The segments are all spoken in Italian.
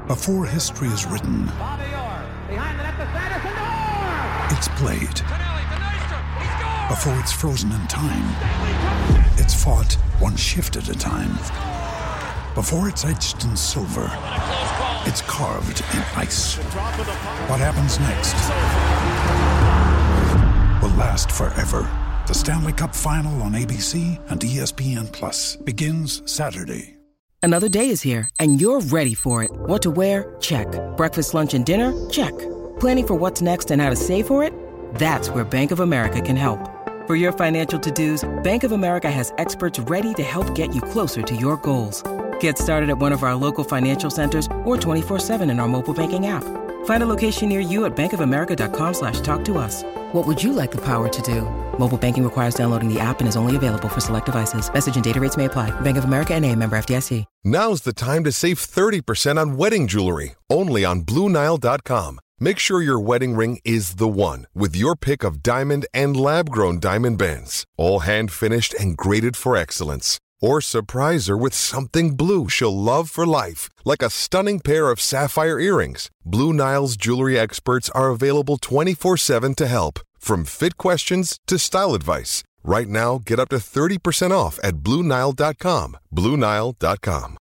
Before history is written, it's played. Before it's frozen in time, it's fought one shift at a time. Before it's etched in silver, it's carved in ice. What happens next will last forever. The Stanley Cup Final on ABC and ESPN Plus begins Saturday. Another day is here, and you're ready for it. What to wear? Check. Breakfast, lunch, and dinner? Check. Planning for what's next and how to save for it? That's where Bank of America can help. For your financial to-dos, Bank of America has experts ready to help get you closer to your goals. Get started at one of our local financial centers or 24/7 in our mobile banking app. Find a location near you at bankofamerica.com/talktous. What would you like the power to do? Mobile banking requires downloading the app and is only available for select devices. Message and data rates may apply. Bank of America NA, member FDIC. Now's the time to save 30% on wedding jewelry, only on BlueNile.com. Make sure your wedding ring is the one with your pick of diamond and lab-grown diamond bands, all hand-finished and graded for excellence. Or surprise her with something blue she'll love for life, like a stunning pair of sapphire earrings. Blue Nile's jewelry experts are available 24/7 to help, from fit questions to style advice. Right now, get up to 30% off at BlueNile.com. BlueNile.com.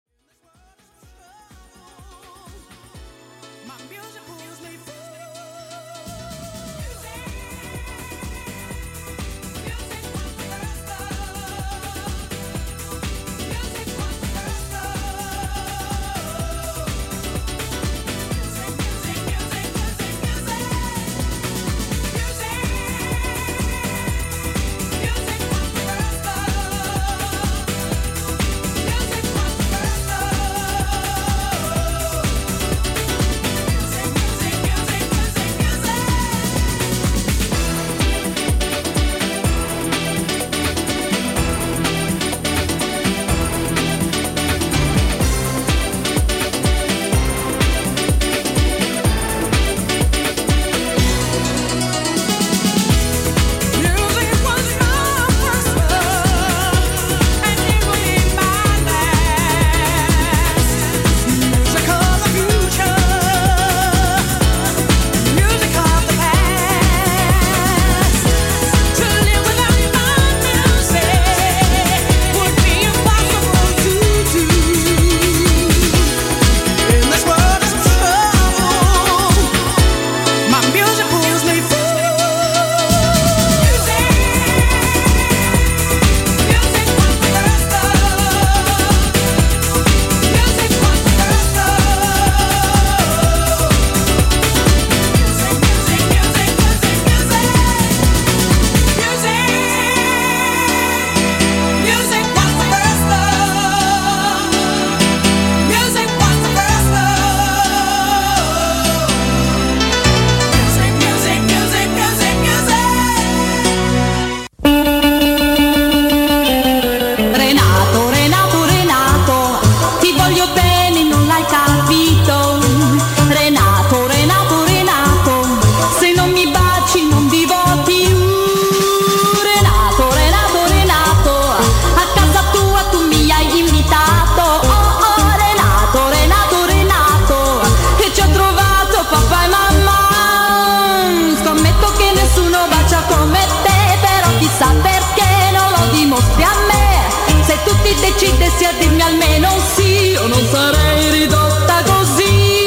Decidessi a dirmi almeno un sì, io non sarei ridotta così.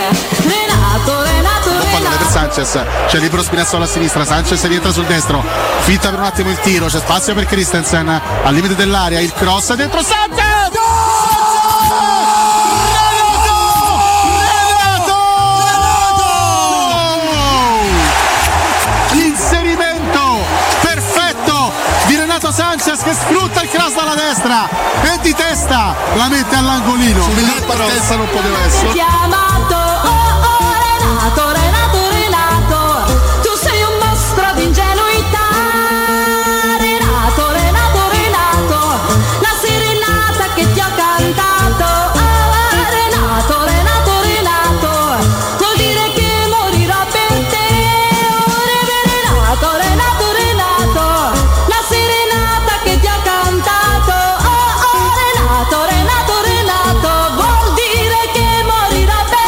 Renato, Renato, Renato. Per Sanchez, c'è libero Spinazzola a sinistra, Sanchez rientra sul destro, fitta per un attimo il tiro, c'è spazio per Christensen al limite dell'area, il cross dentro Sanchez. Sanchez che sfrutta il cross dalla destra e di testa la mette all'angolino. La partenza non poteva essere. Chiamato, Renato, Renato, Renato, tu sei un mostro di ingenuità. Renato, Renato, Renato, la serenata che ti ho cantato. Renato, Renato, Renato, vuol dire che morirò per te. Renato, Renato, Renato, la serenata che ti ho cantato. Renato, Renato, Renato, vuol dire che morirò per te.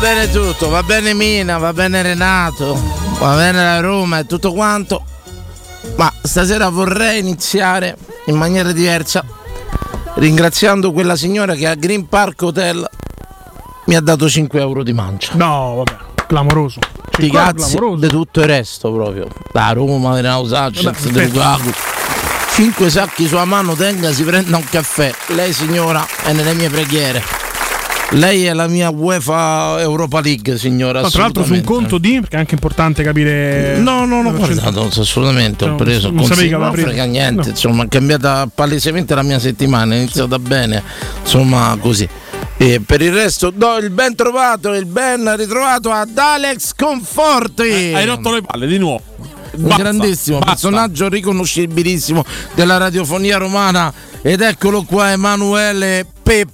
bene tutto, va bene Mina, va bene Renato, va bene la Roma e tutto quanto, ma stasera vorrei iniziare in maniera diversa, ringraziando quella signora che a Green Park Hotel mi ha dato 5 euro di mancia. No, vabbè, clamoroso. Sti cazzi di tutto il resto proprio. Da Roma, Renato Sanchez, del Lukaku. 5 sacchi sulla mano, tenga, si prenda un caffè. Lei signora è nelle mie preghiere. Lei è la mia UEFA Europa League, signora. No, tra l'altro su un conto di, perché è anche importante capire. No, guardato, assolutamente ho preso. Non sapevi che non frega niente, no. Insomma, è cambiata palesemente la mia settimana, è iniziata bene, insomma, così. E per il resto do il ben ritrovato ad Alex Conforti. Hai rotto le palle di nuovo. Un grandissimo personaggio riconoscibilissimo della radiofonia romana, ed eccolo qua, Emanuele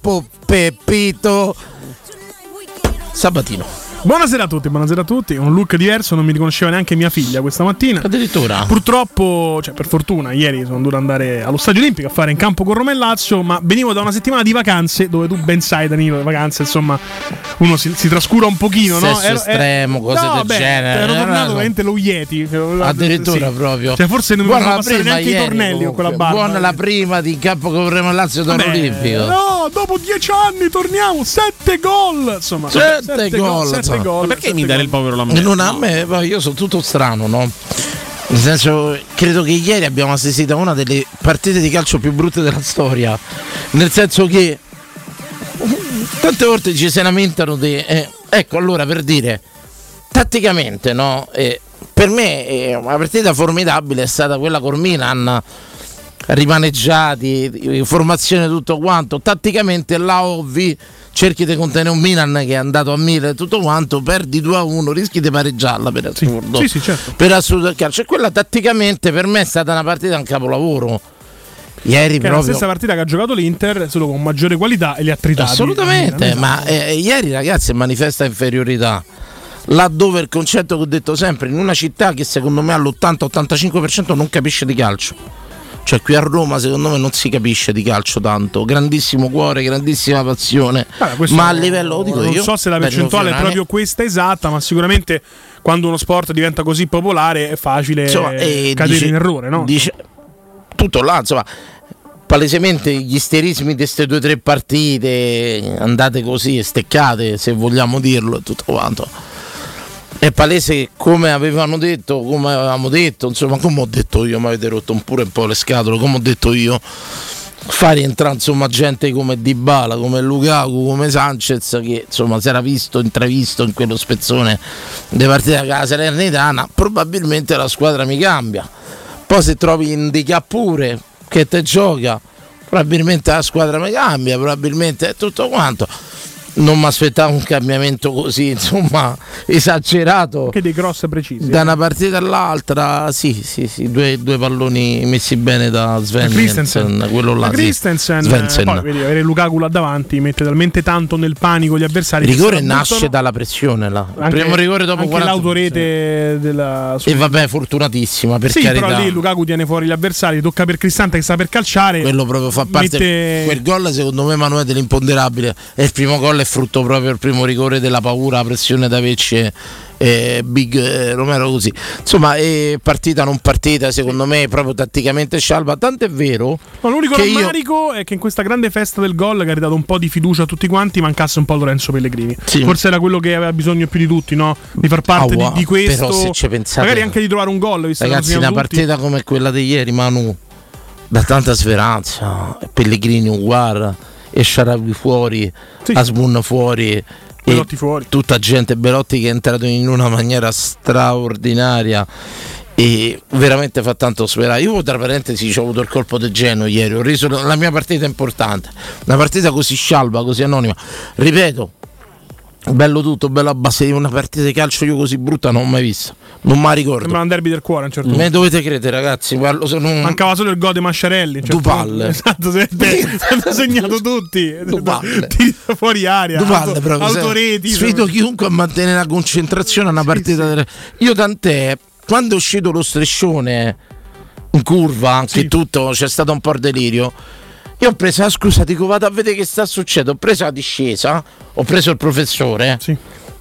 Peppito Sabatino. Buonasera a tutti, un look diverso, non mi riconosceva neanche mia figlia questa mattina. Addirittura. Purtroppo, cioè per fortuna, ieri sono dovuto andare allo Stadio Olimpico a fare in campo con Roma e Lazio, ma venivo da una settimana di vacanze, dove tu ben sai, Danilo, le vacanze, insomma, uno si trascura un pochino, no? Sesso estremo, cose del genere. Ero tornato veramente lo Yeti. Addirittura sì. Proprio. Cioè forse non mi fanno passare neanche i tornelli con quella barba. Buona la prima di campo con Roma e Lazio dall'Olimpico. No, dopo 10 anni torniamo, 7 gol, insomma. 7 gol. Gol, perché mi dare il povero la non a me, io sono tutto strano, no? Nel senso, credo che ieri abbiamo assistito a una delle partite di calcio più brutte della storia. Nel senso che tante volte ci se lamentano di ecco, allora, per dire, tatticamente, no? Per me una partita formidabile è stata quella con Milan, rimaneggiati, formazione, tutto quanto. Tatticamente là ovvi, cerchi di contenere un Milan che è andato a 1000 e tutto quanto, perdi 2-1, rischi di pareggiarla per assurdo. Sì, certo. Per assurdo del calcio. E quella tatticamente per me è stata una partita un capolavoro. Ieri che proprio è la stessa partita che ha giocato l'Inter, solo con maggiore qualità, e li ha tritati. Assolutamente, ma ieri ragazzi manifesta inferiorità. Laddove il concetto che ho detto sempre, in una città che secondo me all'80-85% non capisce di calcio. Cioè qui a Roma secondo me non si capisce di calcio tanto, grandissimo cuore, grandissima passione, ma a livello, lo dico non io, so se la percentuale è proprio questa esatta, ma sicuramente quando uno sport diventa così popolare è facile cadere in errore, no? Tutto là, insomma, palesemente gli isterismi di queste 2 o 3 partite andate così, steccate se vogliamo dirlo, e tutto quanto. È palese che come avevamo detto, insomma, come ho detto io, mi avete rotto pure un po' le scatole, come ho detto io, far rientrare insomma gente come Dybala, come Lukaku, come Sanchez, che insomma si era intravisto in quello spezzone delle partite con la Salernitana, probabilmente la squadra mi cambia. Poi se trovi Handicap pure che te gioca, probabilmente la squadra mi cambia, probabilmente è tutto quanto. Non mi aspettavo un cambiamento così, insomma, esagerato. Che dei cross precisi. Da una partita all'altra, sì, due palloni messi bene da Svensson, quello là. Christensen, poi vedi, avere Lukaku là davanti mette talmente tanto nel panico gli avversari. Il rigore nasce dalla pressione là. Il primo rigore dopo 40. L'autorete della e vabbè, fortunatissima, per carità. Però lì Lukaku tiene fuori gli avversari, tocca per Cristante che sta per calciare. Quello proprio fa parte. Quel gol secondo me, Emanuele, dell'imponderabile. È il primo gol, è frutto proprio il primo rigore della paura, la pressione da Vecce, Big Romero, così. Insomma, partita non partita, secondo me proprio tatticamente scialba, tanto è vero. Ma l'unico rammarico è che in questa grande festa del gol che ha ridato un po' di fiducia a tutti quanti mancasse un po' Lorenzo Pellegrini. Sì. Forse era quello che aveva bisogno più di tutti, no? Di far parte di questo. Però se ci pensate, magari anche di trovare un gol, visto ragazzi, una partita come quella di ieri, Manu, da tanta speranza, Pellegrini uguale, e Sharawi fuori, sì. Asmun fuori, Belotti fuori, tutta gente, Belotti che è entrato in una maniera straordinaria e veramente fa tanto sperare. Io tra parentesi ho avuto il colpo del Genoa ieri, ho reso la mia partita importante, una partita così scialba, così anonima, ripeto, bello tutto, bello a base di una partita di calcio io così brutta non ho mai visto, non mi ricordo. Sembra un derby del cuore a un certo punto. Me dovete credere, ragazzi, mancava solo il gol di Masciarelli, due palle. Esatto, hanno segnato tutti. Due palle. Fuori aria, due palle proprio, autoreti. Sfido chiunque a mantenere la concentrazione a una partita. Sì. Io tant'è, quando è uscito lo striscione in curva, anche tutto, c'è stato un po' di delirio. Io ho preso, scusa, dico vado a vedere che sta succedendo, ho preso la discesa, ho preso il professore,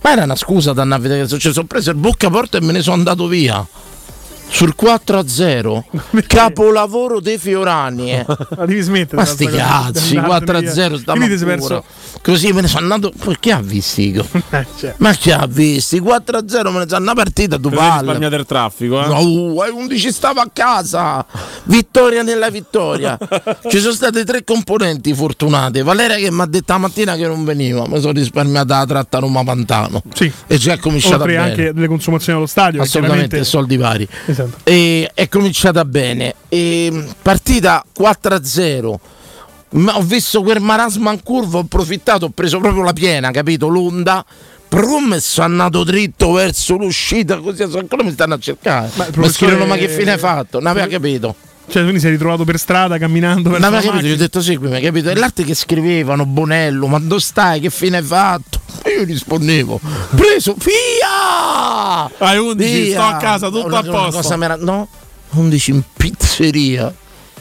Ma era una scusa da andare a vedere che è successo. Ho preso il boccaporta e me ne sono andato via. Sul 4-0, capolavoro dei Fiorani. Ma devi smettere. Ma sti cazzi, 4-0 sta così me ne sono andato. Chi ha visti? Ma chi ha visti? 4-0 me ne sono una partita, tu parli. Risparmiate il traffico, No, 11 stavo a casa. Vittoria nella vittoria. Ci sono state 3 componenti fortunate. Valeria che mi ha detto la mattina che non veniva, mi sono risparmiata la tratta Roma-Pantano. Sì. E già è cominciata bene. Anche delle consumazioni allo stadio. Assolutamente, soldi vari. Esatto. E è cominciata bene. Partita 4-0. Ma ho visto quel marasma in curva, ho approfittato, ho preso proprio la piena, capito? L'onda. Prum, sono andato dritto verso l'uscita, così ancora mi stanno a cercare. Mi scrivono: ma che fine hai fatto? Non aveva capito. Cioè, quindi sei ritrovato per strada camminando verso non la capito, macchina. gli ho detto seguimi, capito? E l'arte che scrivevano: Bonello, ma dove stai? Che fine hai fatto? E io rispondevo: preso, via! Hai 11, via! Sto a casa, tutto a posto. No, 11 in pizzeria.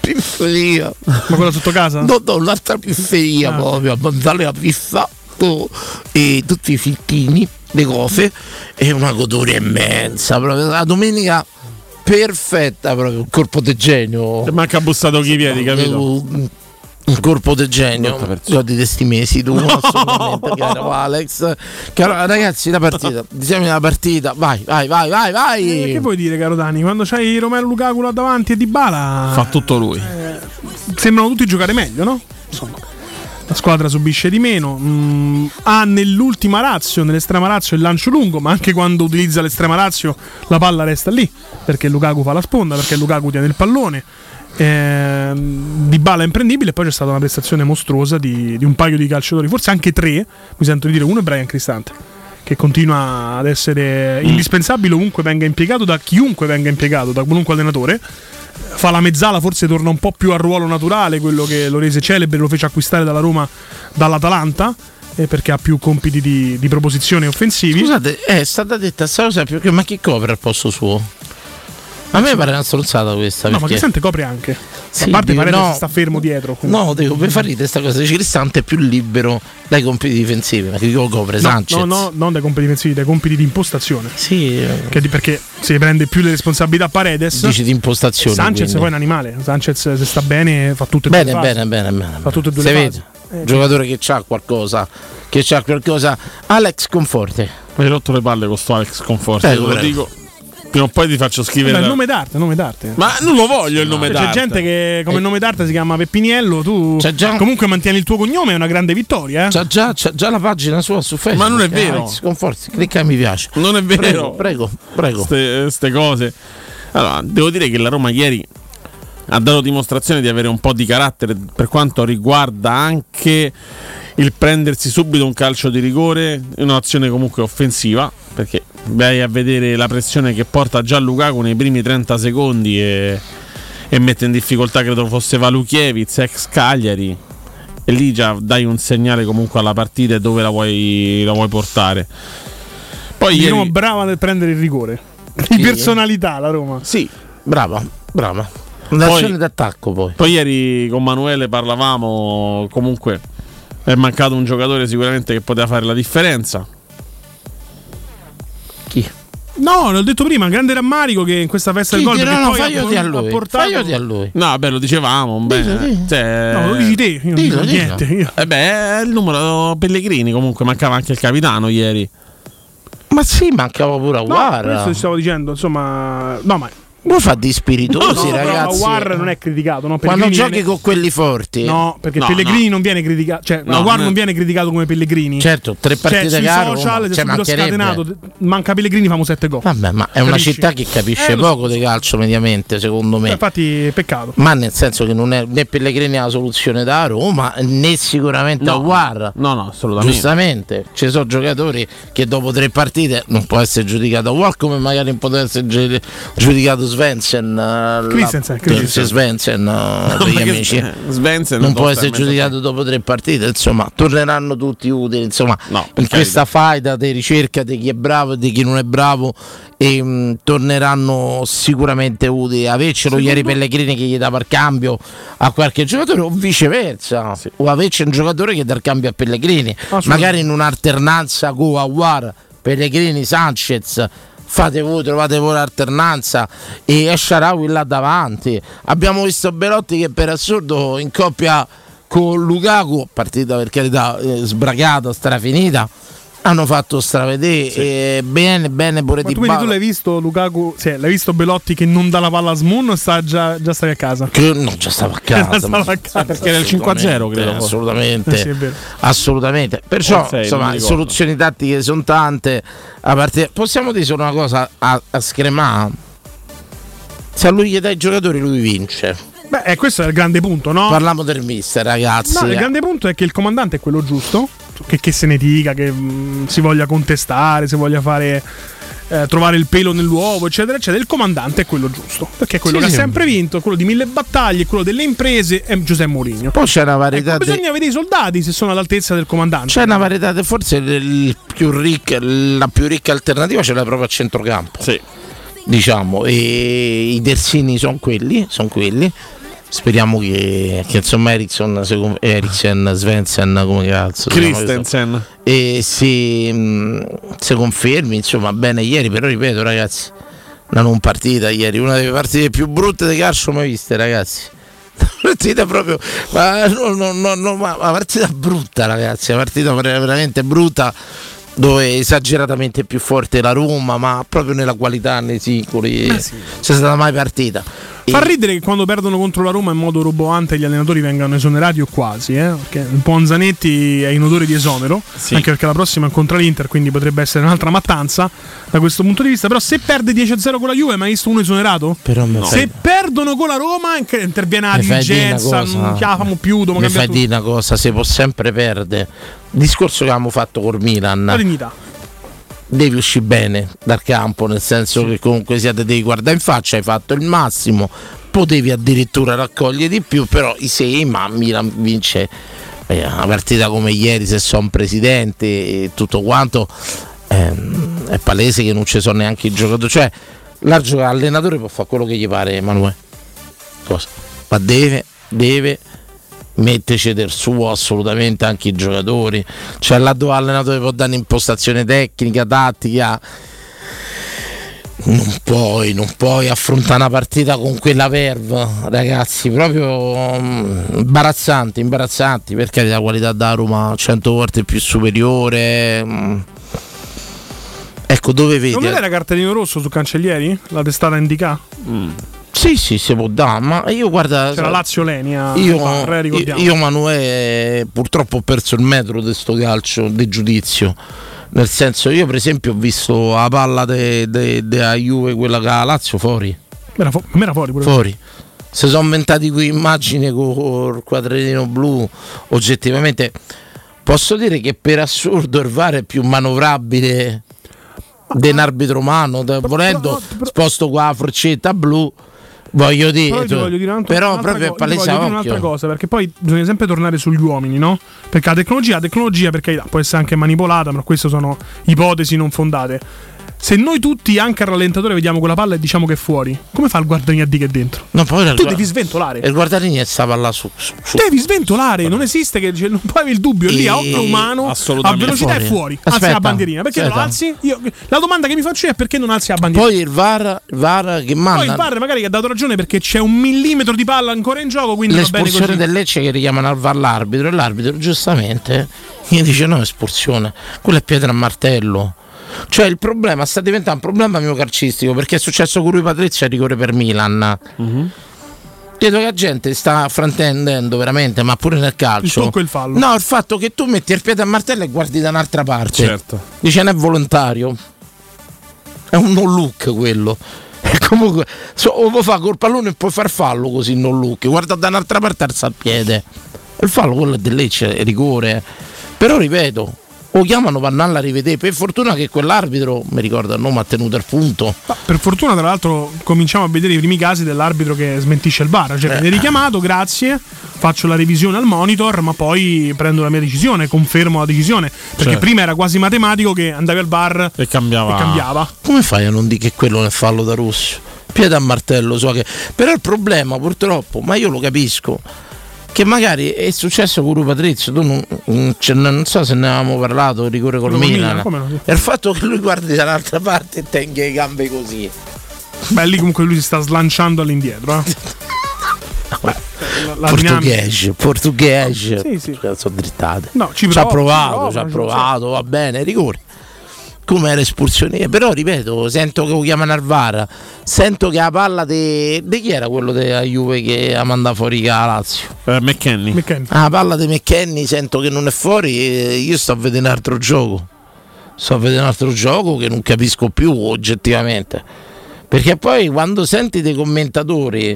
Ma quella sotto casa? No, l'altra pizzeria proprio, a mangiare la pizza e tutti i fittini, le cose e una goduria immensa. Proprio la domenica perfetta, proprio un corpo di genio. Ti manca bussato chi piedi, capito? Un corpo di genio. Godi di sti mesi tu, assolutamente, caro Alex. Ragazzi, la partita, diciamo la partita, vai. Che vuoi dire, caro Dani? Quando c'hai Romelu Lukaku là davanti e Dybala fa tutto lui. Sembrano tutti giocare meglio, no? Insomma, la squadra subisce di meno. Ha nell'ultima razio, nell'estrema razio, il lancio lungo, ma anche quando utilizza l'estrema razio la palla resta lì, perché Lukaku fa la sponda, perché Lukaku tiene il pallone. Dybala è imprendibile. E poi c'è stata una prestazione mostruosa di un paio di calciatori, forse anche 3, mi sento di dire. Uno è Brian Cristante, che continua ad essere indispensabile ovunque venga impiegato, da chiunque venga impiegato, da qualunque allenatore. Fa la mezzala, forse torna un po' più al ruolo naturale, quello che lo rese celebre, lo fece acquistare dalla Roma dall'Atalanta, perché ha più compiti di proposizione offensivi. Scusate, è stata detta questa cosa più, ma chi copre al posto suo? A me pare una stronzata questa. No, ma Cristante copre anche. Sì, a parte Paredes no, sta fermo dietro. No, dico, per fare questa cosa Cristante è più libero dai compiti difensivi. Ma che copre Sanchez? No, non dai compiti difensivi, dai compiti di impostazione. Sì. Perché se prende più le responsabilità Paredes. Dici di impostazione. Sanchez quindi. poi è un animale. Sanchez, se sta bene, fa tutte e due le fasi. Bene. Fa tutte e due le fasi. Giocatore che c'ha qualcosa. Alex Conforte. Mi hai rotto le palle con sto Alex Conforte. Te lo dico. Prima o poi ti faccio scrivere. Il nome d'arte. Ma non lo voglio il nome d'arte. C'è gente che come nome d'arte si chiama Peppiniello. Tu comunque mantieni il tuo cognome, è una grande vittoria. C'ha già la pagina sua su Facebook. Ma non è vero. Sconforti, clicca mi piace. Non è vero. Prego. Ste cose. Allora, devo dire che la Roma ieri ha dato dimostrazione di avere un po' di carattere per quanto riguarda anche il prendersi subito un calcio di rigore in un'azione comunque offensiva, perché vai a vedere la pressione che porta già Lukaku nei primi 30 secondi e mette in difficoltà, credo fosse Valukiewicz, ex Cagliari, e lì già dai un segnale comunque alla partita e dove la vuoi portare. Poi ieri Roma brava nel prendere il rigore di personalità la Roma. Sì, brava un'azione d'attacco. Poi ieri con Manuele parlavamo, comunque è mancato un giocatore sicuramente che poteva fare la differenza. Chi? No, l'ho detto prima, grande rammarico che in questa festa del gol ha portato a lui. No, lo dicevamo. No, lo dici te. Io dillo. Niente. È il numero Pellegrini, comunque mancava anche il capitano ieri. Ma sì, mancava pure Aouar. Questo ti stavo dicendo, insomma, no, ma voi fate di spiritosi, ragazzi. Aouar non è criticato, no? Quando giochi con quelli forti. No, perché Pellegrini non viene criticato. Cioè, Aouar non viene criticato come Pellegrini. Certo, 3 partite caro. Sui social è subito scatenato. Manca Pellegrini, famo 7 gol. Vabbè, ma è una città che capisce poco di calcio mediamente, secondo me. Infatti, peccato. Ma nel senso che non è né Pellegrini la soluzione da Roma, né sicuramente Aouar. No, assolutamente. Giustamente, ci sono giocatori che dopo 3 partite non può essere giudicato Aouar, come magari non può essere giudicato Svensson per gli amici. Svensson non può essere giudicato dopo 3 partite. Insomma, torneranno tutti utili. Insomma, in questa faida di ricerca di chi è bravo e di chi non è bravo, e torneranno sicuramente utili. Avercelo ieri Pellegrini che gli dava il cambio a qualche giocatore, o viceversa, o averci un giocatore che dà il cambio a Pellegrini, magari in un'alternanza con Aouar Pellegrini, Sanchez, fate voi, trovate voi l'alternanza e Esharawi là davanti. Abbiamo visto Belotti che per assurdo in coppia con Lukaku, partita per carità sbragata, strafinita, hanno fatto stravedere bene pure Di Bala. Tu l'hai visto Lukaku, l'hai visto Belotti che non dà la palla a Smoon o già stavi a casa? No, già stava a casa, perché era il 5-0 credo. Assolutamente, assolutamente. Perciò insomma, soluzioni tattiche sono tante. Possiamo dire solo una cosa a Scremà: se a lui gli dai i giocatori lui vince. Beh, questo è il grande punto, no? Parliamo del mister, ragazzi. No, il grande punto è che il comandante è quello giusto, che se ne dica, che si voglia contestare, si voglia fare trovare il pelo nell'uovo, eccetera, eccetera. Il comandante è quello giusto, perché è quello che ha sempre vinto, quello di 1000 battaglie, quello delle imprese, è Giuseppe Mourinho. Poi c'è una varietà. Bisogna vedere i soldati se sono all'altezza del comandante. C'è una varietà, forse la più ricca alternativa ce l'hai proprio a centrocampo. Sì. Diciamo, e i terzini sono quelli. Speriamo che insomma Eriksen, Svensson, come cazzo Christensen e si confermi, insomma, bene ieri. Però ripeto, ragazzi, una non partita ieri, una delle partite più brutte di calcio mai viste, ragazzi. Partita proprio una partita brutta, ragazzi, una partita veramente brutta, dove esageratamente più forte la Roma, ma proprio nella qualità, nei singoli c'è stata mai partita. Fa ridere che quando perdono contro la Roma in modo roboante gli allenatori vengano esonerati o quasi, perché un po' Zanetti è in odore di esonero, anche perché la prossima incontra l'Inter, quindi potrebbe essere un'altra mattanza da questo punto di vista. Però se perde 10-0 con la Juve, mai visto uno esonerato? No. Se perdono con la Roma interviene la dirigenza, non ce la famo più, mi fai dire una cosa, si può sempre perdere. Il discorso che avevamo fatto con Milan, la dignità, devi uscire bene dal campo, nel senso che comunque devi guardare in faccia, hai fatto il massimo, potevi addirittura raccogliere di più, però ma Milan vince una partita come ieri, se sono presidente e tutto quanto, è palese che non ci sono neanche i giocatori, cioè l'allenatore può fare quello che gli pare, Emanuele, ma deve metterci del suo assolutamente anche i giocatori, cioè laddove l'allenatore può dare un'impostazione tecnica, tattica, non puoi affrontare una partita con quella verve, ragazzi, proprio imbarazzanti, perché la qualità da Roma 100 volte più superiore. Ecco, dove vedi? Non vedete la cartellino rosso su Cancellieri? La testata indica? Sì, si può dare, ma io guarda. C'era Lazio Lenia. Io Manuele, purtroppo ho perso il metro di sto calcio di giudizio. Nel senso, io per esempio ho visto la palla della Juve, quella che ha Lazio, fuori. Era fuori pure. Fuori. Si sono inventati qui immagini con il quadratino blu. Oggettivamente posso dire che per assurdo il VAR è più manovrabile di un arbitro umano, volendo sposto qua la forcetta blu. Voglio dire, però proprio è palese a un'altra cosa, perché poi bisogna sempre tornare sugli uomini, no? Perché la tecnologia per carità può essere anche manipolata, ma queste sono ipotesi non fondate. Se noi tutti anche al rallentatore vediamo quella palla e diciamo che è fuori, come fa il guardarini a dire che è dentro? No, poi tu devi sventolare. Il guardarini è sta palla su. Devi sventolare, non esiste che non puoi avere il dubbio, lì a occhio umano, a velocità è fuori. Alzi la bandierina, perché non alzi? La domanda che mi faccio è perché non alzi la bandierina? Poi il VAR che manda. Poi il VAR magari ha dato ragione perché c'è 1 millimetro di palla ancora in gioco, quindi l'espulsione del Lecce che richiamano al VAR l'arbitro, e l'arbitro giustamente gli dice no, espulsione, quella è pietra a martello. Cioè il problema sta diventando un problema mio calcistico, perché è successo con lui Patrizia, rigore per Milan. Credo che la gente sta fraintendendo veramente, ma pure nel calcio. Il tocco e il fallo. No, il fatto che tu metti il piede a martello e guardi da un'altra parte. Certo. Dice non è volontario. È un non look quello. E comunque o può fare col pallone e puoi far fallo così non look. Guarda da un'altra parte, alza il piede. Il fallo quello è del Lecce, è rigore. Però ripeto, o chiamano Pannalla a rivedere. Per fortuna che quell'arbitro, mi ricordo il nome, ha tenuto il punto. Ma per fortuna, tra l'altro, cominciamo a vedere i primi casi dell'arbitro che smentisce il VAR. Cioè, viene richiamato, grazie, faccio la revisione al monitor, ma poi prendo la mia decisione, confermo la decisione. Perché prima era quasi matematico che andavi al VAR e cambiava. Come fai a non dire che quello è il fallo da Russo? Piede a martello, so che. Però il problema, purtroppo, ma io lo capisco, che magari è successo con Patrizio, tu non so se ne avevamo parlato, rigore col Milan, e il fatto che lui guardi dall'altra parte e tenga le gambe così. Beh, lì comunque lui si sta slanciando all'indietro. Portoghese. Sì. Sono drittate. No, ci ha provato, va bene, rigore. Come era espulsione, però ripeto, sento che lo chiamano al VAR, sento che la palla di chi era quello della Juve che ha mandato fuori la Lazio? McKennie. La palla di McKennie sento che non è fuori, io sto a vedere un altro gioco che non capisco più oggettivamente, perché poi quando senti dei commentatori,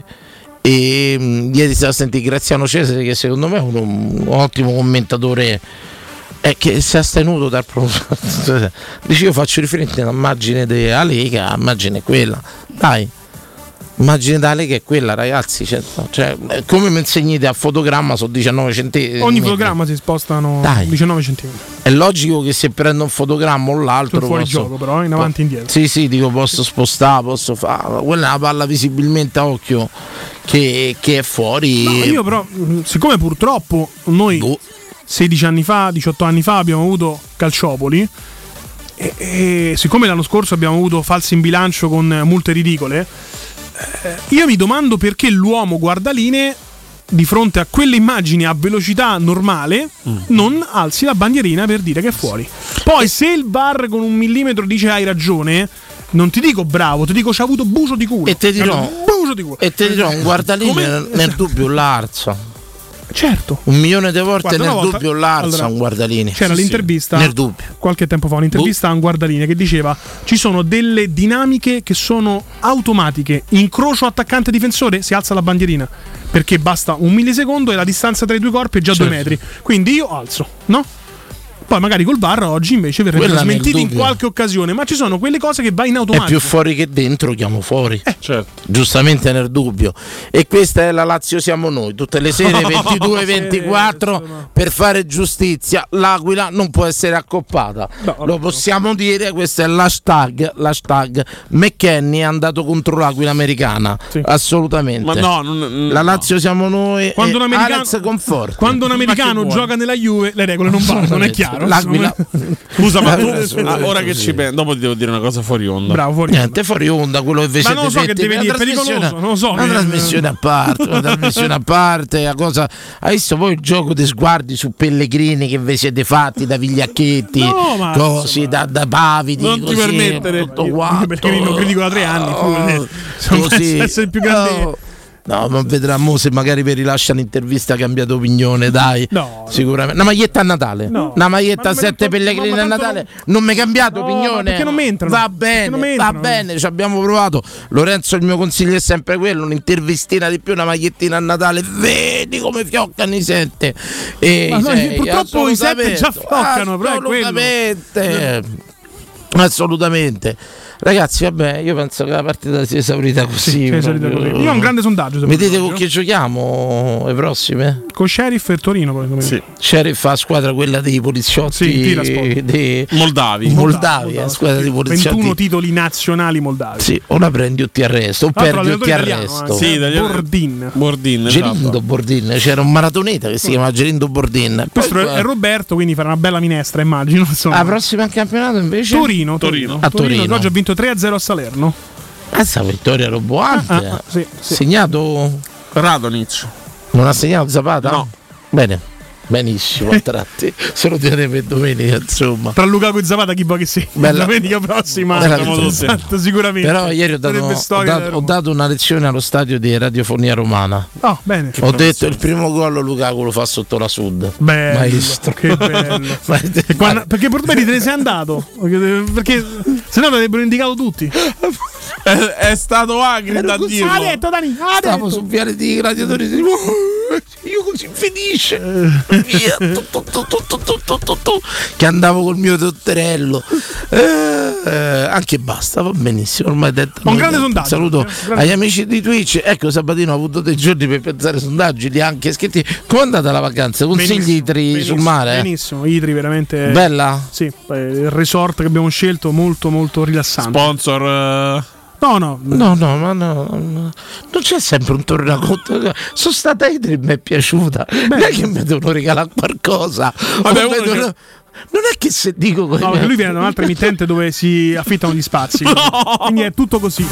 e ieri stavo a sentire Graziano Cesare, che secondo me è un ottimo commentatore, è che si è astenuto dal dice, io faccio riferimento all'immagine della Lega, immagine quella, dai, immagine della Lega è quella, ragazzi, cioè come mi insegnate a fotogramma sono 19 centimetri, ogni fotogramma si spostano 19 centimetri. È logico che se prendo un fotogramma o l'altro fuori gioco, però in avanti e indietro, sì, dico posso spostare, posso fare, quella è una palla visibilmente a occhio che è fuori. No, io però, siccome purtroppo noi 16 anni fa, 18 anni fa abbiamo avuto Calciopoli, e siccome l'anno scorso abbiamo avuto falsi in bilancio con multe ridicole, io mi domando perché l'uomo guardalinee di fronte a quelle immagini a velocità normale non alzi la bandierina per dire che è fuori. Poi se il VAR con 1 millimetro dice hai ragione, non ti dico bravo, ti dico c'ha avuto bucio di culo. E te dirò un guardalinee nel dubbio l'alza. Certo, 1 milione di volte nel dubbio l'alza un guardalinee. C'era l'intervista nel dubbio qualche tempo fa, un'intervista a un guardalinee che diceva ci sono delle dinamiche che sono automatiche, incrocio attaccante difensore si alza la bandierina perché basta 1 millisecondo e la distanza tra i due corpi è già 2 metri, quindi io alzo, no? Poi magari col VAR oggi invece verrebbero smentiti in qualche occasione, ma ci sono quelle cose che va in automatico. È più fuori che dentro, chiamo fuori. Certo. Giustamente nel dubbio. E questa è la Lazio siamo noi, tutte le sere 22-24 per fare giustizia. L'Aquila non può essere accoppata. Lo possiamo dire, questo è l'hashtag McKennie è andato contro l'Aquila americana. Sì. Assolutamente. Ma la Lazio siamo noi. Quando un Alex Conforti. Quando un americano gioca nella Juve, le regole non vanno, non è chiaro. L'Aquila. Scusa, ma tu ora che ci penso, dopo ti devo dire una cosa fuori onda. Bravo, fuori onda. Niente, fuori onda, quello che invece ma non lo so che devi dire, pericoloso, non lo so. Una trasmissione a parte, la cosa. Hai visto poi il gioco di sguardi su Pellegrini che vi siete fatti da vigliacchetti, così da pavidi, non così, ti permettere tutto quanto. Perché non critico da 3 anni, sono essere il più grande. No, ma vedremo se magari per rilascia un'intervista ha cambiato opinione, dai. No. Sicuramente. Una maglietta a Natale. No. Una maglietta a 7 Pellegrini a Natale. Non mi è cambiato opinione. Perché non mi entrano? Va bene, ci abbiamo provato. Lorenzo, il mio consiglio è sempre quello, un'intervistina di più, una magliettina a Natale. Vedi come fioccano i 7. Purtroppo i 7 già fioccano, però è assolutamente. Ragazzi, vabbè, io penso che la partita sia esaurita così. Io ho un grande sondaggio. Vedete con chi giochiamo le prossime? Con Sheriff e Torino. Sì. Sheriff fa squadra quella dei poliziotti di Moldavi, la squadra di poliziotti. 21 titoli nazionali moldavi. Sì, o la prendi o ti arresto, o perdi o ti arresto. Sì, Bordin. Gerindo Bordin, c'era un maratoneta che si chiama Gerindo Bordin. Questo è Roberto, quindi farà una bella minestra, immagino. La prossima in campionato invece? Torino. A Torino. Oggi ha vinto 3-0 a Salerno. Questa vittoria roboante. Sì. Segnato Radonic. Non ha segnato Zapata? No. Bene. Benissimo, a tratti. Se lo tiene per domenica, insomma. Tra Lukaku e Zapata chi può che sia? Domenica prossima. Esatto, sicuramente. Però ieri ho dato una lezione allo stadio di Radiofonia Romana. Oh, bene. Ho detto il primo gol Lukaku lo fa sotto la Sud. Bello, maestro. Che bello. Perché Portbelli te ne sei andato? Perché se no l'avrebbero indicato tutti. È stato agri da dirlo. Ha detto Dani, stavo sul viale di gladiatori. Io così felice. Via. Che andavo col mio dottorello. Anche basta, va benissimo. Ormai detto. Un grande sondaggio. Saluto agli amici di Twitch. Ecco, Sabatino ha avuto dei giorni per pensare sondaggi. Li ha anche scritti. Com'è andata la vacanza? Consigli Itri sul mare? Benissimo, Itri veramente bella? Sì, il resort che abbiamo scelto molto molto rilassante. Sponsor No, ma non c'è sempre un tornaconto. Sono stata Idri, mi è piaciuta. Non è che mi devono regalare qualcosa. Non è che se dico no, perché lui viene da un'altra emittente dove si affittano gli spazi. Quindi è tutto così.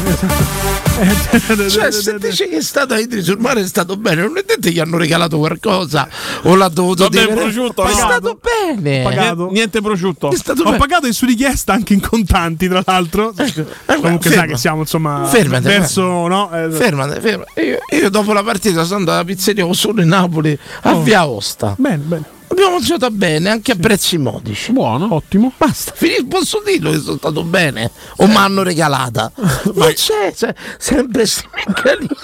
Cioè, se dice che è stato a Idri sul mare è stato bene, non è detto che gli hanno regalato qualcosa o l'ha dovuto dire. Prosciutto, è stato bene. Pagato. Niente prosciutto. Ho pagato e su richiesta anche in contanti, tra l'altro. Comunque sai che siamo insomma verso no? Fermate. Io dopo la partita sono andato alla pizzeria solo in Napoli a Via Aosta. Bene. Abbiamo mangiato bene, anche a prezzi modici. Buono, ottimo. Basta, posso dirlo che sono stato bene? O mi hanno regalata? Non c'è sempre sti meccanismi.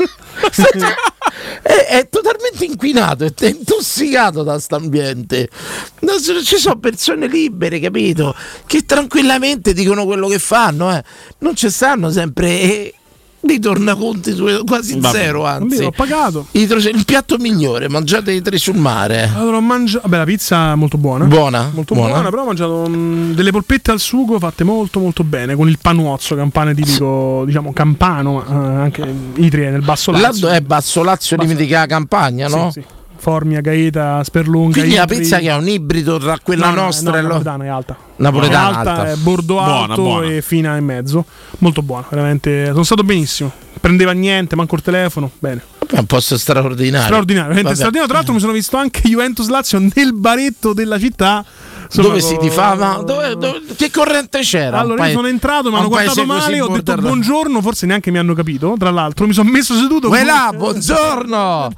È totalmente inquinato, è intossicato da st'ambiente. Ci sono persone libere, capito? Che tranquillamente dicono quello che fanno, Non ci stanno sempre dei tornaconti quasi zero, anzi. Ho pagato. Il piatto migliore, mangiate i 3 sul mare. Allora ho mangiato. La pizza è molto buona. Molto buona. Però ho mangiato delle polpette al sugo fatte molto molto bene, con il panuozzo, che è un pane tipico, diciamo, campano, ma anche Idri è nel Basso Lazio. È Basso Lazio, limiti che la campagna, no? Sì. Formia, Gaeta, Sperlunga. Quindi la pizza che è un ibrido tra quella nostra e napoletana, è alta. Napoletana alta. È bordo alto buona. E fina in mezzo. Molto buona, veramente. Sono stato benissimo. Prendeva niente, manco il telefono. Bene. È un posto straordinario. Straordinario. Tra l'altro mi sono visto anche Juventus Lazio nel baretto della città. Dove si tifava? Che corrente c'era? Allora io sono entrato, mi hanno guardato male, ho detto buongiorno, forse neanche mi hanno capito. Tra l'altro mi sono messo seduto. Buongiorno!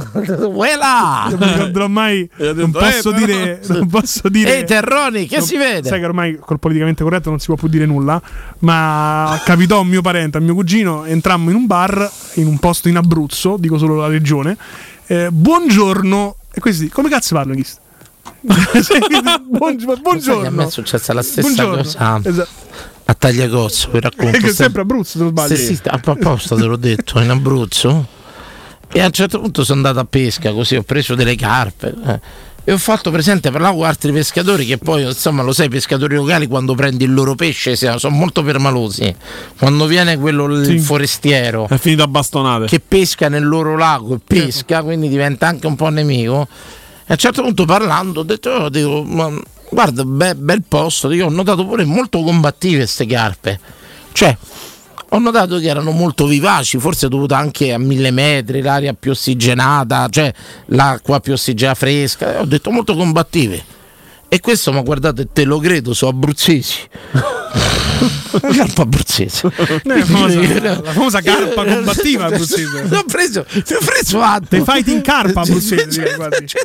Non posso dire. Ehi Terroni, che si vede? Sai che ormai col politicamente corretto non si può più dire nulla. Ma capitò a un mio parente, a mio cugino, entrammo in un bar, in un posto in Abruzzo, dico solo la regione. Buongiorno. E questi, come cazzo parlo? Buongiorno. A me è successa la stessa cosa a Tagliacozzo, vi racconto. Che è sempre Abruzzo, te lo sbagli. Sì, apposta te l'ho detto, in Abruzzo. E a un certo punto sono andato a pesca, così ho preso delle carpe e ho fatto presente, parlavo con altri pescatori che poi, insomma, lo sai, i pescatori locali quando prendi il loro pesce sono molto permalosi. Quando viene quello il forestiero è finito a bastonate che pesca nel loro lago e pesca, quindi diventa anche un po' nemico. E a un certo punto parlando ho detto, dico, ma guarda, bel posto, dico, ho notato pure molto combattive queste carpe, cioè ho notato che erano molto vivaci, forse dovuta anche a 1000 metri, l'aria più ossigenata, cioè l'acqua più ossigenata fresca, ho detto molto combattive. E questo, ma guardate, te lo credo, sono abruzzesi. La carpa abruzzese. La famosa carpa combattiva abruzzese. L'ho preso atto. The fighting carpa abruzzese.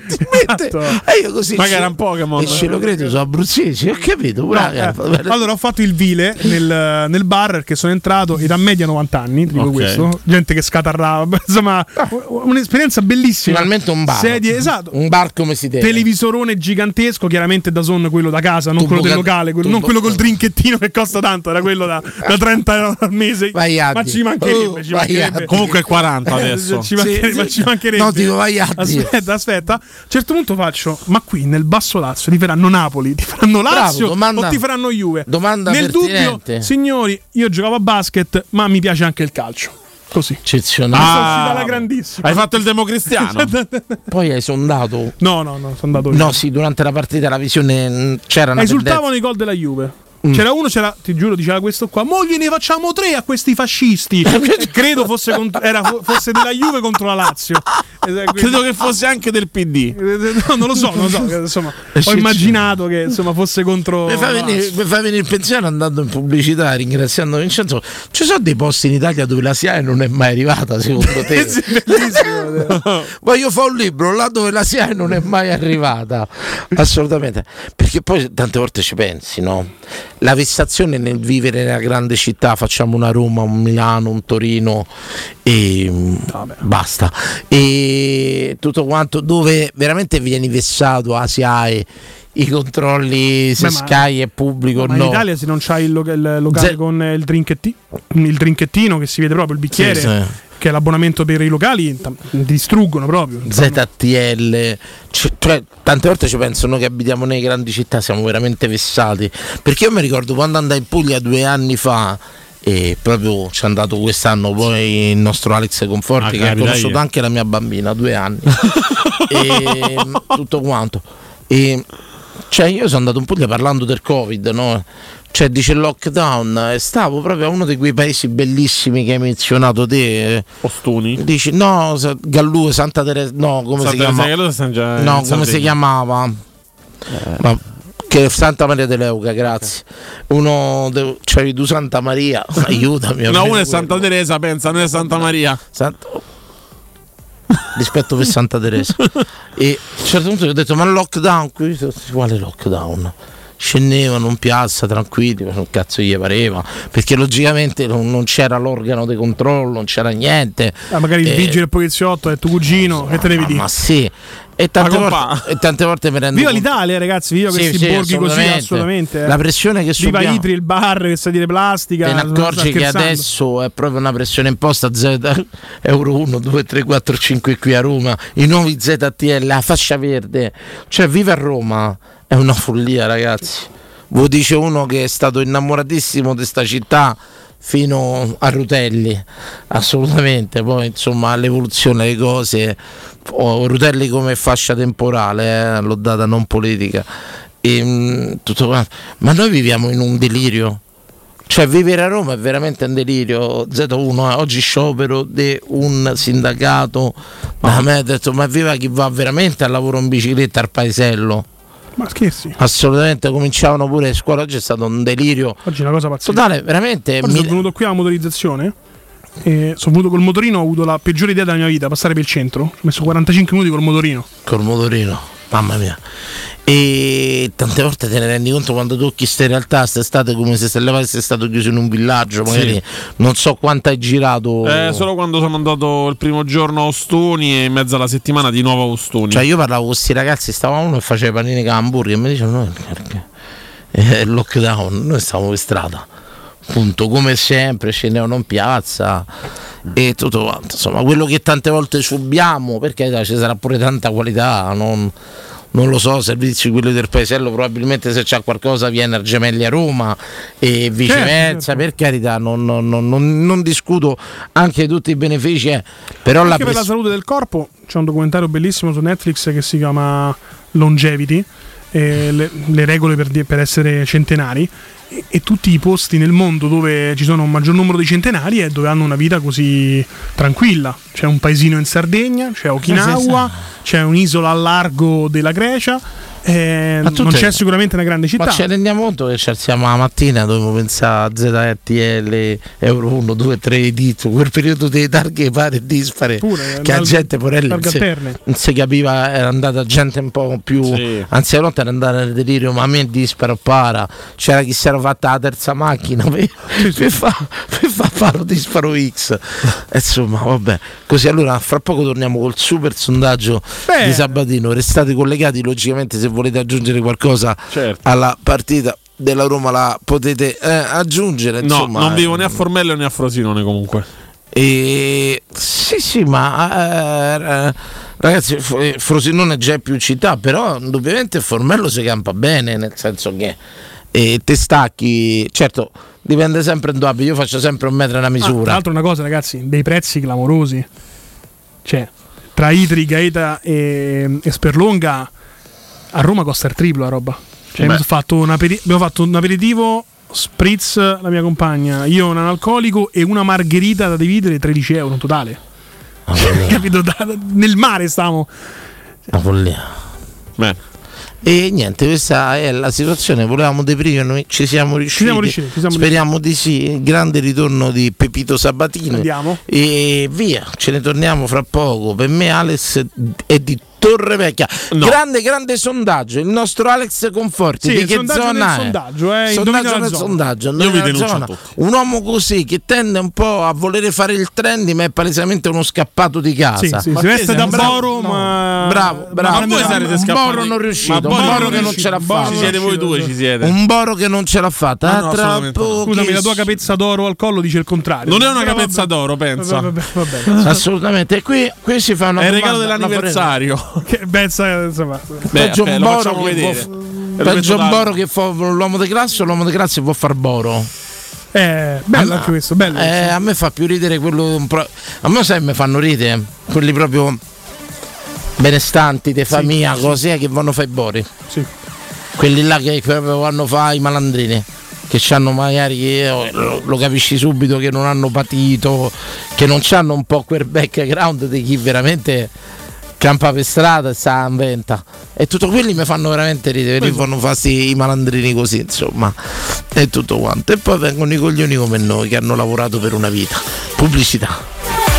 Io così. Ma che era un Pokémon. E ce lo credo, sono abruzzesi. Ho capito. Allora ho fatto il vile nel bar perché sono entrato, età media 90 anni, dico questo. Gente che scatarrava. Insomma, un'esperienza bellissima. Finalmente un bar. Sedie, esatto. Un bar come si deve. Televisorone gigantesco, chiaramente DAZN, quello da casa, non quello del locale, non quello col drinchettino che costa tanto, era quello da 30 euro al mese. Ma ci mancherebbe. Comunque è 40 adesso. Ma ci mancherebbe. No, dico Aspetta. A un certo punto faccio, ma qui nel Basso Lazio ti faranno Napoli, ti faranno Lazio o ti faranno Juve? Domanda nel pertinente. Dubbio, signori, io giocavo a basket, ma mi piace anche il calcio. Così. Eccezionale. Dalla grandissima. Hai fatto il democristiano? Poi hai sondato? No, sono andato io. No, sì, durante la partita la visione c'era una esultavano i gol della Juve. C'era uno, ti giuro, diceva questo qua: mo gliene facciamo 3 a questi fascisti. Credo fosse della Juve contro la Lazio. Credo che fosse anche del PD. No, non lo so. Insomma, ho immaginato che fosse contro. Mi fa venire il pensiero andando in pubblicità, ringraziando Vincenzo. Ci sono dei posti in Italia dove la SIAE non è mai arrivata, secondo te? Sì, bellissimo. Voglio fare un libro là dove la SIAE non è mai arrivata. Assolutamente. Perché poi tante volte ci pensi, no? La vessazione nel vivere nella grande città, facciamo una Roma, un Milano, un Torino e basta, e tutto quanto, dove veramente vieni vessato a SIAE, i controlli, se Sky è pubblico o no. In Italia se non c'hai il locale con il drinchettino che si vede proprio il bicchiere, sì. Che è l'abbonamento per i locali, distruggono proprio. ZTL, cioè tante volte ci pensano che abitiamo nelle grandi città, siamo veramente vessati, perché io mi ricordo quando andai in Puglia 2 anni fa e proprio ci è andato quest'anno poi il nostro Alex Conforti, che ha conosciuto anche la mia bambina, 2 anni e tutto quanto. E cioè io sono andato in Puglia parlando del Covid, no? Cioè dice il lockdown, e stavo proprio a uno di quei paesi bellissimi che hai menzionato te. Ostuni? Dici no, Gallù, Santa Teresa, no, come Santa si chiama? No, come si chiamava? Ma che Santa Maria dell'Euca, grazie. C'avevi tu Santa Maria, aiutami. No, uno è Santa Teresa, pensa, non è Santa Maria. Rispetto per Santa Teresa. E a un certo punto gli ho detto ma il lockdown qui, quale lockdown? Scendevano in piazza tranquilli, ma non cazzo gli pareva, perché logicamente non c'era l'organo di controllo, non c'era niente. Magari il vigile il poliziotto è tuo cugino, che te devi dire? Ma sì, e tante volte mi rendo viva l'Italia, ragazzi, viva questi borghi così, assolutamente. La pressione che viva subiamo, Itri, il bar, che sa dire plastica. te ne accorgi che adesso è proprio una pressione imposta. Euro 1, 2, 3, 4, 5 qui a Roma, i nuovi ZTL, la fascia verde, cioè viva Roma. È una follia, ragazzi. Voi dice uno che è stato innamoratissimo di sta città fino a Rutelli, assolutamente. Poi insomma l'evoluzione delle cose, Rutelli come fascia temporale, l'ho data non politica e tutto quanto. Ma noi viviamo in un delirio. Cioè vivere a Roma è veramente un delirio. Z1 oggi sciopero di un sindacato, a me ha detto ma viva chi va veramente al lavoro in bicicletta al paesello. Ma scherzi? Assolutamente, cominciavano pure le scuole, oggi è stato un delirio. Oggi è una cosa pazzesca. Totale, veramente. Oggi sono venuto qui alla motorizzazione e sono venuto col motorino, ho avuto la peggiore idea della mia vita, passare per il centro. Ho messo 45 minuti col motorino. Col motorino, mamma mia. E tante volte te ne rendi conto quando tocchi ste realtà, quest'estate, come se fosse stato chiuso in un villaggio, magari sì. Non so quanto hai girato. Solo quando sono andato il primo giorno a Ostuni e in mezzo alla settimana di nuovo a Ostuni. Cioè io parlavo con questi ragazzi, stava uno e faceva panini con hamburger e mi dicevano no, perché il lockdown, noi stavamo per strada, appunto, come sempre scendevano in piazza e tutto quanto. Insomma, quello che tante volte subiamo, perché ci sarà pure tanta qualità, non lo so, servizi quelli del paesello, probabilmente se c'è qualcosa viene a Gemelli a Roma e viceversa, certo. Per carità, non discuto anche di tutti i benefici, però anche per la salute del corpo c'è un documentario bellissimo su Netflix che si chiama Longevity, le regole per essere centenari, e tutti i posti nel mondo dove ci sono un maggior numero di centenari e dove hanno una vita così tranquilla. C'è un paesino in Sardegna, c'è Okinawa, c'è un'isola al largo della Grecia, non c'è sicuramente una grande città. Ma ci rendiamo conto che ci alziamo la mattina, dovevo pensare a ZTL, Euro 1, 2, 3, dito, quel periodo dei targhe pare e dispare, pure, che la gente porella non si capiva, era andata gente un po' più, sì. Anzi la notte era andata nel delirio, ma a me disparo para, c'era chi si era fatta la terza macchina per fare un disparo X. Insomma vabbè, così allora fra poco torniamo col super sondaggio di Sabatino, restate collegati logicamente, se volete aggiungere qualcosa, certo, alla partita della Roma la potete aggiungere. Insomma, no, non vivo né a Formello né a Frosinone comunque. Sì, ma ragazzi, Frosinone già è più città, però indubbiamente Formello si campa bene, nel senso che te stacchi, certo dipende sempre in dove, io faccio sempre un metro e una misura. Tra l'altro una cosa, ragazzi, dei prezzi clamorosi, cioè tra Itri, Gaeta e Sperlonga a Roma costa il triplo la roba. Cioè abbiamo fatto un aperitivo spritz, la mia compagna, io un analcolico e una margherita da dividere, 13 euro in totale. Capito? Nel mare stavamo. Una follia. Beh. E niente, questa è la situazione. Volevamo deprire, noi ci siamo riusciti. Speriamo di sì. Grande ritorno di Pepito Sabatino. Andiamo. E via, ce ne torniamo fra poco. Per me Alex è di Torrevecchia. No. Grande sondaggio. Il nostro Alex Conforti. Sì, di che zona è? Sondaggio nel sondaggio. Io vi denuncio un uomo così che tende un po' a volere fare il trendy, ma è palesemente uno scappato di casa. Si veste da Boro, ma bravo. Ma voi sarete scappati. Un Boro non riuscito. Un Boro che non ce l'ha fatta. Ci siete voi due, ci siete. Un Boro che non ce l'ha fatta. Scusami, la tua capezza d'oro al collo dice il contrario. Non è una capezza d'oro, pensa. Vabbè. Assolutamente. E qui si fa una. È il regalo dell'anniversario. Che pensa, insomma. Peggio un Boro che fa l'uomo di classe o l'uomo di classe può far Boro? Bello anche questo, bello. A me fa più ridere quello. A me sempre fanno ridere quelli proprio benestanti, di famiglia, cose che vanno a fare i bori. Sì. Quelli là che proprio vanno a fare i malandrini. Che c'hanno magari, lo capisci subito, che non hanno patito, che non c'hanno un po' quel background di chi veramente campa per strada e sa inventa. E tutto quelli mi fanno veramente ridere, mi fanno farsi i malandrini così, insomma, e tutto quanto. E poi vengono i coglioni come noi che hanno lavorato per una vita. Pubblicità.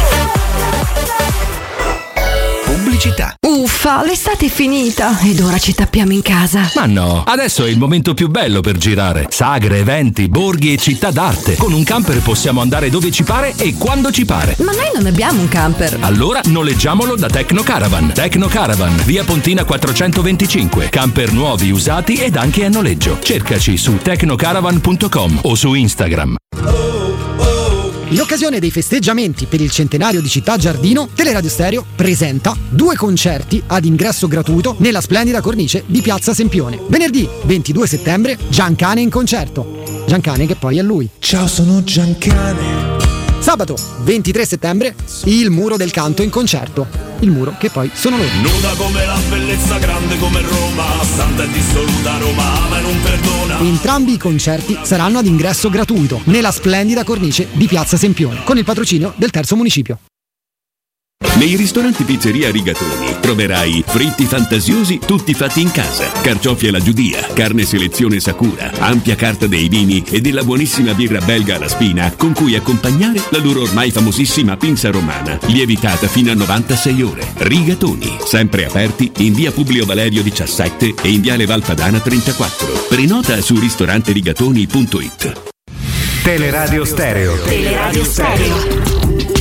Uffa, l'estate è finita ed ora ci tappiamo in casa. Ma no, adesso è il momento più bello per girare. Sagre, eventi, borghi e città d'arte. Con un camper possiamo andare dove ci pare e quando ci pare. Ma noi non abbiamo un camper. Allora noleggiamolo da Tecno Caravan. Tecno Caravan, via Pontina 425. Camper nuovi, usati ed anche a noleggio. Cercaci su tecnocaravan.com o su Instagram. In occasione dei festeggiamenti per il centenario di Città Giardino, Teleradio Stereo presenta 2 concerti ad ingresso gratuito nella splendida cornice di Piazza Sempione. Venerdì 22 settembre, Giancane in concerto. Giancane che poi è lui. Ciao, sono Giancane. Sabato 23 settembre, Il Muro del Canto in concerto. Il Muro che poi sono loro. Nuda come la bellezza, grande come Roma, santa e dissoluta Roma, ma non perdona. Entrambi i concerti saranno ad ingresso gratuito nella splendida cornice di Piazza Sempione, con il patrocinio del Terzo Municipio. Nei ristoranti Pizzeria Rigatoni troverai fritti fantasiosi tutti fatti in casa, carciofi alla giudia, carne selezione Sakura, ampia carta dei vini e della buonissima birra belga alla spina con cui accompagnare la loro ormai famosissima pinza romana, lievitata fino a 96 ore. Rigatoni, sempre aperti in via Publio Valerio 17 e in viale Valpadana 34. Prenota su ristoranterigatoni.it. Teleradio Stereo. Teleradio Stereo.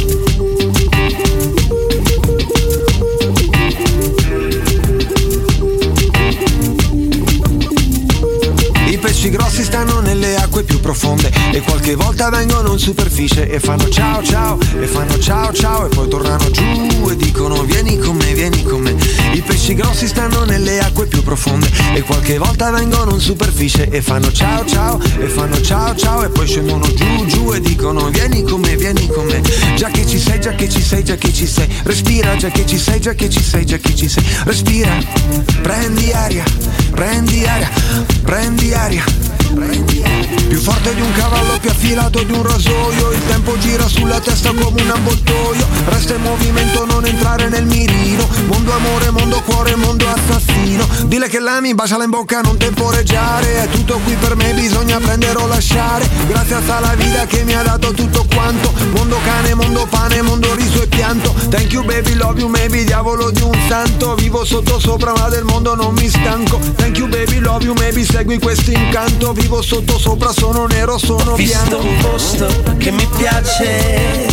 I pesci grossi stanno nelle acque più profonde e qualche volta vengono in superficie e fanno ciao ciao e fanno ciao ciao e poi tornano giù e dicono vieni con me, vieni con me. I pesci grossi stanno nelle acque più profonde e qualche volta vengono in superficie e fanno ciao ciao e fanno ciao ciao e poi scendono giù giù e dicono vieni con me, vieni con me. Già che ci sei, già che ci sei, già che ci sei, respira, già che ci sei, già che ci sei, già che ci sei, respira, prendi aria, prendi aria, prendi aria. Più forte di un cavallo, più affilato di un rasoio, il tempo gira sulla testa come un avvoltoio, resta in movimento, non entrare nel mirino, mondo amore, mondo cuore, mondo assassino, dile che l'ami, baciala in bocca, non temporeggiare, è tutto qui per me, bisogna prendere o lasciare, grazie alla vita che mi ha dato tutto quanto, mondo cane, mondo pane, mondo riso e pianto, thank you baby, love you maybe, diavolo di un santo, vivo sotto sopra ma del mondo non mi stanco, thank you baby, love you maybe, segui questo incanto, vivo sotto sopra, sono nero, sono bianco. Ho visto un posto che mi piace,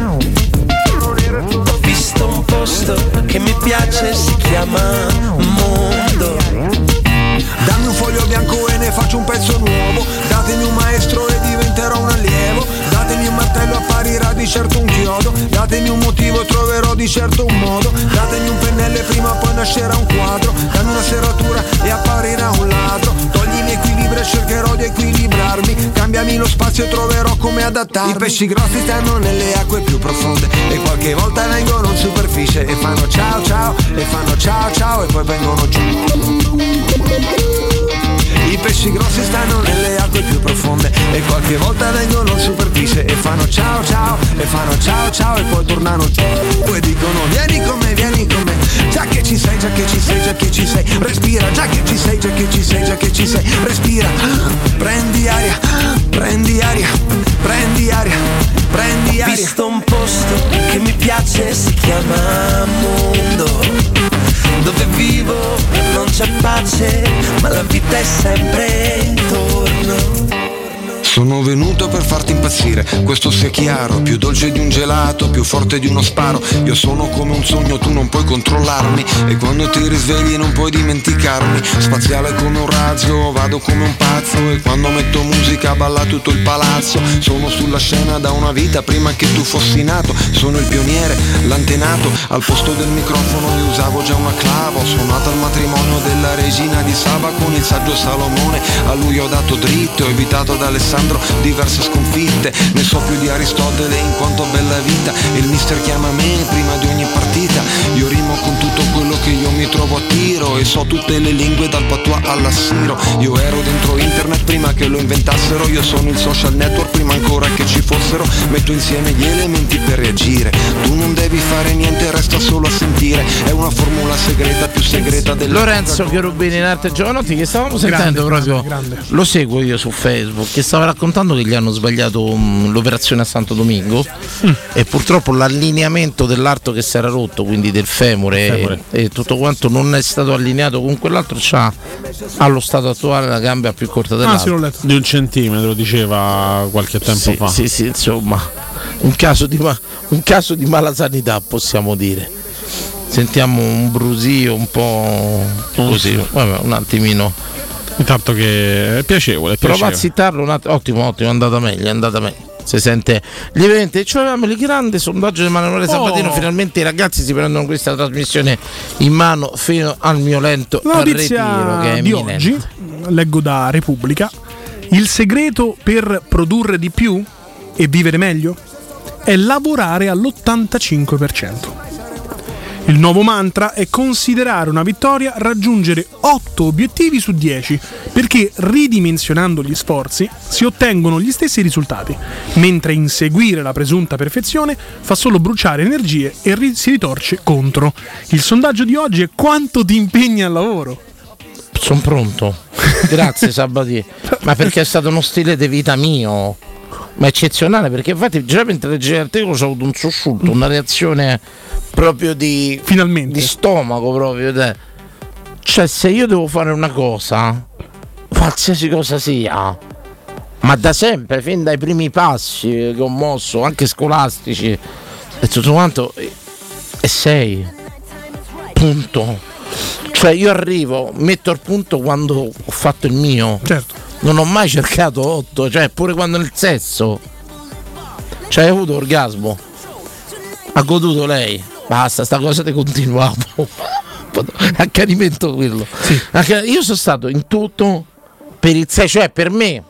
ho visto un posto che mi piace, si chiama mondo. Dammi un foglio bianco e ne faccio un pezzo nuovo, datemi un maestro e diventerò un allievo, datemi un martello apparirà di certo un chiodo, datemi un motivo e troverò di certo un modo, datemi un pennello e prima o poi nascerà un quadro, dammi una serratura e apparirà un ladro, toglimi equilibrio e cercherò di equilibrarmi, cambiami lo spazio e troverò come adattarmi. I pesci grossi stanno nelle acque più profonde e qualche volta vengono in superficie e fanno ciao ciao e fanno ciao ciao e poi vengono giù. I pesci grossi stanno nelle acque più profonde e qualche volta vengono in superficie e fanno ciao ciao e fanno ciao ciao e poi tornano giù e dicono vieni con me, vieni con me, già che ci sei, già che ci sei, già che ci sei, respira, già che ci sei, già che ci sei, già che ci sei, respira, prendi aria, prendi aria, prendi aria, prendi aria. Ho visto un posto che mi piace, si chiama mondo, dove vivo non c'è pace, ma la vita è sempre intorno. Sono venuto per farti impazzire, questo sia chiaro, più dolce di un gelato, più forte di uno sparo, io sono come un sogno, tu non puoi controllarmi, e quando ti risvegli non puoi dimenticarmi, spaziale come un razzo, vado come un pazzo, e quando metto musica balla tutto il palazzo, sono sulla scena da una vita prima che tu fossi nato, sono il pioniere, l'antenato, al posto del microfono io usavo già una clava, ho suonato al matrimonio della regina di Saba con il saggio Salomone, a lui ho dato dritto, ho evitato ad Alessandro Alessandro, diverse sconfitte, ne so più di Aristotele in quanto a bella vita. Il mister chiama me prima di ogni partita, io rimo con tutto quello che io mi trovo a tiro e so tutte le lingue dal patois all'assiro. Io ero dentro internet prima che lo inventassero, io sono il social network prima ancora che ci fossero. Metto insieme gli elementi per reagire, tu non devi fare niente, resta solo a sentire. È una formula segreta più segreta del Lorenzo Cherubini in arte Giovanotti, che stavamo sentendo proprio, lo seguo io su Facebook, che stava raccontando che gli hanno sbagliato l'operazione a Santo Domingo e purtroppo l'allineamento dell'arto che si era rotto, quindi del femore e tutto quanto non è stato allineato con quell'altro, c'ha allo stato attuale la gamba più corta dell'altro, di 1 centimetro, diceva qualche tempo fa. Sì, insomma, un caso di mala sanità, possiamo dire. Sentiamo un brusio un po' così, vabbè, un attimino. Intanto che è piacevole. Prova a zittarlo un attimo. Ottimo, è andata meglio. Si sente lievemente. Cioè, avevamo il grande sondaggio di Emanuele Sabatino. Finalmente i ragazzi si prendono questa trasmissione in mano fino al mio lento ritiro, che è di imminente. Oggi leggo da Repubblica: il segreto per produrre di più e vivere meglio è lavorare all'85%. Il nuovo mantra è considerare una vittoria raggiungere 8 obiettivi su 10, perché ridimensionando gli sforzi si ottengono gli stessi risultati, mentre inseguire la presunta perfezione fa solo bruciare energie e si ritorce contro. Il sondaggio di oggi è: quanto ti impegni al lavoro? Sono pronto, grazie Sabatino, ma perché è stato uno stile di vita mio, ma eccezionale, perché infatti già mentre leggevo l'articolo ho avuto un sussulto, una reazione proprio di stomaco proprio. Cioè, se io devo fare una cosa, qualsiasi cosa sia, ma da sempre, fin dai primi passi che ho mosso, anche scolastici e tutto quanto, e 6 punto. Cioè io arrivo, metto al punto quando ho fatto il mio. Certo. Non ho mai cercato 8, cioè pure quando nel sesso, cioè hai avuto orgasmo, ha goduto lei, basta, sta cosa te continuavo. Accanimento quello. Sì. Io sono stato in tutto per il 6, cioè per me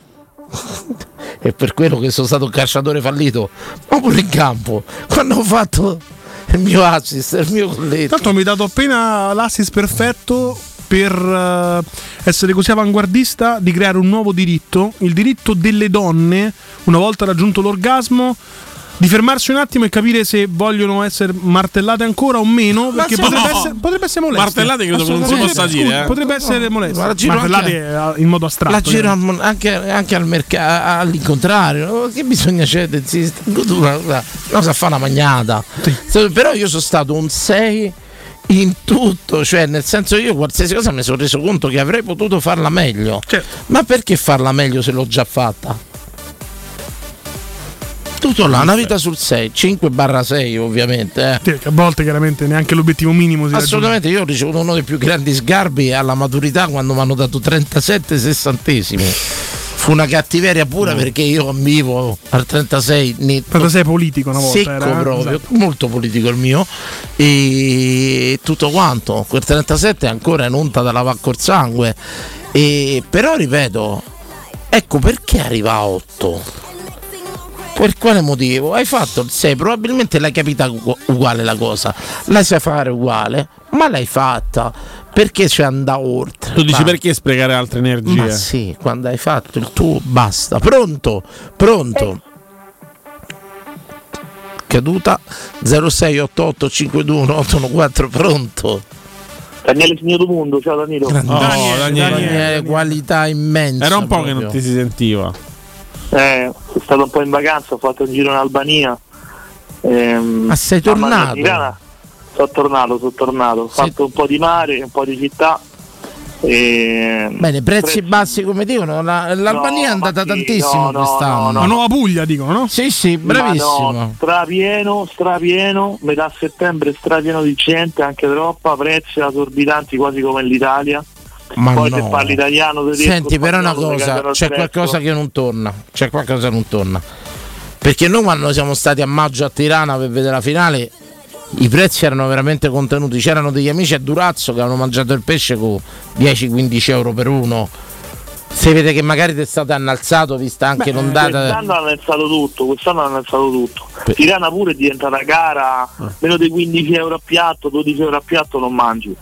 e per quello che sono stato un calciatore fallito, ma pure in campo quando ho fatto il mio assist, il mio colletto. Tanto mi hai dato appena l'assist perfetto per essere così avanguardista di creare un nuovo diritto, il diritto delle donne, una volta raggiunto l'orgasmo, di fermarsi un attimo e capire se vogliono essere martellate ancora o meno, perché potrebbe essere molesto. Martellate credo che non si possa dire. Potrebbe essere molesto. Martellate in modo astratto. La giro anche al mercato, all'incontrario. Che bisogna cedere? No, sa fa una magnata. Sì. Però io sono stato un 6 in tutto, cioè nel senso, io qualsiasi cosa mi sono reso conto che avrei potuto farla meglio. Certo. Ma perché farla meglio se l'ho già fatta? Tutto là, una vita sul 6, 5/6 ovviamente. Sì, che a volte chiaramente neanche l'obiettivo minimo si assolutamente raggiunge. Io ho ricevuto uno dei più grandi sgarbi alla maturità quando mi hanno dato 37 sessantesimi. Fu una cattiveria pura perché io vivo al 36 netto. 36 politico una volta. Secco era, proprio, esatto. Molto politico il mio. E tutto quanto. Quel 37 è ancora in onta da lavare col sangue. Però ripeto, ecco perché arriva a 8. Per quale motivo? Hai fatto il 6, probabilmente l'hai capita uguale la cosa, la sai fare uguale, ma l'hai fatta perché ci andà oltre. Tu dici perché sprecare altre energie? Ma sì, quando hai fatto il tuo basta. Pronto. Caduta 0688521814, pronto. Daniele Signoto Mundo, ciao Danilo. Daniele, qualità immensa. Era un po' proprio che non ti si sentiva. Sono stato un po' in vacanza, ho fatto un giro in Albania. Ma sei tornato? Sono tornato. Ho fatto un po' di mare, un po' di città. Bene, prezzi bassi come dicono. L'Albania è andata tantissimo quest'anno. La Nuova Puglia dicono, no? Sì, bravissimo. No, strapieno, metà settembre strapieno di gente, anche troppa, prezzi esorbitanti quasi come l'Italia. Ma poi no. Se parli italiano, tedesco, senti, però una cosa, c'è qualcosa che non torna. Perché noi quando siamo stati a maggio a Tirana per vedere la finale, i prezzi erano veramente contenuti. C'erano degli amici a Durazzo che avevano mangiato il pesce con 10-15 euro per uno. Si vede che magari è stato innalzato, vista anche l'ondata. Quest'anno hanno innalzato tutto. Tirana pure è diventata cara, meno di 15 euro a piatto, 12 euro a piatto non mangi.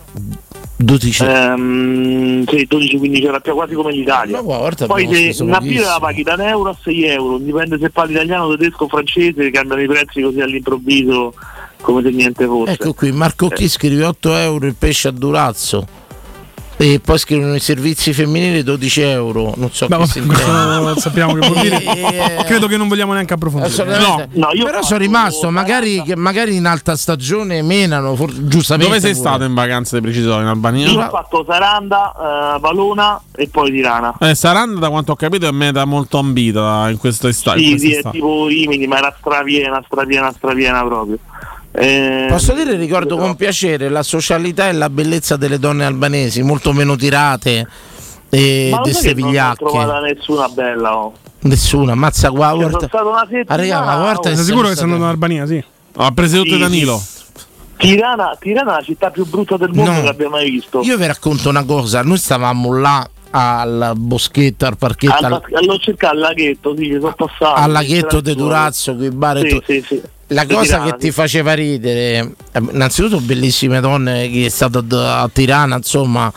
12-15 euro a piatto, quasi come l'Italia. Poi se una birra la paghi da €1 a €6, dipende se parli italiano, tedesco o francese, cambiano i prezzi così all'improvviso come se niente fosse. Ecco qui, Marco Chi scrive 8 euro il pesce a Durazzo. E poi scrivono i servizi femminili 12 euro. Non so che questo sappiamo che vuol dire. Credo che non vogliamo neanche approfondire. No, io però sono rimasto. Magari in alta stagione menano. Giustamente. Dove sei stato in vacanza di preciso in Albania? Io ho fatto Saranda, Valona e poi Tirana. Saranda, da quanto ho capito, è meta molto ambita in questa estate. Sì, è tipo Rimini, ma era strapiena proprio. Posso dire, ricordo con piacere la socialità e la bellezza delle donne albanesi, molto meno tirate e deste vigliacche. Non ho trovata nessuna bella. Nessuna, ammazza qua. Sono stato una settimana. Sei sicuro che sono andato in Albania? Sì. Ha preso tutte Danilo. Tirana è la città più brutta del mondo che abbia mai visto. Io vi racconto una cosa, noi stavamo là al boschetto, al parchetto, l'ho cercato al laghetto, sì, sono passato. Al laghetto di Durazzo, quei bar e tutto. Sì. La cosa che ti faceva ridere, innanzitutto bellissime donne, che è stato a Tirana, insomma,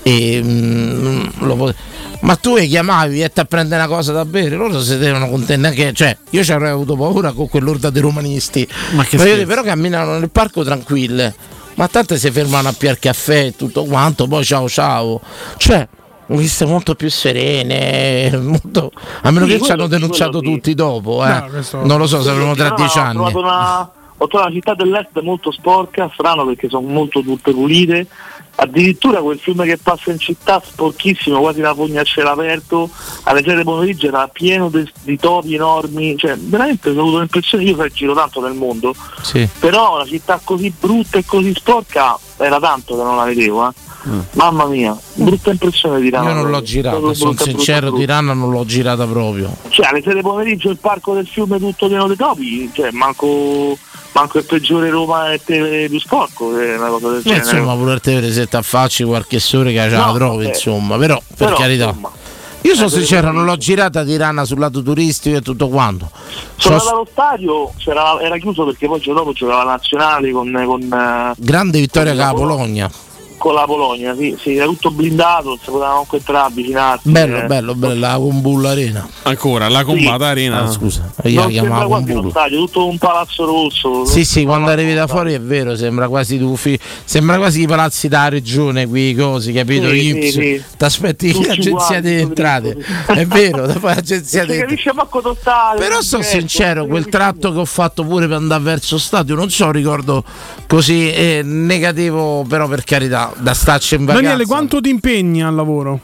ma tu le chiamavi e ti a prendere una cosa da bere, loro si devono contendere, cioè io ci avrei avuto paura con quell'orda dei romanisti, però camminano nel parco tranquille, ma tante si fermano a piar caffè e tutto quanto, poi ciao, cioè viste molto più serene, molto... a meno che ci hanno denunciato tutti dopo, non lo so, se avremo tra 10 anni. Ho trovato una città dell'est molto sporca, strano perché sono molto tutte pulite, addirittura quel fiume che passa in città sporchissimo, quasi una fogna a cielo aperto, alle 6 del pomeriggio era pieno di topi enormi, cioè veramente ho avuto l'impressione, io giro tanto nel mondo, però una città così brutta e così sporca era tanto che non la vedevo, Mamma mia, brutta impressione di Tirana. Io non l'ho girata, sono sincero, Tirana non l'ho girata proprio. Cioè alle 6 del pomeriggio il parco del fiume tutto pieno di topi, cioè manco il peggiore Roma e Tevere più sporco, è una cosa del genere. Insomma, pure il Tevere se ti affacci qualche sole che la trovi, insomma, però per carità. Insomma, io sono sincero, non l'ho girata Tirana sul lato turistico e tutto quanto. Sono andato allo stadio, era chiuso perché poi dopo giocava la nazionale con grande vittoria con la Polonia. Con la Polonia, sì, era tutto blindato, non si poteva comunque entrare, avvicinarsi. Bello, la Combull Arena. Ancora, la Combata Arena. Scusa, io la chiamavo quasi uno stadio, tutto un palazzo rosso. Sì, quando arrivi da fuori è vero, sembra quasi sembra quasi i palazzi della regione, quei cosi, capito? Sì. T'aspetti l'agenzia delle entrate. È vero, dopo l'agenzia delle entrate. Però sono sincero, quel tratto che ho fatto pure per andare verso stadio, non so, ricordo così negativo, però per carità. Da starci in vacanza. Daniele, quanto ti impegni al lavoro?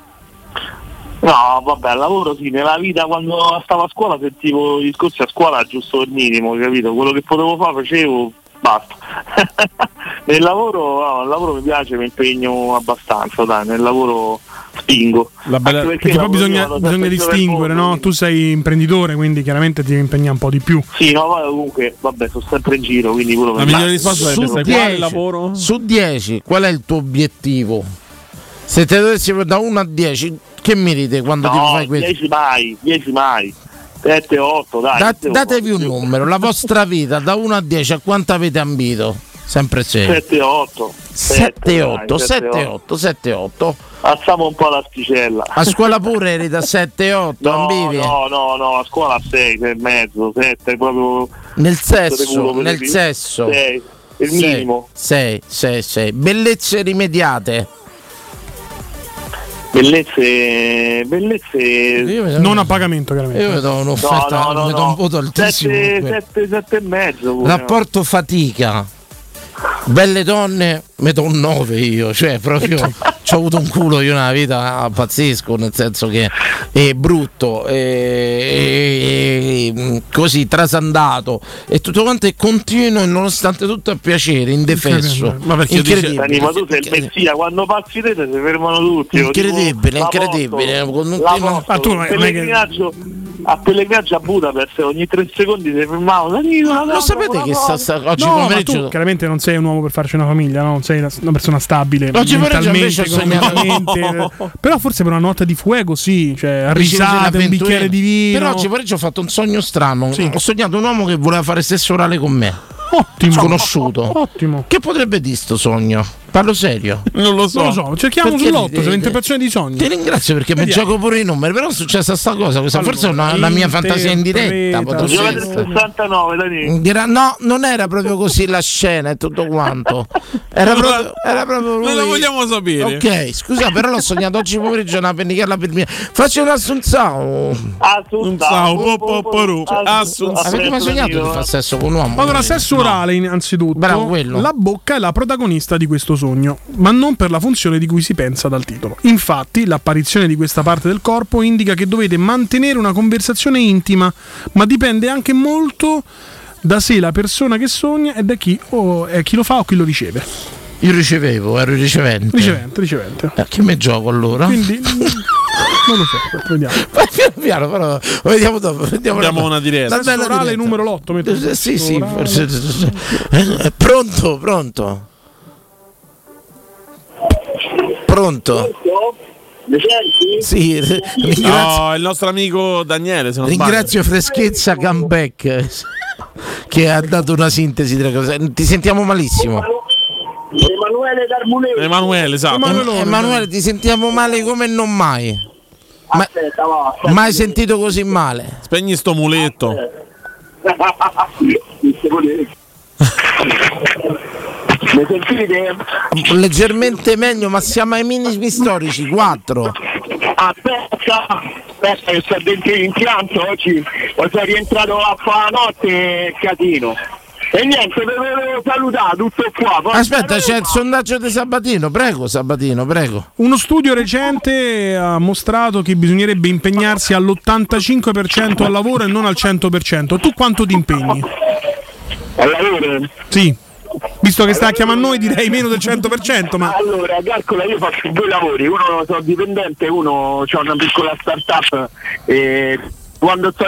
No, vabbè, al lavoro sì, nella vita quando stavo a scuola sentivo i discorsi a scuola giusto il minimo, capito? Quello che potevo fare facevo, basta. Nel lavoro mi piace, mi impegno abbastanza, dai, nel lavoro spingo. Perché poi bisogna distinguere, no? Tu sei imprenditore, quindi chiaramente ti devi impegnare un po' di più. Sì, no, vabbè, sono sempre in giro, quindi quello la migliore risposta è su 10 lavoro? Su 10, qual è il tuo obiettivo? Se te dovessi da 1 a 10, che mi dite quando ti fai questo? 10 mai. 7, 8, dai. Datevi un numero, la vostra vita da 1 a 10 a quanto avete ambito? Sempre 6. 7, 8. 7, 8. Alziamo un po' l'asticella. A scuola pure eri da 7, 8, ambivi? No, a scuola 6, 6 e mezzo, 7 proprio. Nel sesso. 6, il minimo. 6. Bellezze rimediate. Bellezze non a pagamento, chiaramente. Io mi do un'offerta, mi do un voto altissimo. 7 e mezzo. Rapporto fatica. Belle donne, mi do un 9 io, cioè proprio ci ho avuto un culo io una vita pazzesco, nel senso che è brutto, così trasandato e tutto quanto è continuo e nonostante tutto a piacere, indefesso. Ma perché incredibile. Ma tu sei il messia, quando passi te si fermano tutti. Incredibile. Ma tu a pellegrinaggio a Budapest, ogni 3 secondi si fermavano. Lo sapete che oggi pomeriggio? Ma tu chiaramente non sei un uomo per farci una famiglia, no? Non sei una persona stabile. Oggi pomeriggio ho sognato. Però forse per una notte di fuego sì, cioè risate, un bicchiere di vino. Però oggi pomeriggio ho fatto un sogno strano. Sì. Ho sognato un uomo che voleva fare sesso orale con me. Ottimo. Sconosciuto. Ottimo. Che potrebbe dire sto sogno? Parlo serio. Non lo so. Cerchiamo sull'8, c'è l'interpretazione di sogni. Ti ringrazio perché mi gioco pure i numeri. Però è successa sta cosa. Questa forse è una mia fantasia in diretta. 69, Dani. No, non era proprio così la scena e tutto quanto. Era proprio lui. Non lo vogliamo sapere. Ok, scusa, però l'ho sognato oggi pomeriggio una pennichella per me. Faccio un assunzao. Avete mai sognato di fare sesso con un uomo? Allora, sesso orale innanzitutto. Bravo, quello. La bocca è la protagonista di questo sogno, ma non per la funzione di cui si pensa dal titolo. Infatti, l'apparizione di questa parte del corpo indica che dovete mantenere una conversazione intima, ma dipende anche molto da se la persona che sogna e da chi lo fa o chi lo riceve. Io ricevevo, ero il ricevente. Ricevente. Che me gioco allora? Quindi non lo so, vediamo. Piano, però vediamo dopo. Andiamo una diretta. Sesso orale numero 8. Sì, Pronto? Mi senti? Sì, il nostro amico Daniele. Se non ringrazio Freschezza Comeback che ha dato una sintesi delle cose. Ti sentiamo malissimo. Emanuele Darmuleto. Emanuele, esatto. Emanuele, ti sentiamo male come non mai. Aspetta, va. Mai sentito così male. Spegni sto muletto. Mi sentite? Leggermente meglio, ma siamo ai minimi storici 4. Aspetta che sto dentro l'impianto oggi. Sono rientrato a fare la notte, casino. E niente, vi volevo salutare, tutto qua. Aspetta, c'è il sondaggio di Sabatino, prego. Uno studio recente ha mostrato che bisognerebbe impegnarsi all'85% al lavoro e non al 100%. Tu quanto ti impegni? Al lavoro? Sì. Visto che sta a chiamare noi direi meno del 100%, ma... Allora, calcola, io faccio 2 lavori, uno sono dipendente, uno ho una piccola startup e quando sto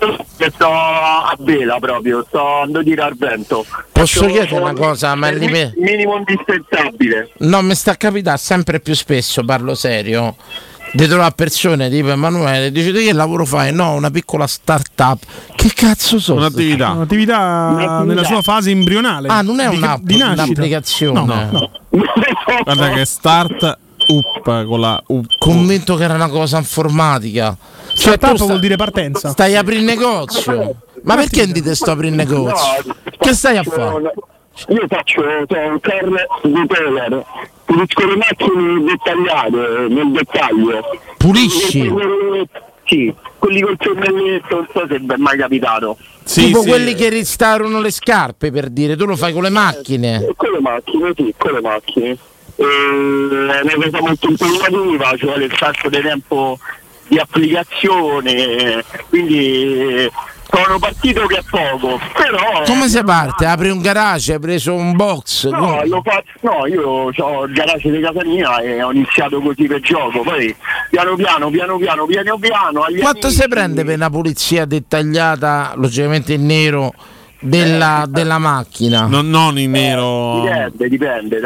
a vela proprio, sto andando a dire al vento. Posso chiedere una cosa, ma minimo indispensabile. No, mi sta capitando sempre più spesso, parlo serio, di trovare persone tipo Emanuele, dice che lavoro fai? No, una piccola start-up. Che cazzo sono? Un'attività nella sua fase embrionale. Ah, non è un'applicazione. No. Guarda che start up con la convinto che era una cosa informatica. Startup vuol dire partenza. Stai aprendo negozio. Ma perché dite sto aprendo negozio? Che stai a fare? Io faccio un car retailer, pulisco le macchine dettagliate nel dettaglio. Pulisci? Sì, quelli col pennelletto, non so se vi è mai capitato. Tipo quelli che restaurano le scarpe, per dire, tu lo fai con le macchine. Con le macchine. È una cosa molto impegnativa, ci vuole il sacco di tempo di applicazione, quindi sono partito che è poco, però... Come si parte? Apri un garage, hai preso un box? No, io ho il garage di casa mia e ho iniziato così per gioco, poi piano piano quanto si prende per una pulizia dettagliata, logicamente in nero, della macchina? Non in nero. Dipende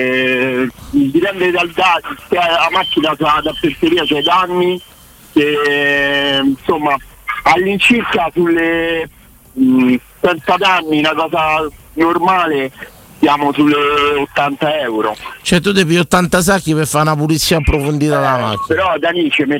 la macchina da fesseria c'è danni che insomma all'incirca sulle 30 anni, una cosa normale, siamo sulle 80 euro. Cioè tu devi 80 sacchi per fare una pulizia approfondita della macchina. Però Dani ci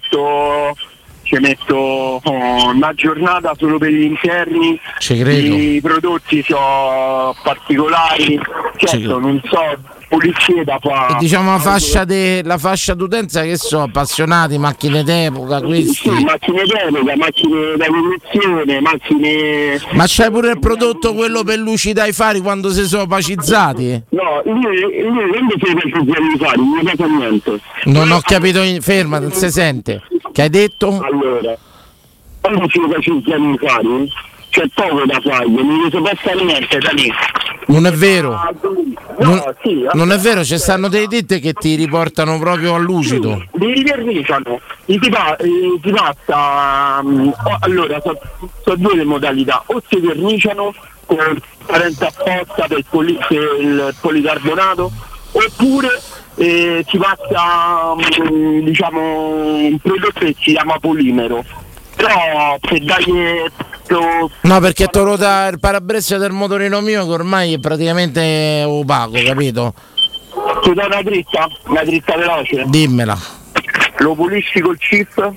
metto una giornata solo per gli interni. I prodotti sono particolari, certo non so pulizie da fare. E diciamo la fascia d'utenza che sono appassionati, macchine d'epoca, questi. Sì, macchine d'epoca, macchine da conduzione, macchine. Ma c'hai pure il prodotto quello per lucidare i fari quando si sono opacizzati? No, io quando si opacizzano i fari, non mi fa niente. Non ho capito, ferma, non si sente. Che hai detto? Allora, quando si opacizzano i fari c'è poco da fare, non mi so passare niente da lì. Non è vero. Sì, non è vero, ci stanno dei ditte che ti riportano proprio al lucido. Li riverniciano, ti passa. Allora, sono due le modalità: o si verniciano con parente apposta per il policarbonato, oppure ci passa un prodotto che si chiama polimero. Però per dargli no, perché te lo dà il parabrezza del motorino mio che ormai è praticamente opaco, capito? Ti dai una dritta veloce? Dimmela. Lo pulisci col CIF?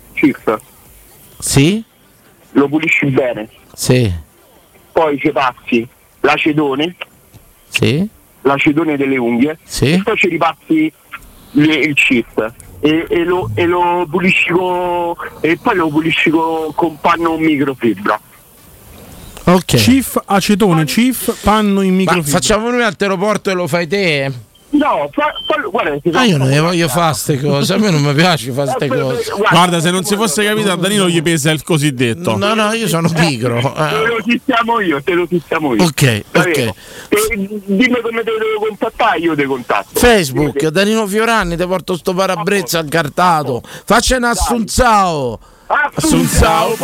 Sì? Lo pulisci bene? Sì. Poi ci passi l'acetone? Sì. L'acetone delle unghie? Sì. E poi ci ripassi il CIF. E lo pulisci e poi lo pulisci con panno microfibra. Ok. CIF, acetone, CIF, panno in microfibra. Ma facciamo noi al aeroporto e lo fai te? No, guarda, io non ne voglio fare queste cose, a me non mi piace fare queste cose. Guarda, se non si fosse capito a Danilo gli pesa il cosiddetto. No, io sono pigro. Te lo sistemo io. Ok. Dimmi come te devo contattare, io ti contatto. Facebook, Danilo Fiorani, ti porto sto parabrezza al cartato. Faccia un assunzao. Assunzao.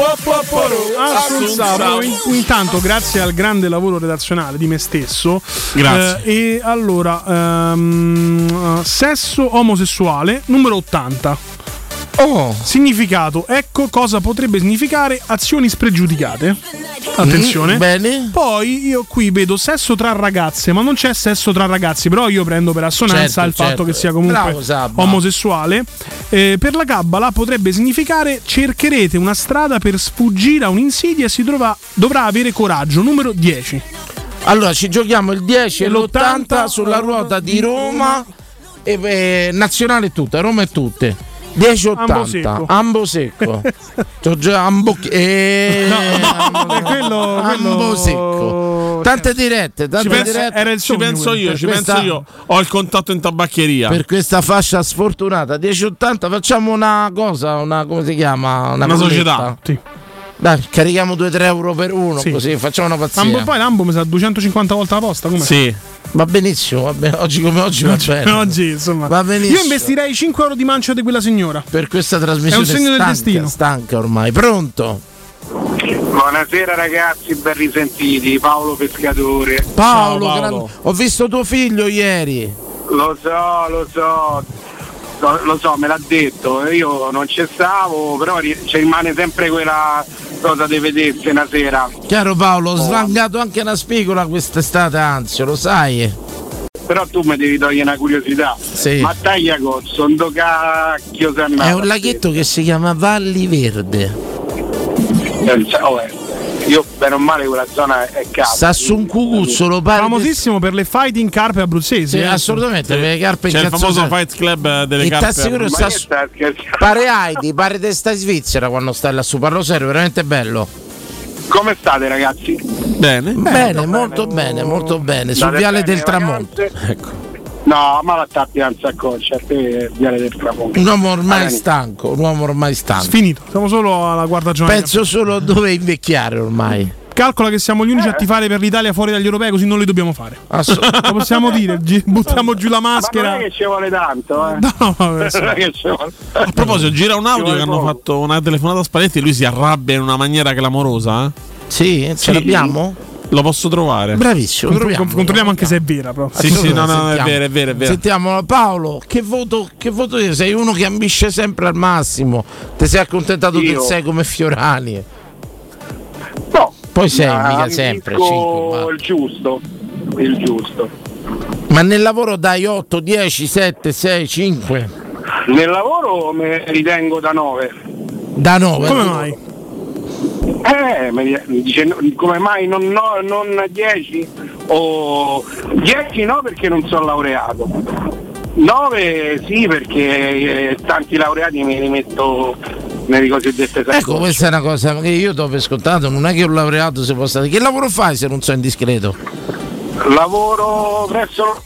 Intanto, grazie al grande lavoro redazionale di me stesso. Grazie. E allora, sesso omosessuale numero 80. Significato, ecco cosa potrebbe significare azioni spregiudicate. Attenzione. Bene. Poi io qui vedo sesso tra ragazze, ma non c'è sesso tra ragazzi, però io prendo per assonanza il fatto che sia comunque omosessuale. Per la Kabbala potrebbe significare cercherete una strada per sfuggire a un'insidia e dovrà avere coraggio. Numero 10. Allora ci giochiamo il 10 e l'80 sulla ruota di Roma e nazionale tutta, Roma e tutte. 10-80 Ambo secco. Ambo secco. Tante dirette. Era il penso io. Ho il contatto in tabaccheria. Per questa fascia sfortunata 10-80 facciamo una cosa, come si chiama? Una società. Sì. Dai, carichiamo 2-3 euro per uno, così facciamo una pazzia. Poi l'Ambo mi sa 250 volte la posta, come? Sì. Va benissimo, oggi come oggi va bene. Oggi, insomma. Va benissimo. Io investirei 5 euro di mancia di quella signora. Per questa trasmissione è un segno del destino. Stanca ormai. Pronto? Buonasera ragazzi, ben risentiti. Paolo Pescatore. Paolo. Ho visto tuo figlio ieri. Lo so, me l'ha detto. Io non ci stavo, però ci rimane sempre quella cosa di vedersi una sera. Chiaro Paolo, ho svangato anche una spigola quest'estate, anzi, lo sai. Però tu mi devi togliere una curiosità. Sì. Ma Tagliacozzo, un cacchio sei andato? È un laghetto che si chiama Valli Verde. Io bene o male quella zona è casa. Sta su un cucuzzolo famosissimo per le fighting carpe abruzzesi. Sì, assolutamente, per le carpe. C'è il famoso fight club delle carpe. Pare di sta in Svizzera quando stai lassù, parlo serio, veramente bello. Come state ragazzi? Bene, molto bene. Sul viale del tramonto. Ecco. No, ma la tappi a saccoccia, a te Viale del Tramonto. Un uomo ormai stanco. Finito, siamo solo alla quarta giornata. Penso solo a dove invecchiare ormai. Calcola che siamo gli unici a tifare per l'Italia fuori dagli europei, così non li dobbiamo fare. Lo possiamo dire, buttiamo giù la maschera. Ma non è che ci vuole tanto, No, a proposito, gira un audio che hanno fatto una telefonata a Spalletti e lui si arrabbia in una maniera clamorosa. Sì, ce l'abbiamo? Lo posso trovare. Bravissimo, controlliamo anche se è vera proprio. Sì, no, è vero. Sentiamo Paolo, che voto sei uno che ambisce sempre al massimo. Ti sei accontentato del 6 come Fiorani. No. Poi sei mica sempre 5, il giusto. Ma nel lavoro dai 8, 10, 7, 6, 5? Nel lavoro mi ritengo da 9. Da 9? Come mai? Mi dice come mai non 10 o 10 no perché non sono laureato, 9 sì perché tanti laureati me li metto nelle cosiddette saccocce. Ecco, questa è una cosa che io do per scontato, non è che un laureato si possa dire. Che lavoro fai se non so indiscreto? Lavoro presso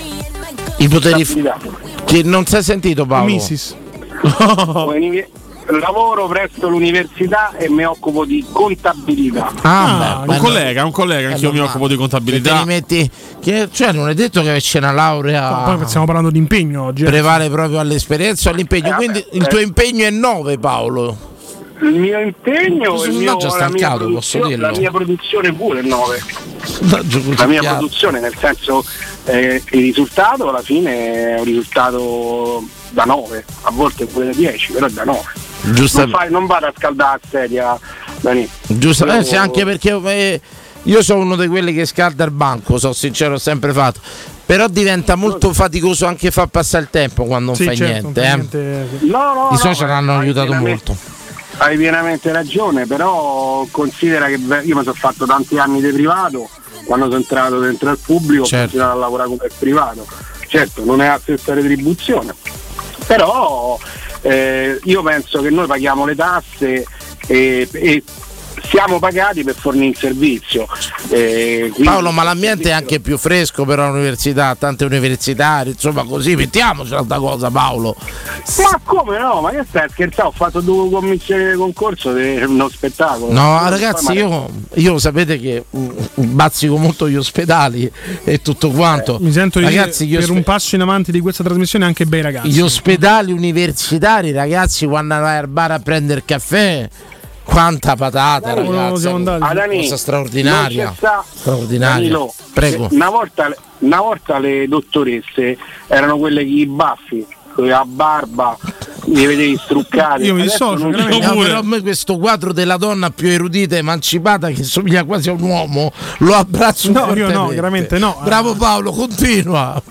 i poteri che non si è sentito Paolo. Mrs. lavoro presso l'università e mi occupo di contabilità. Un collega, anch'io mi occupo di contabilità. Te li metti, cioè non è detto che c'è una laurea. No, poi stiamo parlando di impegno oggi. Prevale proprio all'esperienza o all'impegno. Quindi il tuo impegno è 9, Paolo. Il mio impegno, posso dirlo. la mia produzione pure è 9. La mia produzione, nel senso il risultato alla fine è un risultato da 9, a volte pure da 10, però è da 9. Non vado a scaldare la sedia, Dani. Giusto, sì, anche perché io sono uno di quelli che scalda il banco, sono sincero, ho sempre fatto. Però diventa molto faticoso anche far passare il tempo quando non fai niente. I social hanno aiutato molto. Hai pienamente ragione, però considera che io mi sono fatto tanti anni di privato, quando sono entrato dentro il pubblico ho continuato a lavorare come privato. Certo, non è la stessa retribuzione, però io penso che noi paghiamo le tasse e siamo pagati per fornire il servizio. Paolo, ma l'ambiente è anche più fresco per l'università, tante universitari, insomma, così mettiamoci un'altra cosa, Paolo. Ma come no? Ma che stai scherzando? Ho fatto 2 commissioni di concorso di uno spettacolo. No, ragazzi, io sapete che bazzico molto gli ospedali e tutto quanto. Mi sento di ragazzi, dire, per un passo in avanti di questa trasmissione anche bei ragazzi. Gli ospedali universitari, ragazzi, quando vai al bar a prendere il caffè, quanta patata, ragazzi, cosa straordinaria. Straordinaria. Prego. Una volta le dottoresse erano quelle che i baffi, con la barba, li vedevi struccati. Io mi dissocio, però a me questo quadro della donna più erudita, emancipata, che somiglia quasi a un uomo, lo abbraccio. No, io no, veramente no. Bravo Paolo, continua.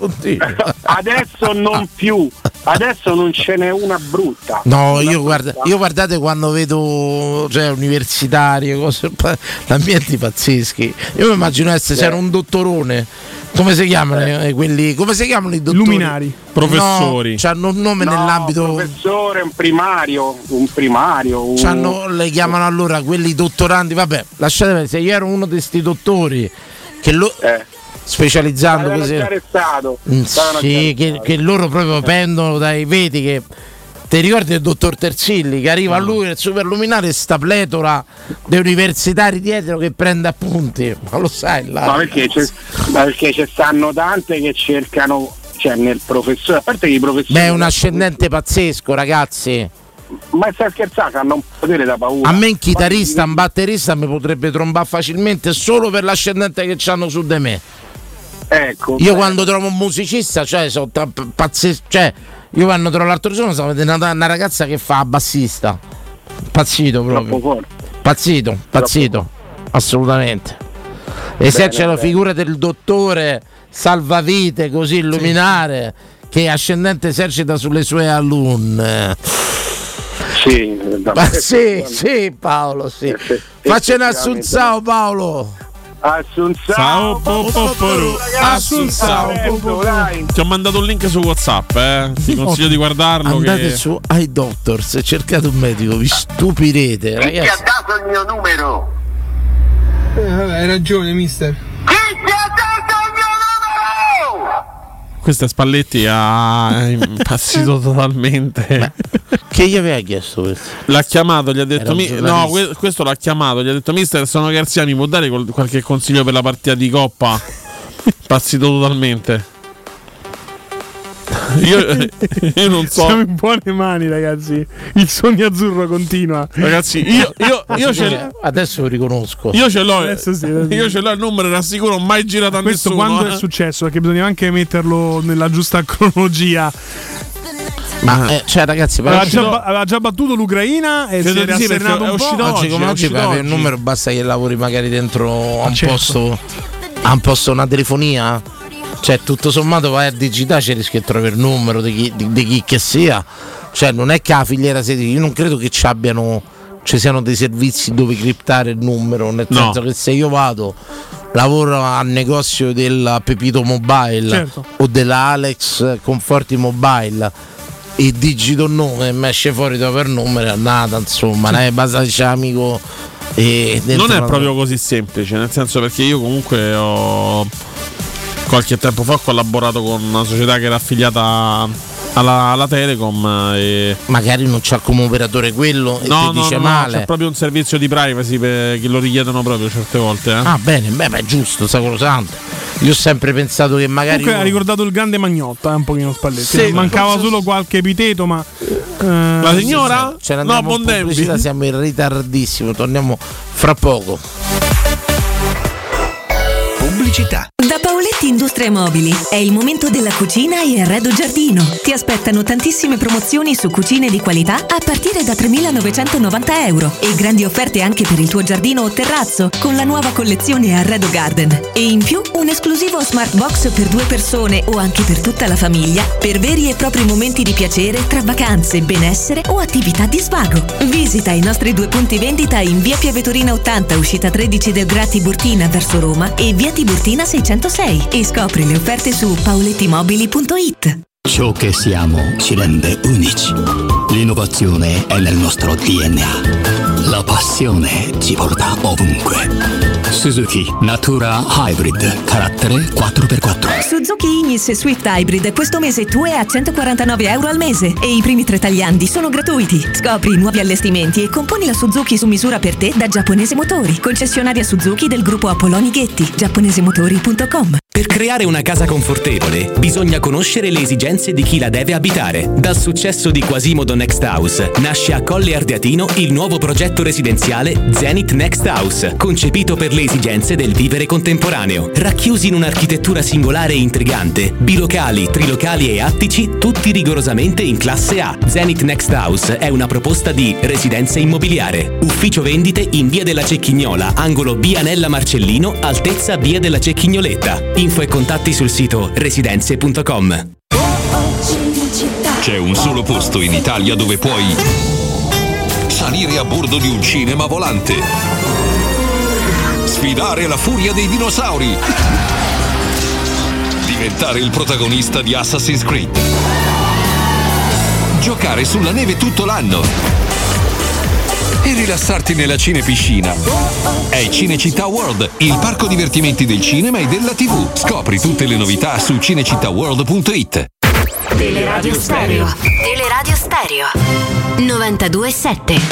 Adesso non più, adesso non ce n'è una brutta. No, io guardate quando vedo, cioè, universitari, cose, ambienti pazzeschi. Io mi immagino c'era un dottorone. Come si chiamano quelli? Come si chiamano i dottori? Luminari. Professori. No, hanno un nome nell'ambito. Un professore, un primario. Le chiamano allora quelli dottorandi. Vabbè, lasciate perdere, se io ero uno di questi dottori che specializzando così. Sì, che loro proprio pendono dai veti che. Ti ricordi il dottor Terzilli che arriva a lui nel superluminare, sta pletora dei universitari dietro che prende appunti, ma lo sai là. Ma perché ci stanno tante che cercano, cioè nel professore, a parte che i professori. Beh, è un ascendente pazzesco, ragazzi. Ma stai scherzando, hanno un potere da paura. A me un chitarrista, un batterista mi potrebbe trombare facilmente solo per l'ascendente che hanno su di me. Ecco. Io quando trovo un musicista, cioè sono pazzesco, cioè io quando trovo l'altro giorno stavo vedendo una ragazza che fa bassista. Pazzito proprio. Pazzito. Assolutamente. E se c'è la figura del dottore salvavite così illuminare che ascendente esercita sulle sue alunne. Sì, Paolo, sì. Faccia un assunzao, Paolo. Assunzao. Ti ho mandato un link su WhatsApp, ti consiglio di guardarlo. Andate su iDoctors e cercate un medico, vi stupirete, ragazzi. Chi ti ha dato il mio numero? Hai ragione, mister. Questo è Spalletti, ha impazzito totalmente. Che gli aveva chiesto questo? L'ha chiamato, gli ha detto questo l'ha chiamato, gli ha detto mister, sono Garzia, mi può dare qualche consiglio per la partita di Coppa? Impazzito totalmente. Io non so. Siamo in buone mani, ragazzi. Il sogno azzurro continua. Ragazzi, io adesso lo riconosco. Io ce l'ho. Io ce l'ho il numero, rassicuro, mai girato a questo nessuno. Quando è successo? Perché bisogna anche metterlo nella giusta cronologia. Ma cioè ragazzi, aveva già battuto l'Ucraina e si è rasserenato un po'. Oggi per avere il numero basta che lavori magari dentro a un posto una telefonia. Cioè tutto sommato vai a digitare, c'è rischio di trovare il numero di chi che sia. Cioè non è che la filiera io non credo che ci siano dei servizi dove criptare il numero, nel senso che se io lavoro al negozio del Pepito Mobile o della Alex Conforti Mobile e digito il nome e mi esce fuori dopo il numero, è andata, insomma, basta c'è amico. Non è proprio così semplice, nel senso, perché io comunque qualche tempo fa ho collaborato con una società che era affiliata alla Telecom e... magari non c'ha come operatore quello e ti dice male. C'è proprio un servizio di privacy che lo richiedono proprio certe volte. Ah, bene, è giusto, sacrosanto. Io ho sempre pensato che magari comunque ha ricordato il grande Magnotta, un pochino Spalletti. Sì, mancava solo qualche epiteto, ma la signora? Ce l'andiamo no, pubblicità, siamo in ritardissimo, torniamo fra poco. Pubblicità. Da Paoletti Industrie Mobili è il momento della cucina e arredo giardino. Ti aspettano tantissime promozioni su cucine di qualità a partire da 3.990 euro e grandi offerte anche per il tuo giardino o terrazzo con la nuova collezione Arredo Garden. E in più un esclusivo smart box per 2 persone o anche per tutta la famiglia per veri e propri momenti di piacere tra vacanze, benessere o attività di svago. Visita i nostri 2 punti vendita in via Piavetorina 80, uscita 13 del Gratti Burtina verso Roma e via Tiburtina 606 e scopri le offerte su paolettimobili.it. Ciò che siamo ci rende unici. L'innovazione è nel nostro DNA. La passione ci porta ovunque. Suzuki Natura Hybrid, carattere 4x4. Suzuki Ignis Swift Hybrid questo mese tu è a 149 euro al mese e i primi 3 tagliandi sono gratuiti. Scopri i nuovi allestimenti e componi la Suzuki su misura per te da Giapponese Motori, concessionaria Suzuki del gruppo Apolloni Ghetti, giapponesemotori.com. Per creare una casa confortevole bisogna conoscere le esigenze di chi la deve abitare. Dal successo di Quasimodo Next House nasce a Colle Ardeatino il nuovo progetto residenziale Zenith Next House, concepito per le esigenze del vivere contemporaneo. Racchiusi in un'architettura singolare e intrigante, bilocali, trilocali e attici, tutti rigorosamente in classe A. Zenith Next House è una proposta di Residenza Immobiliare. Ufficio vendite in via della Cecchignola, angolo via Nella Marcellino, altezza via della Cecchignoletta. Info e contatti sul sito residenze.com. C'è un solo posto in Italia dove puoi salire a bordo di un cinema volante, sfidare la furia dei dinosauri, diventare il protagonista di Assassin's Creed, giocare sulla neve tutto l'anno e rilassarti nella cinepiscina. È Cinecittà World, il parco divertimenti del cinema e della TV. Scopri tutte le novità su cinecittàworld.it. Teleradio Stereo. Teleradio Stereo 92.7.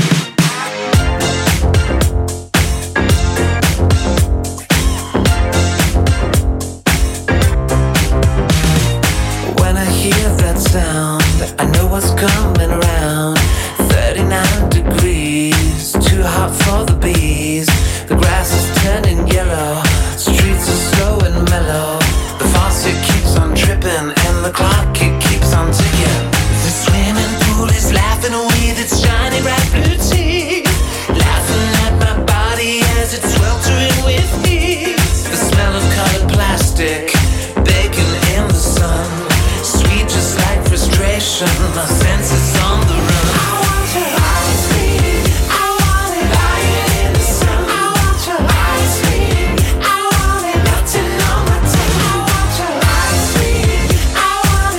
When I hear that sound, I know what's coming around. 39 degrees, too hot for the bees. The grass is turning yellow, streets are slow and mellow. The faucet keeps on dripping and the clock it keeps on ticking. The swimming pool is laughing with its shiny bright blue teeth, laughing at my body as it's sweltering with heat. The smell of colored plastic, baking in the sun, sweet just like frustration, my senses on the run. I want your ice cream, I want it lying in the sun. I want your ice cream, I want it melting on my tongue. I want your ice cream, I want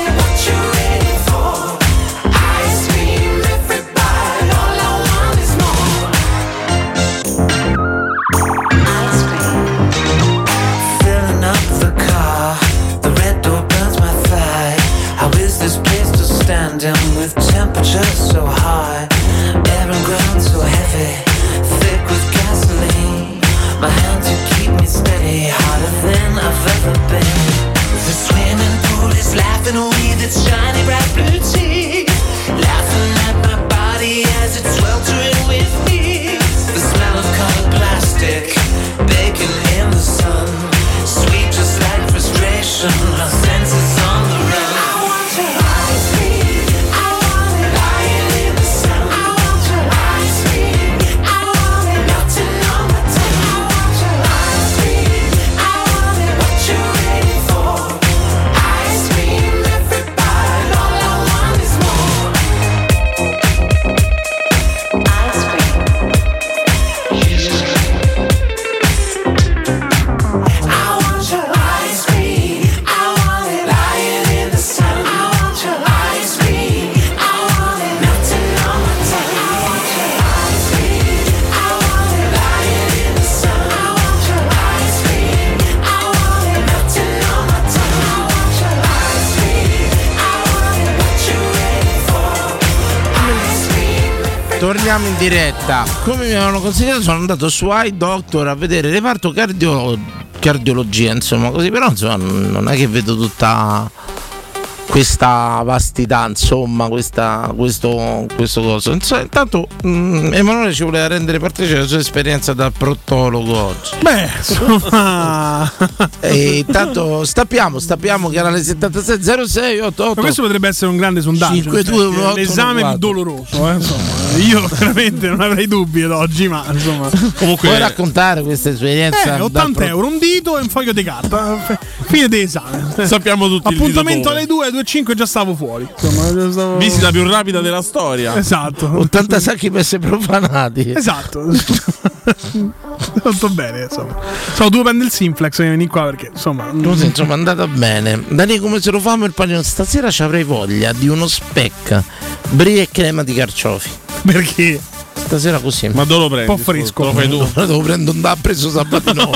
Torniamo in diretta. Come mi avevano consigliato, sono andato su iDoctor a vedere il reparto cardiologia, insomma, così, però insomma non è che vedo tutta questa vastità, insomma, questo coso. Intanto Emanuele ci voleva rendere partecipe della sua esperienza da prottologo oggi. Beh, insomma. E intanto stappiamo canale 760688. Ma questo potrebbe essere un grande sondaggio. 5218, l'esame più doloroso, insomma. Io veramente non avrei dubbi ad oggi, ma insomma. Comunque puoi raccontare questa esperienza? 80 euro, un dito e un foglio di carta. Fine dell'esame. Sappiamo tutti. Appuntamento alle 2:05 già stavo fuori. Insomma, visita più rapida della storia. Esatto. 80 sacchi per essere profanati. Esatto. Molto bene, insomma. Sono due prendere il Simplex e vieni qua perché insomma è andata bene. Dani, come se lo famo il panino? Stasera ci avrei voglia di uno speck brie e crema di carciofi. Perché? Stasera così. Ma dove lo prendi? Un po' fresco. Lo fai tu? Devo prendere un da preso Sabatino.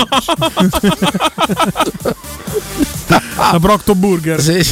La Procto Burger. Sì.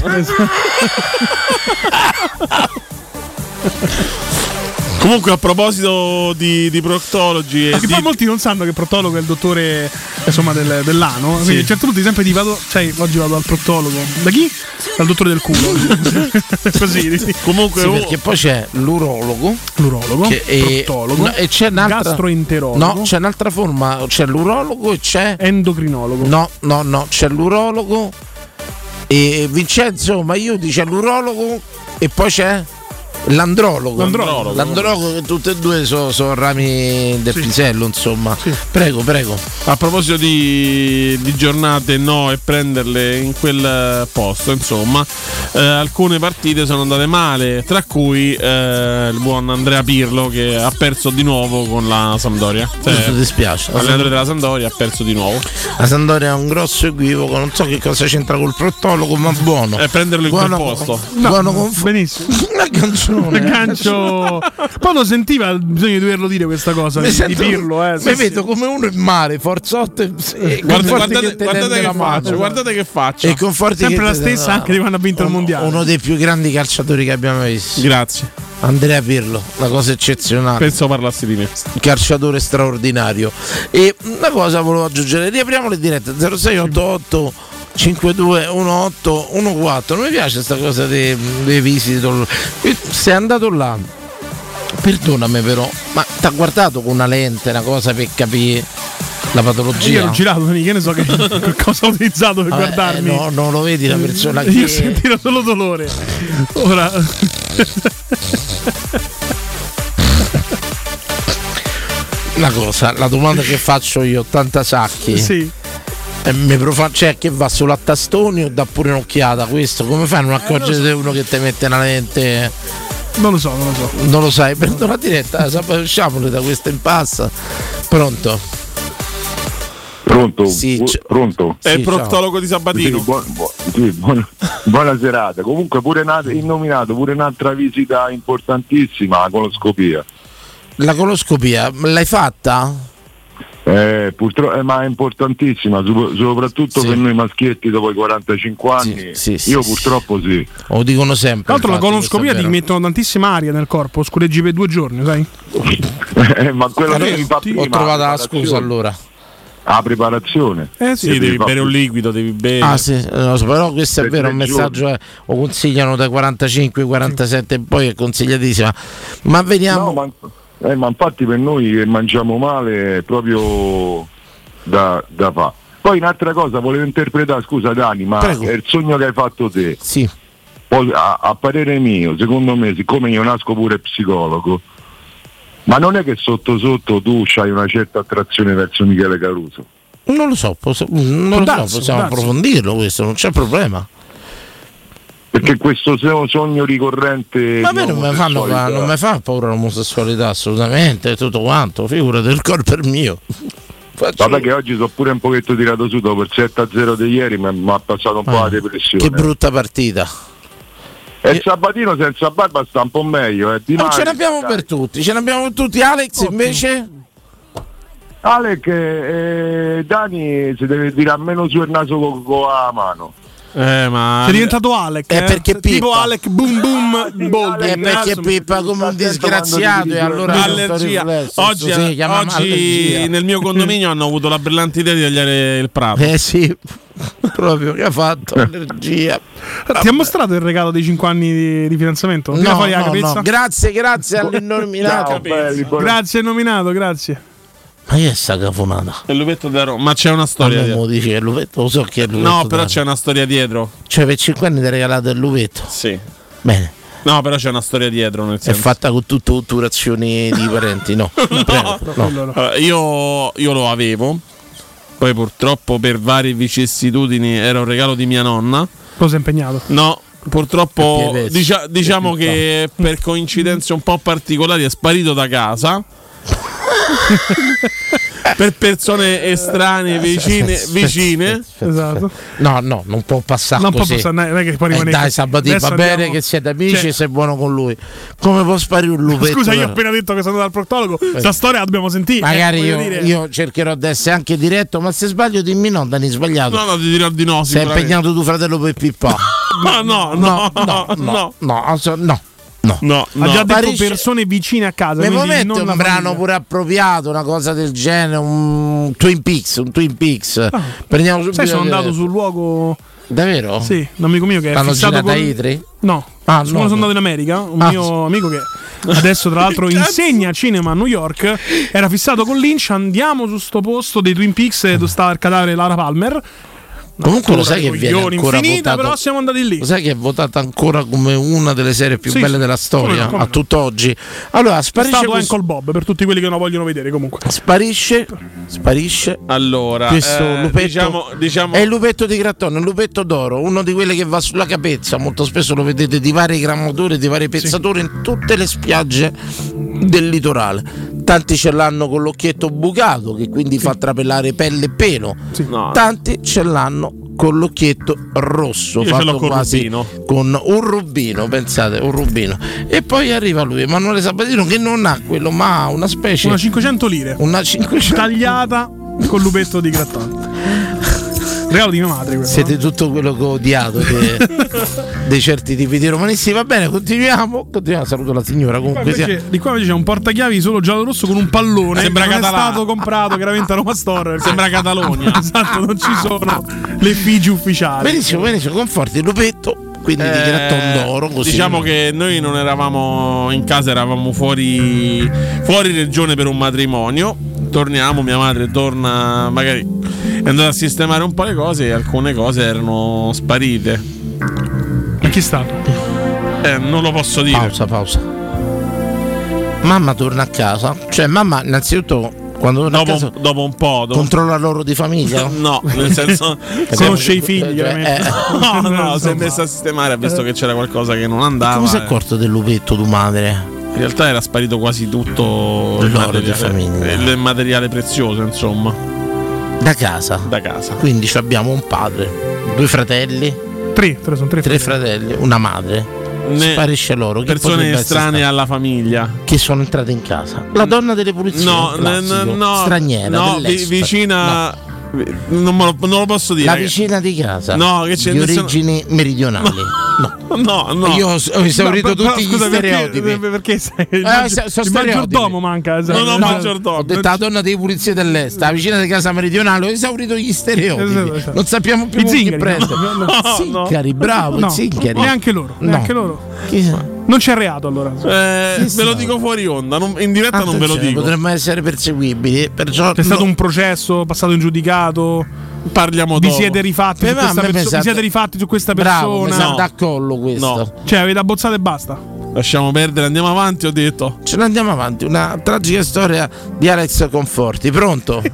Comunque, a proposito di proctologi, poi molti non sanno che proctologo è il dottore, insomma, dell'ano. Quindi a un certo punto sempre vado, oggi vado al proctologo. Da chi? Dal dottore del culo. Così. Comunque, sì, perché poi c'è l'urologo, proctologo, e c'è un'altra gastroenterologo. No, c'è un'altra forma, c'è l'urologo e c'è endocrinologo. No, c'è l'urologo e Vincenzo, ma io dice l'urologo e poi c'è l'andrologo, che tutte e due sono rami del pisello, insomma. Sì. Prego. A proposito di giornate e prenderle in quel posto, insomma, alcune partite sono andate male, tra cui il buon Andrea Pirlo che ha perso di nuovo con la Sampdoria. Mi dispiace. L'allenatore della Sampdoria ha perso di nuovo. La Sampdoria è un grosso equivoco, non so che cosa c'entra col prottologo, ma buono. Prenderlo in quel posto. Benissimo. Gancio. Poi lo sentiva, bisogna doverlo dire questa cosa di Pirlo. Mi vedo come uno in mare, forzotto guardate che faccia. E conforti sempre la stessa anche di quando ha vinto il mondiale. Uno dei più grandi calciatori che abbiamo visto. Grazie. Andrea Pirlo, una cosa eccezionale. Penso parlassi di me. Calciatore straordinario. E una cosa volevo aggiungere, riapriamo le dirette 0688 521814. Non mi piace questa cosa dei visitor. Sei andato là, perdonami però, ma ti ha guardato con una lente, una cosa per capire la patologia? Io ero girato, che ne so che cosa ho utilizzato per guardarmi. No, non lo vedi la persona che io ho sentito solo dolore. Ora la domanda che faccio io, 80 sacchi. Sì. Cioè, che va solo a tastoni o dà pure un'occhiata? Questo come fai a non accorgere uno che ti mette una lente? Non lo so. Non lo sai, prendo la diretta, usciamole da questa impassa. Pronto? Sì, pronto? È il proctologo di Sabatino. Buona serata. Comunque pure innominato pure un'altra visita importantissima, la coloscopia. La coloscopia l'hai fatta? Purtroppo, ma è importantissima, soprattutto per noi maschietti dopo i 45 anni. Io purtroppo sì. Lo dicono sempre. Tra l'altro la coloscopia ti mettono tantissima aria nel corpo, scureggi per 2 giorni, sai? Ma quello che mi fa prima, ho trovato la scusa allora. La preparazione. Sì, devi bere un liquido, devi bere. Ah sì, lo so, però questo è vero, un messaggio lo consigliano dai 45-47 e poi è consigliatissima. Ma vediamo. No, ma infatti per noi che mangiamo male è proprio da fa. Poi un'altra cosa, volevo interpretare, scusa Dani, ma Prego. è il sogno che hai fatto te. Sì. Poi, a parere mio, secondo me, siccome io nasco pure psicologo, ma non è che sotto tu c'hai una certa attrazione verso Michele Caruso? Non lo so, possiamo approfondirlo questo, non c'è problema. Perché questo sogno ricorrente. Ma a me non mi fa paura l'omosessualità, assolutamente, tutto quanto, figurati, il corpo è mio. Vabbè che oggi sono pure un pochetto tirato su dopo il 7-0 di ieri, mi ha passato un po' la depressione. Che brutta partita. E il Sabatino senza barba sta un po' meglio. Ma ce l'abbiamo per tutti, Alex invece? Alex Dani si deve tirare meno su il naso con la mano. Ma sei diventato Alec. È perché tipo Pippa. Alec Boom Boom Baldwin. È perché Pippa come un disgraziato e allora allergia. Oggi allergia. nel mio condominio hanno avuto la brillante idea di tagliare il prato. Sì, proprio che ha fatto allergia. Ti ha mostrato il regalo dei 5 anni di fidanzamento? Tira fuori la capezza. No. Grazie all'innominato. Grazie nominato, grazie. Ma che è sta cafonata? È il lupetto da Roma. Ma c'è una storia dietro. Dice che è il lupetto, lo so che è il lupetto. No, però c'è una storia dietro. Cioè per 5 anni ti hai regalato il lupetto? Sì. Bene. No, però c'è una storia dietro, nel senso. È fatta con tutte otturazioni di parenti, no? No. Io lo avevo. Poi purtroppo per varie vicissitudini era un regalo di mia nonna. Cosa è impegnato? No, purtroppo diciamo che per coincidenze un po' particolari è sparito da casa. Per persone estranee, vicine. Esatto. No, non può passare non così. Può passare, non è che può rimanere. Dai, Sabatino, va bene che siete amici e sei buono con lui. Come può sparire un lupetto? Scusa, io ho appena detto che sono andato dal proctologo. Questa storia la dobbiamo sentire. Magari io cercherò di essere anche diretto, ma se sbaglio dimmi no, Dani, sbagliato. No, ti dirò di no. Sei impegnato tuo fratello per Pippa? No. No, ha già detto persone vicine a casa. Nel momento è un brano pure appropriato, una cosa del genere, un Twin Peaks. Prendiamo subito. Sai, sono andato sul luogo. Davvero? Sì, un amico mio che è fissato fissato con Itri? No. Sono andato in America, un mio amico che adesso tra l'altro insegna cinema a New York, era fissato con Lynch. Andiamo su sto posto dei Twin Peaks dove stava il cadavere Lara Palmer. Comunque lo sai che viene ancora infinita, votato, però siamo andati lì. Lo sai che è votata ancora come una delle serie più belle della storia come a tutt'oggi. Allora sparisce stato Uncle Bob per tutti quelli che non vogliono vedere. Comunque sparisce. Allora questo lupetto diciamo è il lupetto di Grattone, il lupetto d'oro, uno di quelli che va sulla capezza. Molto spesso lo vedete di vari grammatori, di vari pezzatori in tutte le spiagge del litorale. Tanti ce l'hanno con l'occhietto bucato, che quindi fa trapelare pelle e pelo. Tanti ce l'hanno con l'occhietto rosso. Io fatto ce l'ho con quasi con un rubino, pensate, un rubino. E poi arriva lui, Emanuele Sabatino, che non ha quello, ma ha una specie, una 500 lire, una 500 tagliata con lupetto di Grattone. Regalo di mia madre questo. Siete tutto quello che ho odiato dei certi tipi di romanisti. Va bene, continuiamo. Saluto la signora. Comunque di qua invece c'è un portachiavi solo giallo rosso con un pallone. Sembra che non è stato comprato chiaramente a Roma Store. Sembra Catalogna. Esatto, non ci sono le effigie ufficiali. Benissimo, conforti il lupetto. Quindi di Grattone d'oro, così. Diciamo che noi non eravamo in casa, eravamo fuori regione per un matrimonio. Torniamo, mia madre torna, magari è andata a sistemare un po' le cose e alcune cose erano sparite. Ma chi è stato? Non lo posso dire. Pausa. Mamma torna a casa. Cioè mamma innanzitutto quando torna a casa dopo un po' controlla loro di famiglia? No, nel senso conosce i figli, no, si è messa a sistemare, ha visto che c'era qualcosa che non andava. Come si è accorto del lupetto tua madre? In realtà era sparito quasi tutto il materiale prezioso, insomma. Da casa? Da casa. Quindi abbiamo un padre, 2 fratelli. Sono 3 fratelli, una madre. Sparisce loro. Persone estranee alla famiglia che sono entrate in casa. La donna delle pulizie. No, straniera. No, vicina. Non lo posso dire. La vicina di casa. No, che c'è di origini meridionali. No. Io ho esaurito tutti gli stereotipi. Perché sei il maggiordomo manca. No, maggiordomo. Ho detto la donna dei pulizie dell'est, la vicina di casa meridionale. Ho esaurito gli stereotipi. Esatto. Non sappiamo più chi prende. Zingari, bravo. Zingari. Neanche loro. Non c'è reato allora. Ve lo dico fuori onda, in diretta non ve lo dico. Potremmo essere perseguibili. Perciò c'è stato un processo passato in giudicato. Parliamo dopo. Vi siete rifatti su questa persona? Bravo, da collo questo. No. Cioè avete abbozzato e basta. Lasciamo perdere, andiamo avanti, ho detto. Ce ne andiamo avanti. Una tragica storia di Alex Conforti. Pronto?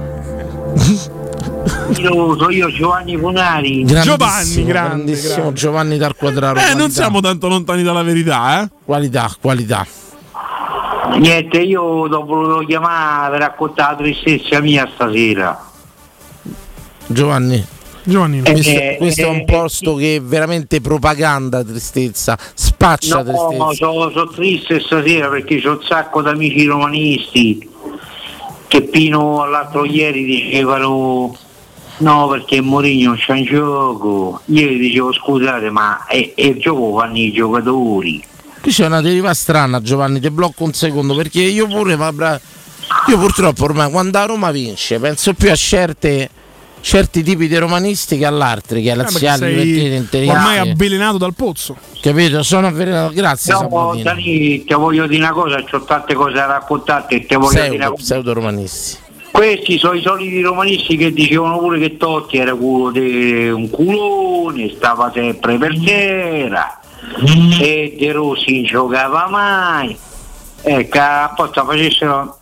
Io Giovanni Funari. Grandissimo Giovanni dal Quadraro. Non siamo tanto lontani dalla verità, Qualità. Niente, io dopo volevo chiamare per raccontare la tristezza mia stasera. Giovanni. Questo è un posto che è veramente propaganda tristezza, spaccia tristezza. No, sono triste stasera perché c'ho un sacco di amici romanisti che fino all'altro ieri dicevano No, perché Mourinho c'ha in gioco. Io gli dicevo scusate, ma è il gioco fanno i giocatori. Qui c'è una deriva strana, Giovanni, ti blocco un secondo, perché io pure, io purtroppo ormai quando la Roma vince penso più a certi tipi di romanisti che all'altri, che sei ormai avvelenato dal pozzo, capito? Sono avvelenato, grazie. No, Dani, ti voglio dire una cosa, c'ho tante cose da raccontarti e te voglio dire una cosa. Pseudo romanisti. Questi sono i soliti romanisti che dicevano pure che Totti era un culone, stava sempre per terra e De Rossi non giocava mai, apposta facessero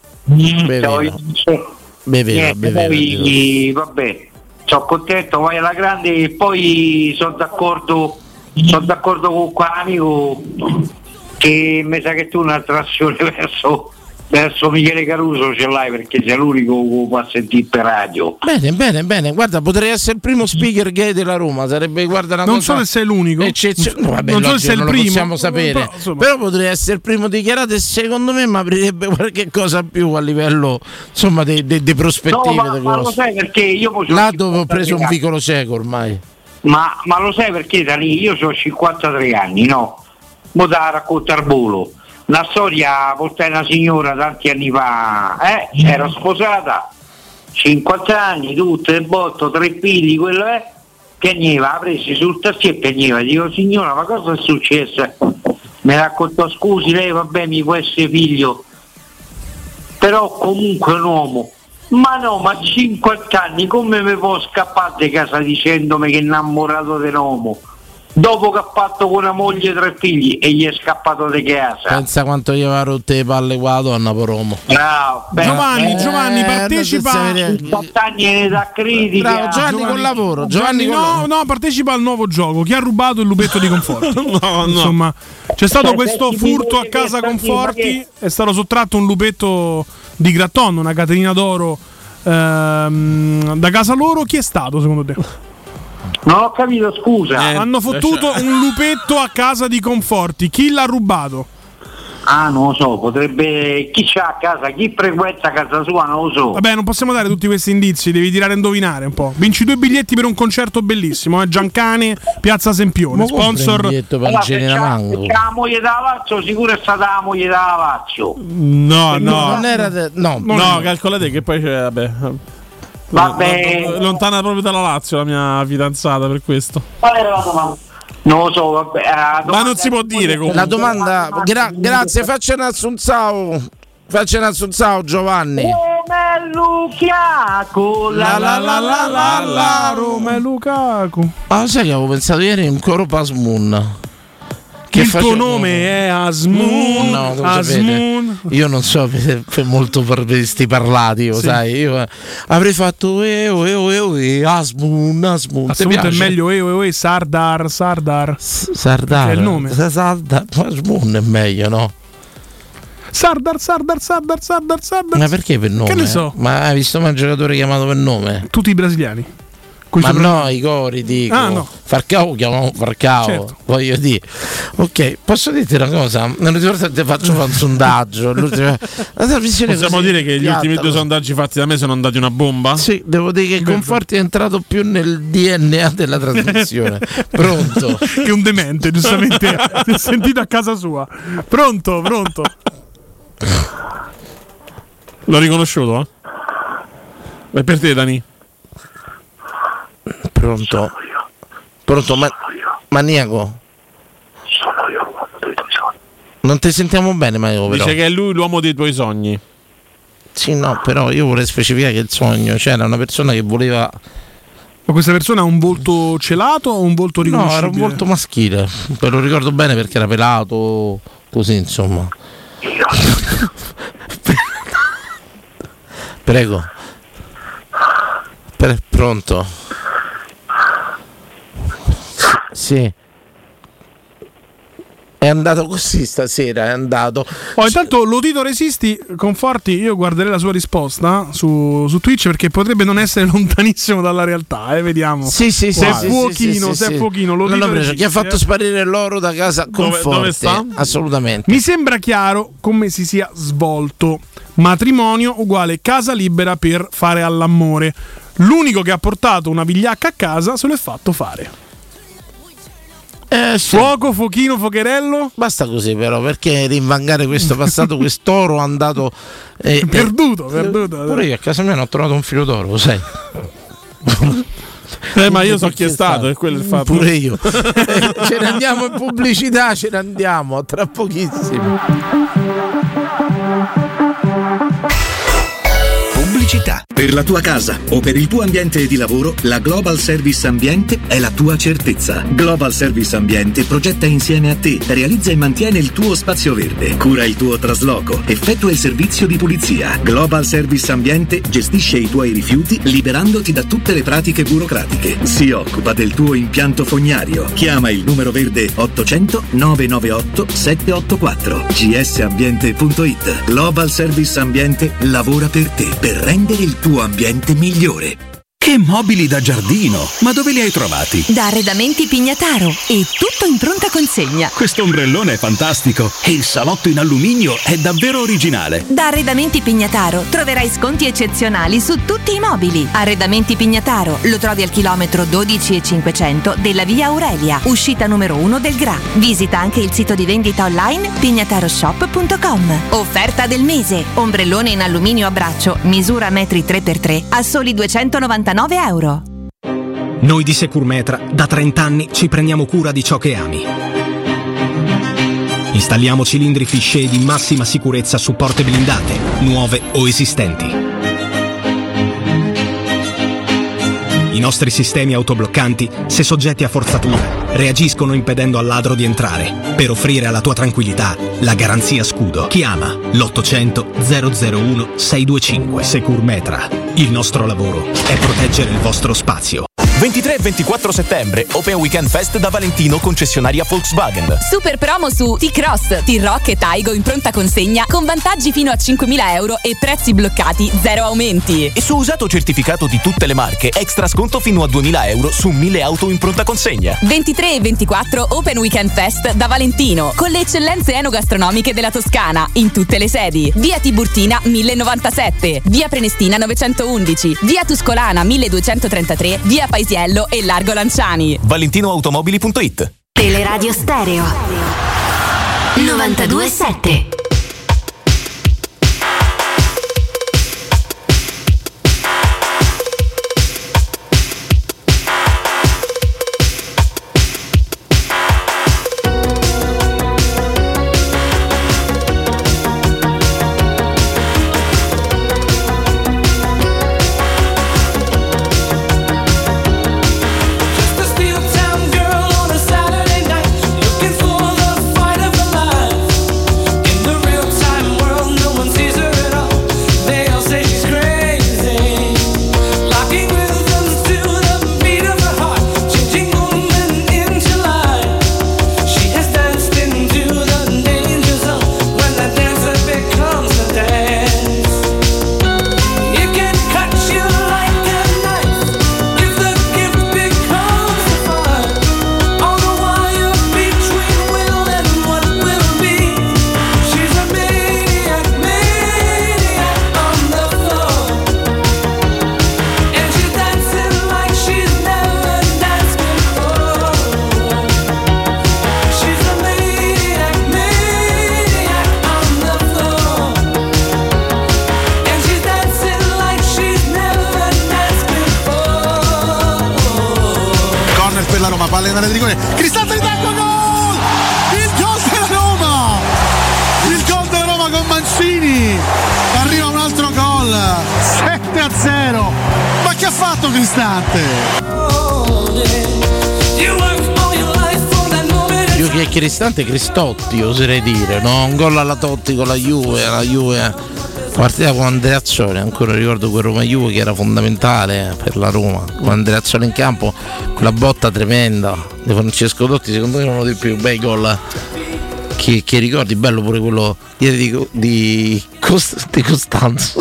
poi vabbè, sono contento, vai alla grande. E poi sono d'accordo con quell'amico che mi sa che tu una trazione verso Michele Caruso ce l'hai, perché sei l'unico che può sentire per radio. Bene, guarda, potrei essere il primo speaker gay della Roma, sarebbe, guarda, una non cosa so se sei l'unico, vabbè, non so se sei il primo, possiamo sapere, però potrei essere il primo dichiarato e secondo me mi aprirebbe qualche cosa più a livello, insomma, di prospettive. No, ma lo sai perché io là dove ho preso un vicolo cieco ormai. Ma lo sai perché, Dani? Io ho 53 anni, no? Mo da raccontare volo. Una storia, portai una signora tanti anni fa, era sposata, 50 anni, tutte le botto, 3 figli, quello piagneva, ha presi sul tastiere e piagneva. Dico, signora, ma cosa è successo? Mi raccontò, scusi, lei vabbè mi può essere figlio, però comunque un uomo. Ma no, ma 50 anni come mi può scappare di casa dicendomi che è innamorato di un uomo? Dopo che ha fatto con una moglie e 3 figli e gli è scappato di casa. Pensa quanto gli aveva rotte le palle qua la donna, Poromo. Bravo, Giovanni partecipa. 50 anni da critica. Bravo, Giovanni col lavoro. No, partecipa al nuovo gioco. Chi ha rubato il lupetto di Conforti? No. Insomma, c'è stato questo furto a casa Conforti. È stato sottratto un lupetto di Gratton, una catenina d'oro da casa loro. Chi è stato secondo te? Non ho capito, scusa. Hanno fottuto un lupetto a casa di Conforti. Chi l'ha rubato? Ah, non lo so, potrebbe. Chi c'ha a casa, chi frequenta casa sua, non lo so. Vabbè, non possiamo dare tutti questi indizi, devi tirare a indovinare un po'. Vinci 2 biglietti per un concerto bellissimo, Giancane, Piazza Sempione. Sponsor. Allora, se c'ha la moglie da Lazio, sicuro è stata la moglie da Lazio. No. Non era no, calcolate che poi c'è, vabbè, lontana proprio dalla Lazio la mia fidanzata, per questo. Qual era la domanda? Non lo so, vabbè. Ma non si può dire comunque. La domanda, grazie, faccia un assunzao Giovanni. Lukaku, la Roma e Lukaku. Ah, sai che avevo pensato ieri in coro Pasmun. Il tuo nome è Asmun. No, Asmun. Io non so per molto per questi parlati, sì. Sai, io avrei fatto Asmun. Assolutamente è meglio Sardar. È il nome. Sardar, Asmun è meglio, no? Sardar. Ma perché per nome? Che ne so? Ma hai visto mai un giocatore chiamato per nome? Tutti i brasiliani. Ma no, i cori dico. No. Farcao chiamavo Farcao, certo. Voglio dire. Ok, posso dirti una cosa? Non ricordo che faccio un sondaggio. Possiamo dire che gli ultimi 2 sondaggi fatti da me sono andati una bomba? Sì, devo dire che Conforti è entrato più nel DNA della trasmissione. Pronto? Che un demente, giustamente. Si è sentito a casa sua. Pronto. L'ho riconosciuto, È per te, Dani. Pronto, Maniaco. Sono io l'uomo dei tuoi sogni. Non ti sentiamo bene, Maniaco, però. Dice che è lui l'uomo dei tuoi sogni. Sì, no, però io vorrei specificare che il sogno c'era una persona che voleva. Ma questa persona ha un volto celato o un volto riconoscibile? No, era un volto maschile. Me lo ricordo bene perché era pelato, così, insomma. Prego. Pronto? Sì. È andato così stasera, è andato. Intanto Lotito Resisti Conforti, io guarderei la sua risposta su Twitch perché potrebbe non essere lontanissimo dalla realtà, vediamo. Sì, se è fuochino, non l'ho preso. Chi ha fatto sparire l'oro da casa Conforti? Dove sta? Assolutamente. Mi sembra chiaro come si sia svolto. Matrimonio uguale casa libera per fare all'amore. L'unico che ha portato una vigliacca a casa se lo è fatto fare. Fuoco, fuochino, fuocherello. Basta così però, perché rinvangare questo passato, quest'oro andato perduto. Pure io a casa mia non ho trovato un filo d'oro, lo sai. Ma io so chi è stato, e quello è il fatto. Pure io. Ce ne andiamo in pubblicità, ce ne andiamo tra pochissimo. Pubblicità. Per la tua casa o per il tuo ambiente di lavoro, la Global Service Ambiente è la tua certezza. Global Service Ambiente progetta insieme a te, realizza e mantiene il tuo spazio verde, cura il tuo trasloco, effettua il servizio di pulizia. Global Service Ambiente gestisce i tuoi rifiuti liberandoti da tutte le pratiche burocratiche. Si occupa del tuo impianto fognario. Chiama il numero verde 800 998 784. gsambiente.it. Global Service Ambiente lavora per te, per rendere il tuo ambiente migliore. Che mobili da giardino! Ma dove li hai trovati? Da Arredamenti Pignataro, e tutto in pronta consegna. Questo ombrellone è fantastico e il salotto in alluminio è davvero originale. Da Arredamenti Pignataro troverai sconti eccezionali su tutti i mobili. Arredamenti Pignataro lo trovi al chilometro 12,500 della via Aurelia, uscita numero 1 del Gra. Visita anche il sito di vendita online pignataroshop.com. Offerta del mese: ombrellone in alluminio a braccio, misura metri 3x3 a soli €299. Noi di Securmetra da 30 anni ci prendiamo cura di ciò che ami. Installiamo cilindri Fish di massima sicurezza su porte blindate, nuove o esistenti. I nostri sistemi autobloccanti, se soggetti a forzatura, reagiscono impedendo al ladro di entrare, per offrire alla tua tranquillità la garanzia scudo. Chiama l'800 001 625. Securmetra. Il nostro lavoro è proteggere il vostro spazio. 23 e 24 settembre, Open Weekend Fest da Valentino, concessionaria Volkswagen. Super promo su T-Cross, T-Rock e Taigo in pronta consegna con vantaggi fino a €5.000 e prezzi bloccati, 0 aumenti. E su usato certificato di tutte le marche, extra sconto fino a €2.000 su 1000 auto in pronta consegna. 23 e 24 Open Weekend Fest da Valentino, con le eccellenze enogastronomiche della Toscana, in tutte le sedi. Via Tiburtina 1097, via Prenestina 911, via Tuscolana 1233, via Paesiello e Largo Lanciani. ValentinoAutomobili.it. Teleradio Stereo 92.7. palla in area di rigore, Cristante di tacco, gol! Il gol della Roma! Il gol della Roma con Mancini, arriva un altro gol, 7-0, ma che ha fatto Cristante? Più che Cristante, Cristotti oserei dire, no? Un gol alla Totti con la Juve partita con Andreazzoli, ancora ricordo quel Roma-Juve che era fondamentale per la Roma, con Andreazzoli in campo, quella botta tremenda di Francesco Totti, secondo me è uno dei più bei gol che ricordi. Bello pure quello di Costanzo.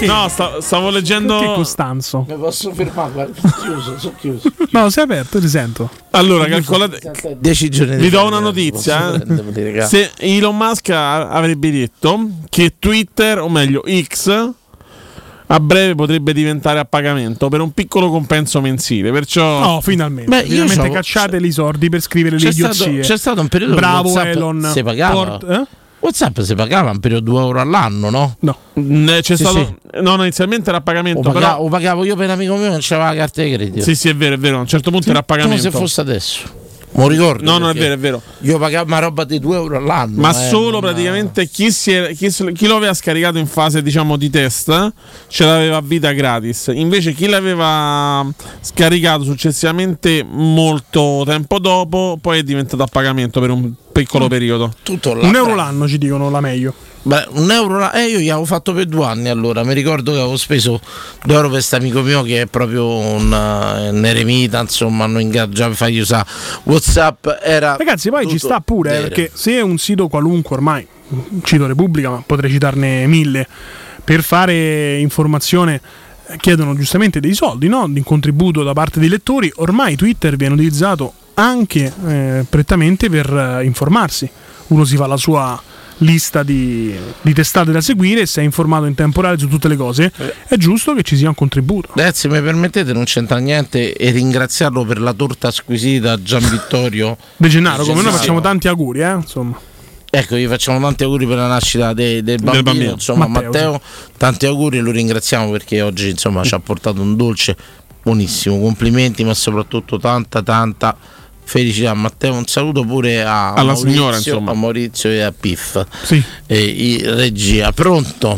No, stavo leggendo. Perché Costanzo? Mi posso fermare? Sono chiuso. No, sei aperto, ti sento. Allora, calcolate. 10 giorni. Vi do una notizia. Se Elon Musk avrebbe detto che Twitter, o meglio X, a breve potrebbe diventare a pagamento per un piccolo compenso mensile. Perciò. No, finalmente. Finalmente cacciate i soldi per scrivere le idiozie. C'è stato un periodo bravo WhatsApp Elon. Si pagava. WhatsApp si pagava un periodo 2 euro all'anno, no? No. C'è stato. No, inizialmente era a pagamento. Lo pagavo io per un amico mio che c'aveva la carta di credito. Sì, è vero. A un certo punto era a pagamento. Come se fosse adesso. Non ricordo. No, non è vero. Io pagavo una roba di 2 euro all'anno. Ma solo praticamente chi lo aveva scaricato in fase, diciamo, di test ce l'aveva a vita gratis. Invece chi l'aveva scaricato successivamente molto tempo dopo, poi è diventato a pagamento per un piccolo periodo. €1 l'anno ci dicono la meglio. Beh, €1 io gli avevo fatto per 2 anni, allora mi ricordo che avevo speso 2 euro per questo amico mio che è proprio un eremita, insomma, hanno ingaggiato per fargli usare WhatsApp. Ragazzi, poi ci sta pure, perché se è un sito qualunque, ormai cito Repubblica, ma potrei citarne 1000, per fare informazione chiedono giustamente dei soldi, no? Di contributo da parte dei lettori. Ormai Twitter viene utilizzato anche prettamente per informarsi. Uno si fa la sua lista di testate da seguire e se è informato in tempo reale su tutte le cose è giusto che ci sia un contributo. Se mi permettete, non c'entra niente, e ringraziarlo per la torta squisita Gian Vittorio De Gennaro, come noi facciamo tanti auguri, insomma. Ecco, gli facciamo tanti auguri per la nascita del bambino. Insomma, Matteo, tanti auguri e lo ringraziamo perché oggi, insomma, ci ha portato un dolce buonissimo. Complimenti, ma soprattutto tanta felicità. Matteo, un saluto pure alla Maurizio, signora, insomma. A Maurizio e a Piff. Sì. E i regia. Pronto?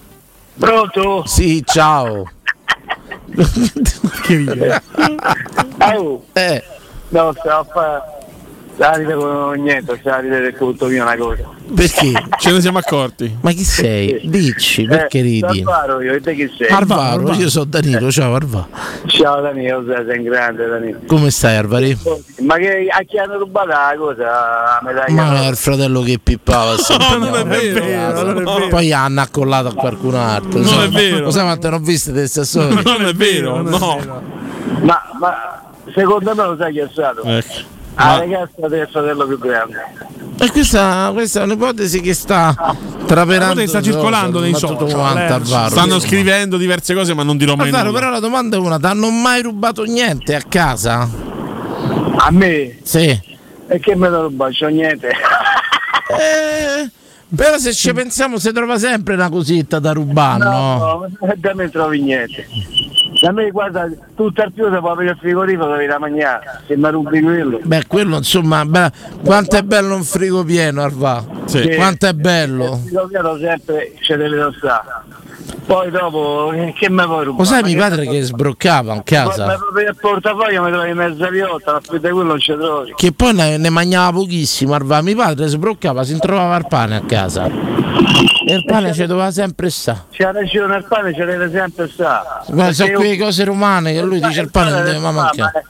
Sì, ciao. Che ride? No, stavo a fare con niente, stavo a ridere del conto mio una cosa. Perché? Ce ne siamo accorti. Ma chi sei? Dici, perché ridi? Arvaro, io, e te chi sei? Arvaro, io sono Danilo, ciao Arvaro. Ciao Danilo, sei un grande Danilo. Come stai, Arvari? Ma che a chi hanno rubato la cosa? Ma è il fratello che pippava. No, non è vero. Poi hanno accollato a qualcun altro. Non è vero. Lo sai quante ne ho viste di queste storie? Non è vero, no. Ma secondo me lo sai chi è stato? La ragazza del fratello più grande. E questa è un'ipotesi che sta traperando, sta circolando nei social. Stanno scrivendo diverse cose, ma non dirò mai nulla. Però la domanda è una: ti hanno mai rubato niente a casa? A me? Sì. E che me lo rubato? C'ho niente. Però se ci pensiamo si trova sempre una cosetta da rubare, no? Da me trovi niente. Da me, guarda, tutto al più se può aprire il frigorifero devi da mangiare, se mi rubi quello. Beh, quello insomma, quanto è bello un frigo pieno, Arva. Sì. Quanto è bello. Il frigo pieno sempre c'è delle tossate. Poi dopo che mi vuoi rubare? Lo sai mio padre che sbroccava in casa? Ma proprio il portafoglio mi trovi mezza riotta, ma più di quello non ci trovi. Che poi ne mangiava pochissimo, Arva. Mio padre sbroccava, si trovava il pane a casa. E il pane ci doveva sempre stare. C'è la ragione, il pane ci deve sempre stare. Guarda, sono quelle cose romane che lui dice il pane non deve mai mancare.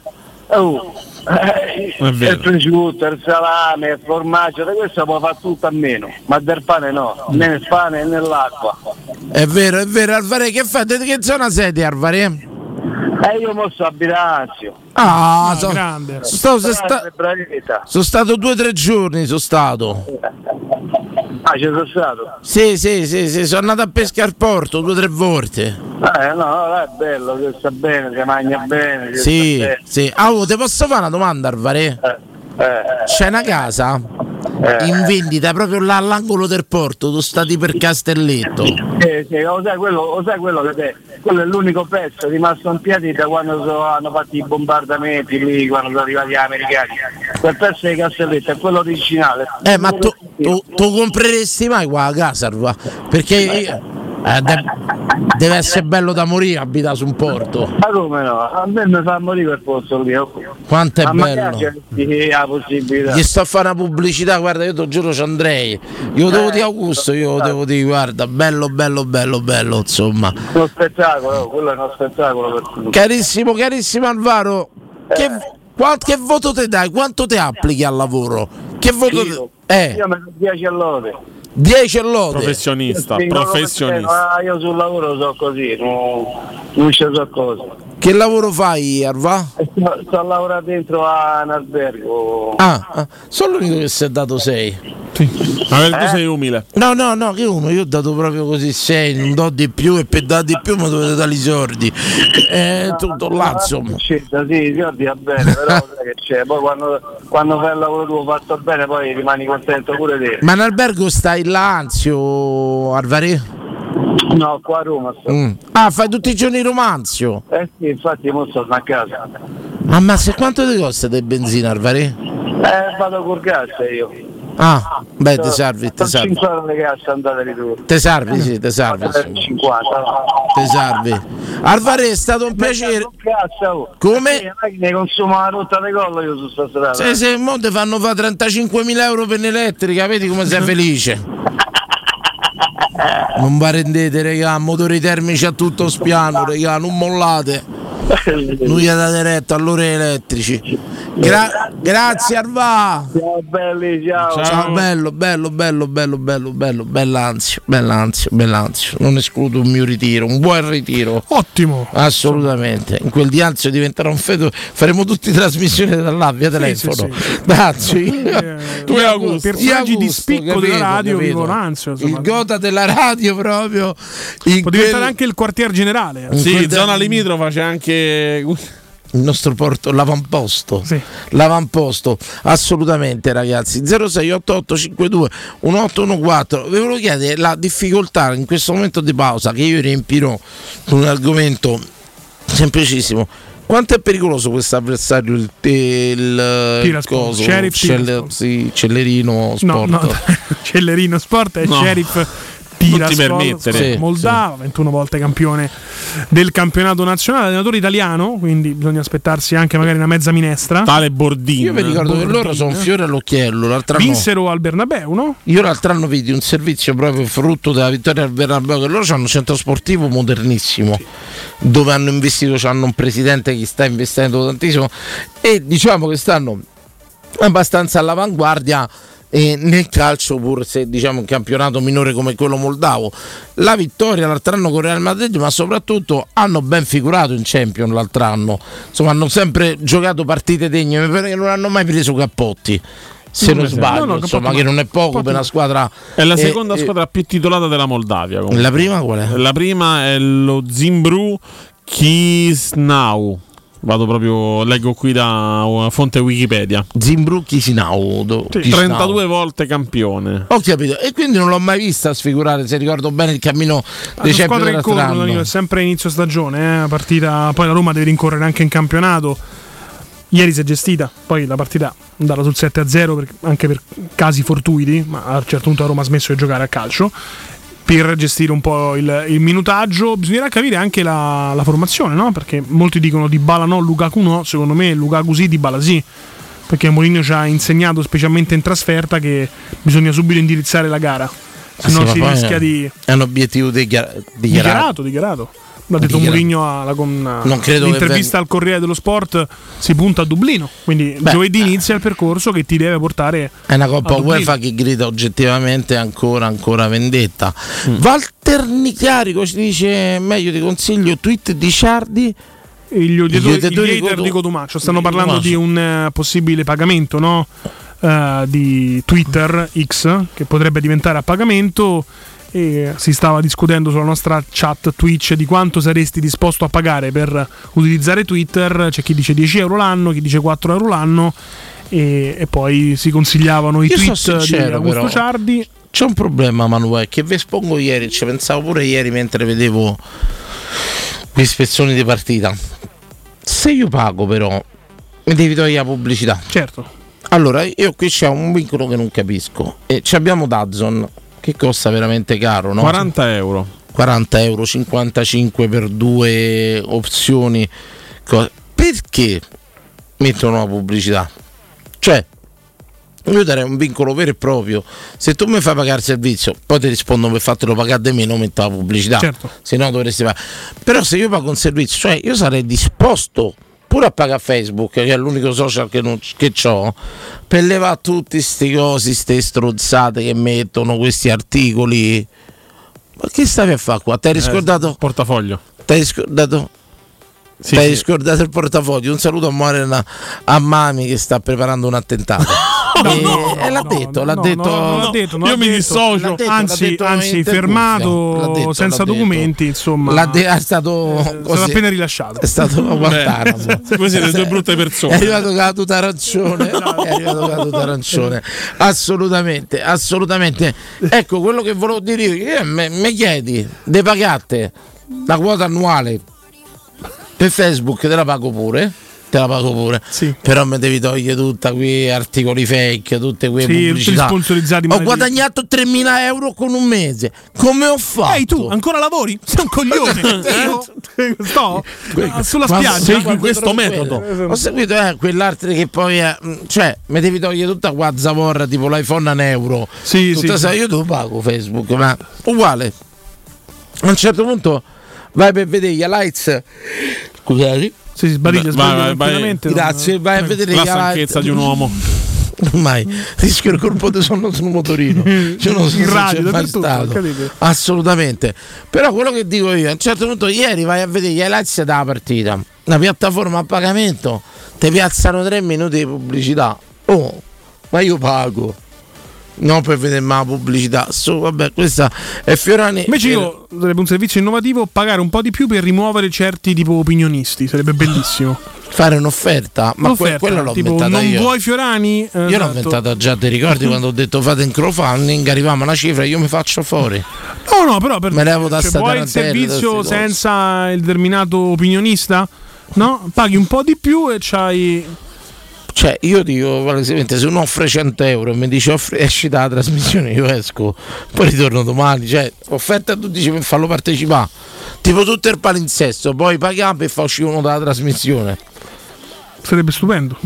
Il prosciutto, il salame, il formaggio, da questo può fare tutto a meno, ma del pane no, né il pane né l'acqua. È vero, Alvarez, che fate? Di che zona siete, Alvarez? Io mo sto a Bilanzio. Grande. Sono stato 2 o 3 giorni, sono stato. Ci sono stato? Sì, sono andato a pescare al porto 2 o 3 volte. No, è bello, si sta bene, si mangia bene. Sì. Ti posso fare una domanda, Alvarez? C'è una casa in vendita proprio là all'angolo del porto, tu stati per Castelletto. Sì, lo sai quello che quello è l'unico pezzo rimasto in piedi da quando hanno fatto i bombardamenti lì, quando sono arrivati gli americani. Quel pezzo di Castelletto è quello originale. Ma tu compreresti mai qua a casa? Perché deve essere bello da morire abitare su un porto. Ma come no? A me mi fa morire quel posto lì. Quanto è bello. La possibilità. Gli sto a fare una pubblicità, guarda, io te lo giuro ci andrei. Io devo dire Augusto, devo dire guarda, bello, insomma. Uno spettacolo, quello è uno spettacolo per tutti. Carissimo Alvaro, che voto te dai? Quanto te applichi al lavoro? Che voto Io me lo 10 all'ore. 10 lode. Professionista. Io sul lavoro so così, non ci so cosa. Che lavoro fai, Arva? Sto a lavorare dentro a un albergo. Sono l'unico che si è dato 6. Tu sei umile. No, che uno, io ho dato proprio così 6, non do di più e per dare di più mi dovete dare i soldi. Tutto là, insomma. Sì, i soldi va bene, però sai che c'è. Poi quando fai il lavoro tuo fatto bene, poi rimani contento pure te. Ma in albergo stai là, Anzio, Arvarì? No, qua a Roma sto. Fai tutti i giorni romanzio? Sì, infatti mo sto a casa. Ammazza, quanto ti costa di benzina, Arvarì? Vado col gas io. Beh, ti salvi. 5 euro le casse andate e ritorno. Te salvi. 50. Te salvi. Arvarì, è stato un piacere. Come? Ne consuma la rotta di collo io su sta strada. Se mo te fanno fare 35.000 euro per l'elettrica, vedi come sei felice. Non vi rendete, regà, motori termici a tutto spiano, regà, non mollate. Noi gli date retta all'ora elettrici. Grazie Arva. Ciao belli, ciao. Bello, bell'anzio. Non escludo un mio ritiro, un buon ritiro. Ottimo. Assolutamente. In quel di Anzio diventerà un feto. Faremo tutte trasmissioni da là via telefono. Tu e Augusto. Personaggi di spicco della radio vivono Anzio. Il gota della radio proprio. Può diventare anche il quartier generale. Sì, zona limitrofa c'è anche il nostro porto, l'avamposto. L'avamposto, assolutamente, ragazzi. 068852 1814. Vi volevo chiedere la difficoltà in questo momento di pausa, che io riempirò con un argomento semplicissimo. Quanto è pericoloso questo avversario, il coso? Cellerino Sport? No. Cellerino Sport è Sheriff permettere. Moldava, 21 volte campione del campionato nazionale, allenatore italiano, quindi bisogna aspettarsi anche magari una mezza minestra. Tale Bordin. Io vi ricordo che loro sono un fiore all'occhiello. L'altro anno vinsero al Bernabeu, no? Io l'altro anno vidi un servizio proprio frutto della vittoria al Bernabeu, che loro hanno un centro sportivo modernissimo, dove hanno investito, hanno un presidente che sta investendo tantissimo e diciamo che stanno abbastanza all'avanguardia. E nel calcio, pur se diciamo un campionato minore come quello moldavo, la vittoria l'altro anno con Real Madrid, ma soprattutto hanno ben figurato in Champions l'altro anno, insomma hanno sempre giocato partite degne, perché non hanno mai preso cappotti, se non sbaglio, insomma, che non è poco per una squadra. È la seconda squadra più titolata della Moldavia comunque. La prima qual è? La prima è lo Zimbru Chisinau. Vado proprio, leggo qui da una fonte Wikipedia. Zimbru Chisinau, 32 volte campione. Ho capito, e quindi non l'ho mai vista sfigurare, se ricordo bene il cammino dei squadre in corso, è sempre inizio stagione, la partita, poi la Roma deve rincorrere anche in campionato. Ieri si è gestita, poi la partita è andata sul 7-0 anche per casi fortuiti, ma a un certo punto la Roma ha smesso di giocare a calcio. Per gestire un po' il minutaggio bisognerà capire anche la formazione, no? Perché molti dicono Dybala no, Lukaku no, secondo me Lukaku sì, Dybala sì, perché Mourinho ci ha insegnato specialmente in trasferta che bisogna subito indirizzare la gara, se no si rischia di... È un obiettivo dichiarato. L'ha detto Mourinho all'intervista al Corriere dello Sport, si punta a Dublino, quindi giovedì inizia il percorso che ti deve portare. È una Coppa UEFA che grida oggettivamente ancora vendetta. Walter Nicarico ci dice: meglio ti consiglio tweet di Ciardi. Gli hater di Cotumaccio stanno parlando di un possibile pagamento, no? Di Twitter X, che potrebbe diventare a pagamento. E si stava discutendo sulla nostra chat Twitch di quanto saresti disposto a pagare per utilizzare Twitter. C'è chi dice 10 euro l'anno, chi dice 4 euro l'anno, e poi si consigliavano i tweet di Augusto Ciardi. C'è un problema, Manuel, che vi espongo ieri, ci pensavo pure ieri mentre vedevo le spezzoni di partita. Se io pago però mi devi togliere la pubblicità. Certo. Allora io qui c'è un vincolo che non capisco e ci abbiamo DAZN che costa veramente caro, no? 40 euro, 55 per 2 opzioni. Perché mettono la pubblicità? Cioè io darei un vincolo vero e proprio. Se tu mi fai pagare il servizio, poi ti rispondo per fatelo pagare da me, non metto la pubblicità, certo. Se no dovresti pagare. Però se io pago un servizio, cioè io sarei disposto pure a pagare Facebook, che è l'unico social che ho, per levare tutti sti cosi, ste stronzate che mettono questi articoli. Ma che stavi a fare qua? Ti hai riscordato? Portafoglio. Ti hai riscordato? Ti hai riscordato il portafoglio? Un saluto a Mami che sta preparando un attentato. L'ha detto. Io mi dissocio. Anzi, fermato senza documenti. Insomma, è stato appena rilasciato. È stato a Guantanamo. Voi siete due brutte persone. È arrivato con la tuta arancione. Assolutamente. Ecco quello che volevo dire io. Mi chiedi, de pagate la quota annuale per Facebook, te la pago pure. Sì. Però mi devi togliere tutta quei articoli fake, tutte quelle pubblicità. Sponsorizzati. Ho guadagnato 3.000 euro con un mese. Come ho fatto? Ehi, tu ancora lavori? Sei un coglione. Sto sulla spiaggia. Segui questo metodo. Ho seguito quell'altro che poi cioè mi devi togliere tutta qua zavorra tipo l'iPhone a un euro. Io te lo pago Facebook, ma uguale. A un certo punto vai per vedere gli highlights. Scusate. Si sbadiglia tranquillamente. Grazie, vai a vedere la stanchezza di un uomo. Ormai rischio il colpo di sonno sul motorino. In radio, mai stato. Assolutamente. Però quello che dico io, a un certo punto ieri vai a vedere gli highlights della partita. Una piattaforma a pagamento, ti piazzano 3 minuti di pubblicità. Oh, ma io pago. Non per vedere la pubblicità. Vabbè, questa è Fiorani. Invece io sarebbe un servizio innovativo pagare un po' di più per rimuovere certi tipo opinionisti. Sarebbe bellissimo. Fare un'offerta. Ma quello l'ho tipo, inventata non io. Vuoi Fiorani? Io l'ho inventata già, ti ricordi quando ho detto fate un crowdfunding, arriviamo a una cifra e io mi faccio fuori. No, però me levo da vuoi il servizio senza il determinato opinionista? No? Paghi un po' di più e c'hai. Cioè io dico palesemente, se uno offre 100 euro e mi dice esci dalla trasmissione, io esco, poi ritorno domani. Cioè offerta a tutti per farlo partecipare, tipo tutto il palinsesto, poi paghiamo e fa uscire uno dalla trasmissione. Sarebbe stupendo.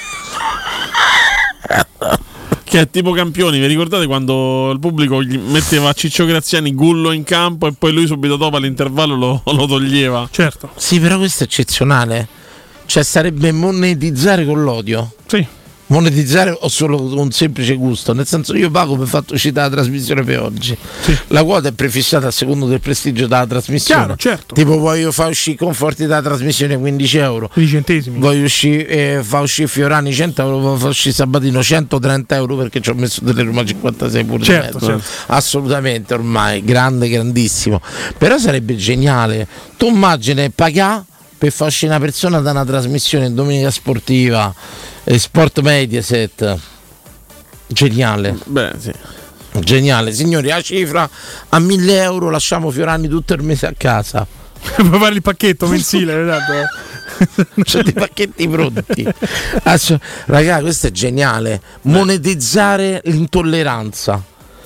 Che è tipo Campioni, vi ricordate quando il pubblico gli metteva a Ciccio Graziani Gullo in campo e poi lui subito dopo all'intervallo lo toglieva? Certo. Sì, però questo è eccezionale. Cioè sarebbe monetizzare con l'odio. Sì. Monetizzare o solo con un semplice gusto. Nel senso, io pago per fatto uscire la trasmissione per oggi. Sì. La quota è prefissata a secondo del prestigio della trasmissione. Chiaro, certo. Tipo voglio fare uscire Conforti dalla trasmissione 15 euro. 10 centesimi. Voglio fa uscire Fiorani 100 euro. Voglio fare uscire Sabatino 130 euro perché ci ho messo delle Roma 56 pure. Certo. Assolutamente, ormai grandissimo. Però sarebbe geniale. Tu immagini pagare per far uscire una persona da una trasmissione Domenica Sportiva, Sport Mediaset. Geniale. Beh, sì. Geniale, signori, la cifra a 1.000 euro, lasciamo Fiorani tutto il mese a casa. Puoi fare il pacchetto mensile, c'è dei pacchetti pronti. Ragazzi, questo è geniale. Monetizzare l'intolleranza.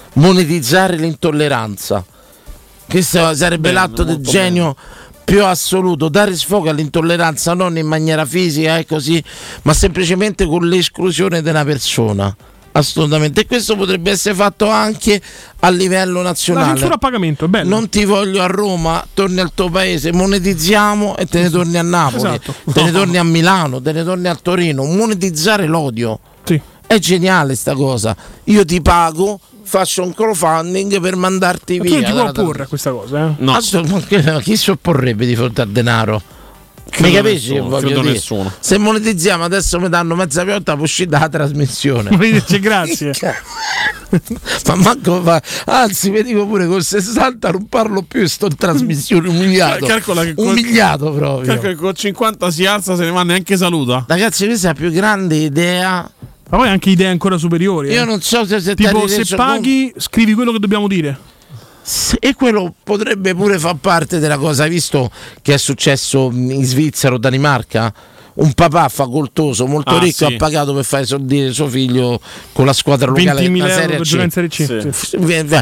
Questo sarebbe l'atto del genio più assoluto, dare sfogo all'intolleranza non in maniera fisica e così, ma semplicemente con l'esclusione della persona. Assolutamente, e questo potrebbe essere fatto anche a livello nazionale. La censura a pagamento è bello. Non ti voglio a Roma, torni al tuo paese, monetizziamo e te ne torni a Napoli, esatto. Te ne torni a Milano, te ne torni a Torino. Monetizzare l'odio. Sì. È geniale sta cosa. Io ti pago, faccio un crowdfunding per mandarti ma via. Tu non ti puoi opporre a questa cosa, eh? No. Chi si opporrebbe di fronte al denaro? Mi capisci che voglio dire? Nessuno. Se monetizziamo adesso mi danno mezza piotta per uscire dalla trasmissione. Grazie. Ma manco fa. Anzi, vi dico pure con 60 non parlo più e sto in trasmissione umiliato. Umiliato proprio. Calcola che con 50 si alza, se ne va, neanche saluta. Ragazzi, questa è la più grande idea. Ma poi anche idee ancora superiori. Io non so se tipo se paghi, scrivi quello che dobbiamo dire. E quello potrebbe pure far parte della cosa. Hai visto che è successo in Svizzera o Danimarca? Un papà facoltoso molto ricco ha pagato per fare esordire suo figlio con la squadra locale 20.000 euro per giocare in Serie C. Sì.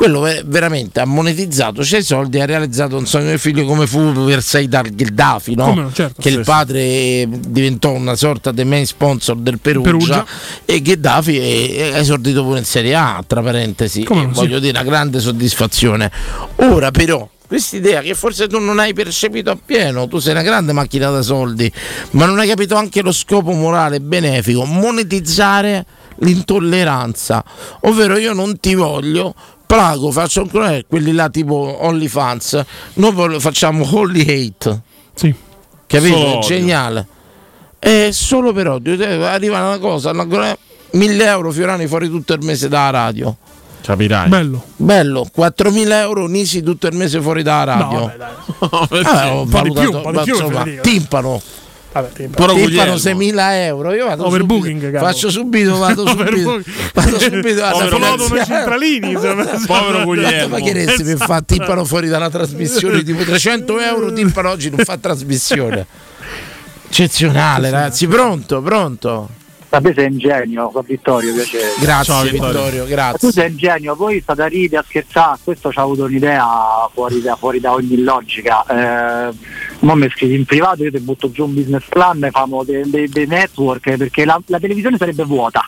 quello veramente ha monetizzato, c'è i soldi, ha realizzato un sogno del figlio, come fu per Said Gheddafi, no? No, certo, che il padre diventò una sorta di main sponsor del Perugia. E Gheddafi è esordito pure in Serie A, tra parentesi, voglio dire, una grande soddisfazione. Ora però quest'idea che forse tu non hai percepito appieno, tu sei una grande macchina da soldi, ma non hai capito anche lo scopo morale benefico, monetizzare l'intolleranza, ovvero io non ti voglio, plago, faccio ancora quelli là tipo OnlyFans, noi facciamo Holy Hate, sì, capito? Solo È geniale, è solo per odio, arriva una cosa, 1.000 euro Fiorani fuori tutto il mese dalla radio. Capirai. Bello, 4.000 euro Nisi tutto il mese fuori dalla radio. No, ho valutato, timpano. Timpano 6.000 euro. Io vado overbooking, faccio subito, vado subito centralini. Povero Guglielmo. Ma che resti per fare timpano fuori dalla trasmissione? Tipo 300 euro timpano oggi non fa trasmissione. Eccezionale, ragazzi. Pronto? Te sei ingenio, con Vittorio, piacere. Grazie. Ciao, Vittorio, grazie. Tu sei ingenio, voi state a ridere, a scherzare, questo ci ha avuto un'idea fuori da ogni logica. Mo mi scrivi in privato, io ti butto giù un business plan, famo dei network, perché la televisione sarebbe vuota.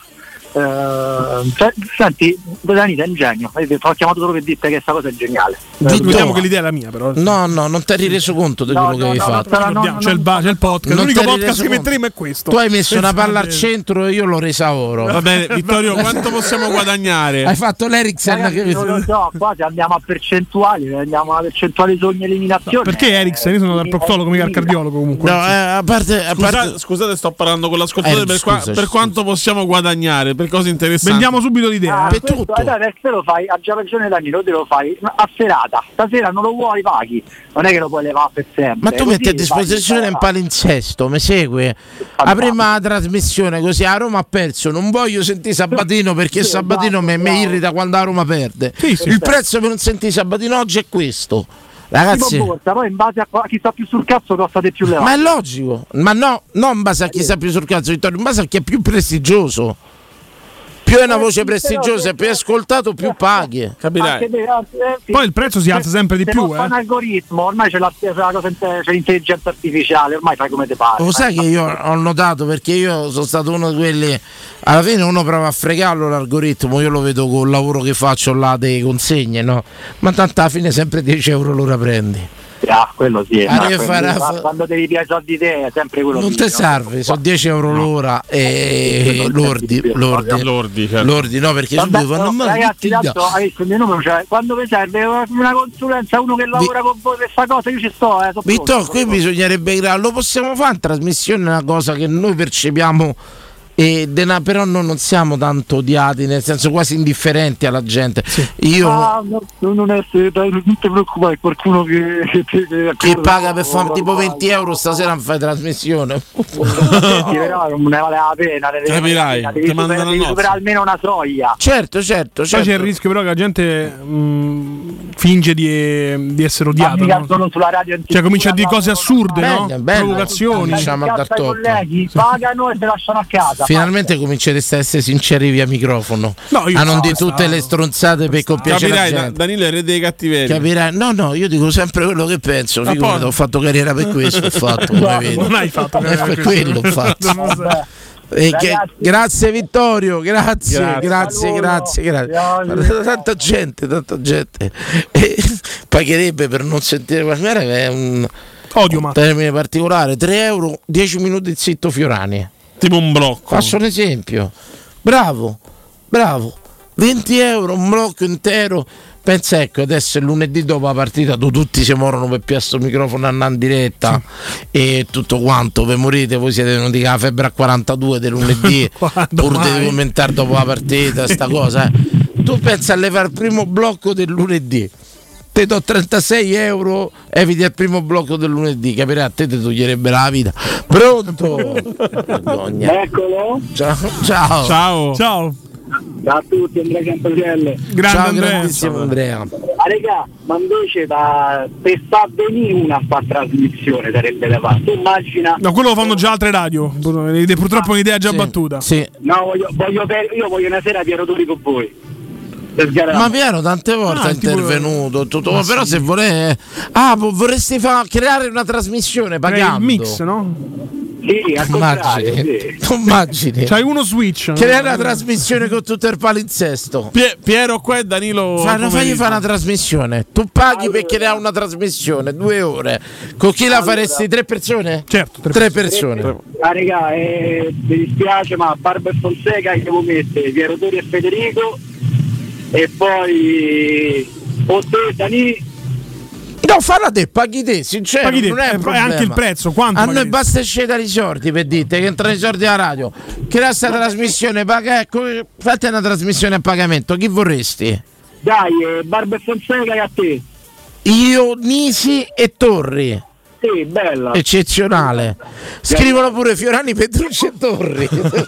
Senti, Danita è ingegno, ho chiamato solo per dirti che questa cosa è geniale. Vediamo che l'idea è la mia, però. No, non ti eri reso conto di quello che hai fatto. C'è il podcast, l'unico podcast che metteremo è questo. Tu hai messo una palla al centro e io l'ho resa oro. Va bene, Vittorio, quanto possiamo guadagnare? Hai fatto l'Ericsson? Non lo so, qua se andiamo a percentuali, andiamo a percentuali di ogni eliminazione. Perché Ericsson? Io sono dal proctologo, mica al cardiologo comunque. No, a parte... Scusate, sto parlando con l'ascoltatore per quanto possiamo guadagnare. Cose interessanti. Vendiamo subito l'idea. Per tutto. Se lo fai, ha già ragione Danilo, te lo fai a serata. Stasera non lo vuoi, paghi. Non è che lo puoi levare per sempre. Ma tu metti a disposizione un palinsesto, mi segue? Apriamo la trasmissione così a Roma ha perso. Non voglio sentire Sabatino perché Sabatino mi irrita quando la Roma perde. Il prezzo per non sentire Sabatino oggi è questo. Ragazzi, poi in base a chi sta più sul cazzo costate più levare. Ma è logico. Ma no, non in base a chi sta più sul cazzo, Vittorio, in base a chi è più prestigioso. Più è una voce prestigiosa e più ascoltato, più paghi. Capirai. Poi il prezzo si alza sempre di più. È un algoritmo, ormai c'è l'intelligenza artificiale, ormai fai come te pare. Lo sai che io ho notato, perché io sono stato uno di quelli. Alla fine uno prova a fregarlo l'algoritmo, io lo vedo col lavoro che faccio là delle consegne, no? Ma tanto alla fine sempre 10 euro l'ora prendi. Quello sì, quando devi piacere soldi te è sempre quello. Non ti serve, sono 10 euro l'ora e lordi, no, perché ragazzi, tanto hai visto il mio numero, cioè, quando vi serve una consulenza, uno che lavora con voi per questa cosa, io ci sto. Vittorio, qui bisognerebbe lo possiamo fare in trasmissione, una cosa che noi percepiamo. Però noi non siamo tanto odiati, nel senso quasi indifferenti alla gente. Io non ti preoccupare, qualcuno che paga per fare tipo 20 euro stasera non fai trasmissione. Però non ne vale la pena. Capirai, devi superare almeno una soglia. Certo. Poi c'è il rischio però che la gente finge di essere odiata, no? Sulla radio, cioè comincia a dire cose assurde, no? Provocazioni, diciamo, i colleghi pagano e si lasciano a casa. Finalmente comincereste a essere sinceri via microfono, a non di tutte le stronzate per compiacere la gente. Danilo è re dei cattiveria. Capirai? No, io dico sempre quello che penso. Figurati, ho fatto carriera per questo, ho fatto, come vedi. Non hai fatto carriera per quello, ho fatto. Grazie Vittorio, grazie. Tanta gente. Pagherebbe per non sentire qualcosa, è un odio, ma termine particolare. 3 euro, 10 minuti zitto Fiorani. Tipo un blocco. Faccio un esempio. Bravo. 20 euro, un blocco intero. Pensa, ecco, adesso è lunedì dopo la partita, tutti si morono per piasso il microfono andando in diretta e tutto quanto, per morite, voi siete venuti con la febbre a 42 del lunedì, pur di commentare dopo la partita, sta cosa. Tu pensa a levare il primo blocco del lunedì. Te do 36 euro, eviti il primo blocco del lunedì, capirai, a te ti toglierebbe la vita. Pronto? Eccolo. Ciao. Ciao a tutti, Andrea Camposello. Grandissimo Andrea. Raga, ma invece per fa venire una trasmissione sarebbe da fare. Tu immagina. No, quello lo fanno già altre radio. Purtroppo è un'idea già battuta. Sì. No, io voglio una sera Piero Turi con voi. Ma Piero tante volte è intervenuto, tutto, però se vorresti creare una trasmissione pagando il mix, no? Sì, al contrario, immagini. C'hai uno switch. Creare una trasmissione con tutto il palinsesto. Piero qua e Danilo. Fagli fare una trasmissione. Tu paghi per creare una trasmissione 2 ore. Con chi la faresti? 3 persone? Certo, 3 persone. Raga, mi dispiace, ma Barba e Fonseca che devo mettere Piero Tori e Federico, e poi o te Dani. No, falla te, paghi te, sincero, Paghi te, non è un problema. anche il prezzo, quanto a noi paghi? basta scegliere i soldi per dite che entrano i soldi alla radio. Crea questa trasmissione, fate una trasmissione a pagamento, chi vorresti? Dai, Barba e Fonseca e a te. Io, Nisi e Torri. Sì, bella. Eccezionale. Scrivono pure Fiorani, Petrucci e Torri.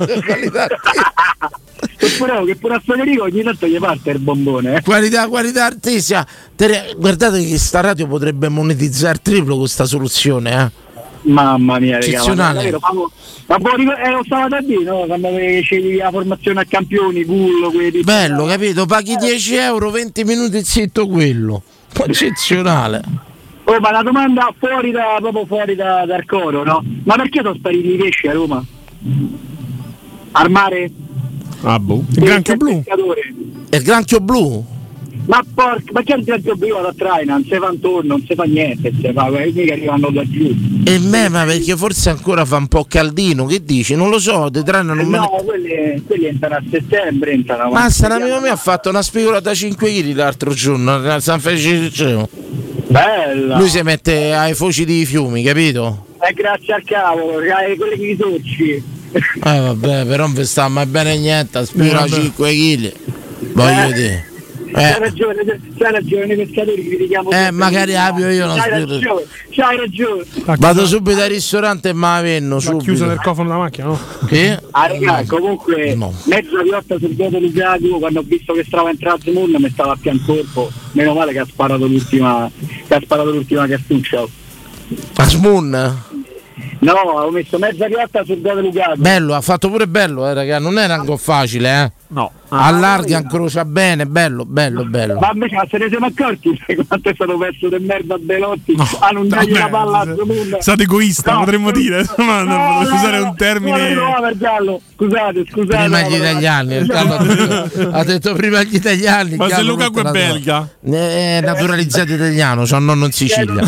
Che pure a Federico ogni tanto gli parte il bombone. Qualità artistica. Guardate che sta radio potrebbe monetizzare il triplo con sta soluzione, Mamma mia, eccezionale. lo stavo da dire, no? Quando facevi la formazione a campioni, cullo, quelli. Bello, capito? Paghi 10 euro, 20 minuti zitto quello. Eccezionale. Oh, ma la domanda proprio fuori dal coro, no? Ma perché sono spariti i pesci a Roma? Al mare? Ah, boh. Il granchio blu. Il granchio blu? Ma che il granchio blu da traina? Non si fa intorno, non si fa niente, mica arrivano da giù. E ma perché forse ancora fa un po' caldino, che dici? Non lo so, De Trana non me ne... quelli entrano a settembre, Mazza, l'amico mio ha fatto una spigola da 5 kg l'altro giorno a San Felice. Bella! Lui si mette ai foci di fiumi, capito? Grazie al cavolo, quelli che sorci. Vabbè, però non vi sta mai bene niente, a spigola 5 kg. Voglio dire. C'hai ragione, i pescatori critichiamo. Magari apio io non spiego. C'hai ragione. Vado subito al ristorante e me la venno subito. Chiuso nel cofano della macchina, no? Che? Raga, comunque mezza piotta sul gioco di Lukaku, quando ho visto che stava entrando Asmun mi stava a corpo. Meno male che ha sparato l'ultima cartuccia. Asmun? No, ho messo mezza piotta sul gol di Lukaku. Bello, ha fatto pure bello, raga, non era un facile, No. Allarga, incrocia bene, bello. Ma invece se ne siamo accorti quanto è stato perso del merda a Belotti a non dargli la palla a Asmun. Stato egoista, potremmo dire. Potremmo usare un termine. Scusate. Prima gli italiani, ha detto prima gli italiani. Ma se Lukaku è belga? È naturalizzato italiano, c'ha un nonno in Sicilia.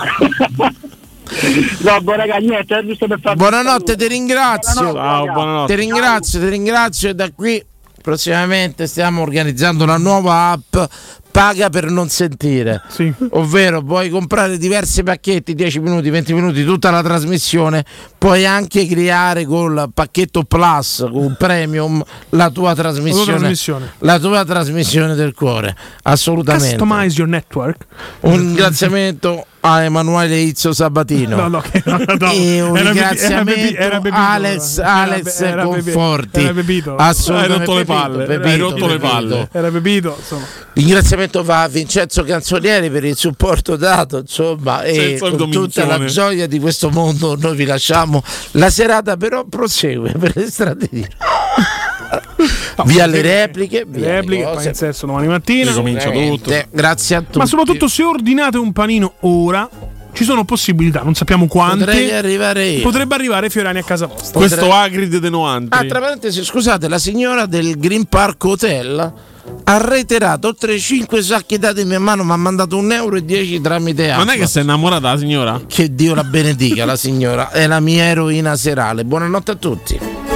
No, raga, niente, giusto per fare. Buonanotte, ti ringrazio. Ciao, buonanotte. Ti ringrazio e da qui prossimamente stiamo organizzando una nuova app paga per non sentire, sì. Ovvero puoi comprare diversi pacchetti, 10 minuti, 20 minuti, tutta la trasmissione, puoi anche creare col pacchetto Plus, con Premium, la tua trasmissione del cuore, assolutamente. Customize your network. Un ringraziamento a Emanuele Izzo Sabatino e un ringraziamento a Alex Conforti. Assolutamente. Hai rotto le palle. Era Pepito, insomma. Ringraziamento va a Vincenzo Canzonieri per il supporto dato, insomma, e con tutta la gioia di questo mondo noi vi lasciamo. La serata però prosegue per le strade di via le repliche, poi in senso domani mattina comincia tutto. Grazie a tutti. Ma soprattutto se ordinate un panino ora ci sono possibilità, non sappiamo quante. Potrebbe arrivare Fiorani a casa vostra. Questo Agrid de Noantri. Tra parentesi, scusate, la signora del Green Park Hotel ha reiterato oltre 5 sacchi dati in mia mano, mi ha mandato 1,10 euro tramite app. Non è che sei innamorata la signora? Che Dio la benedica, la signora è la mia eroina serale. Buonanotte a tutti.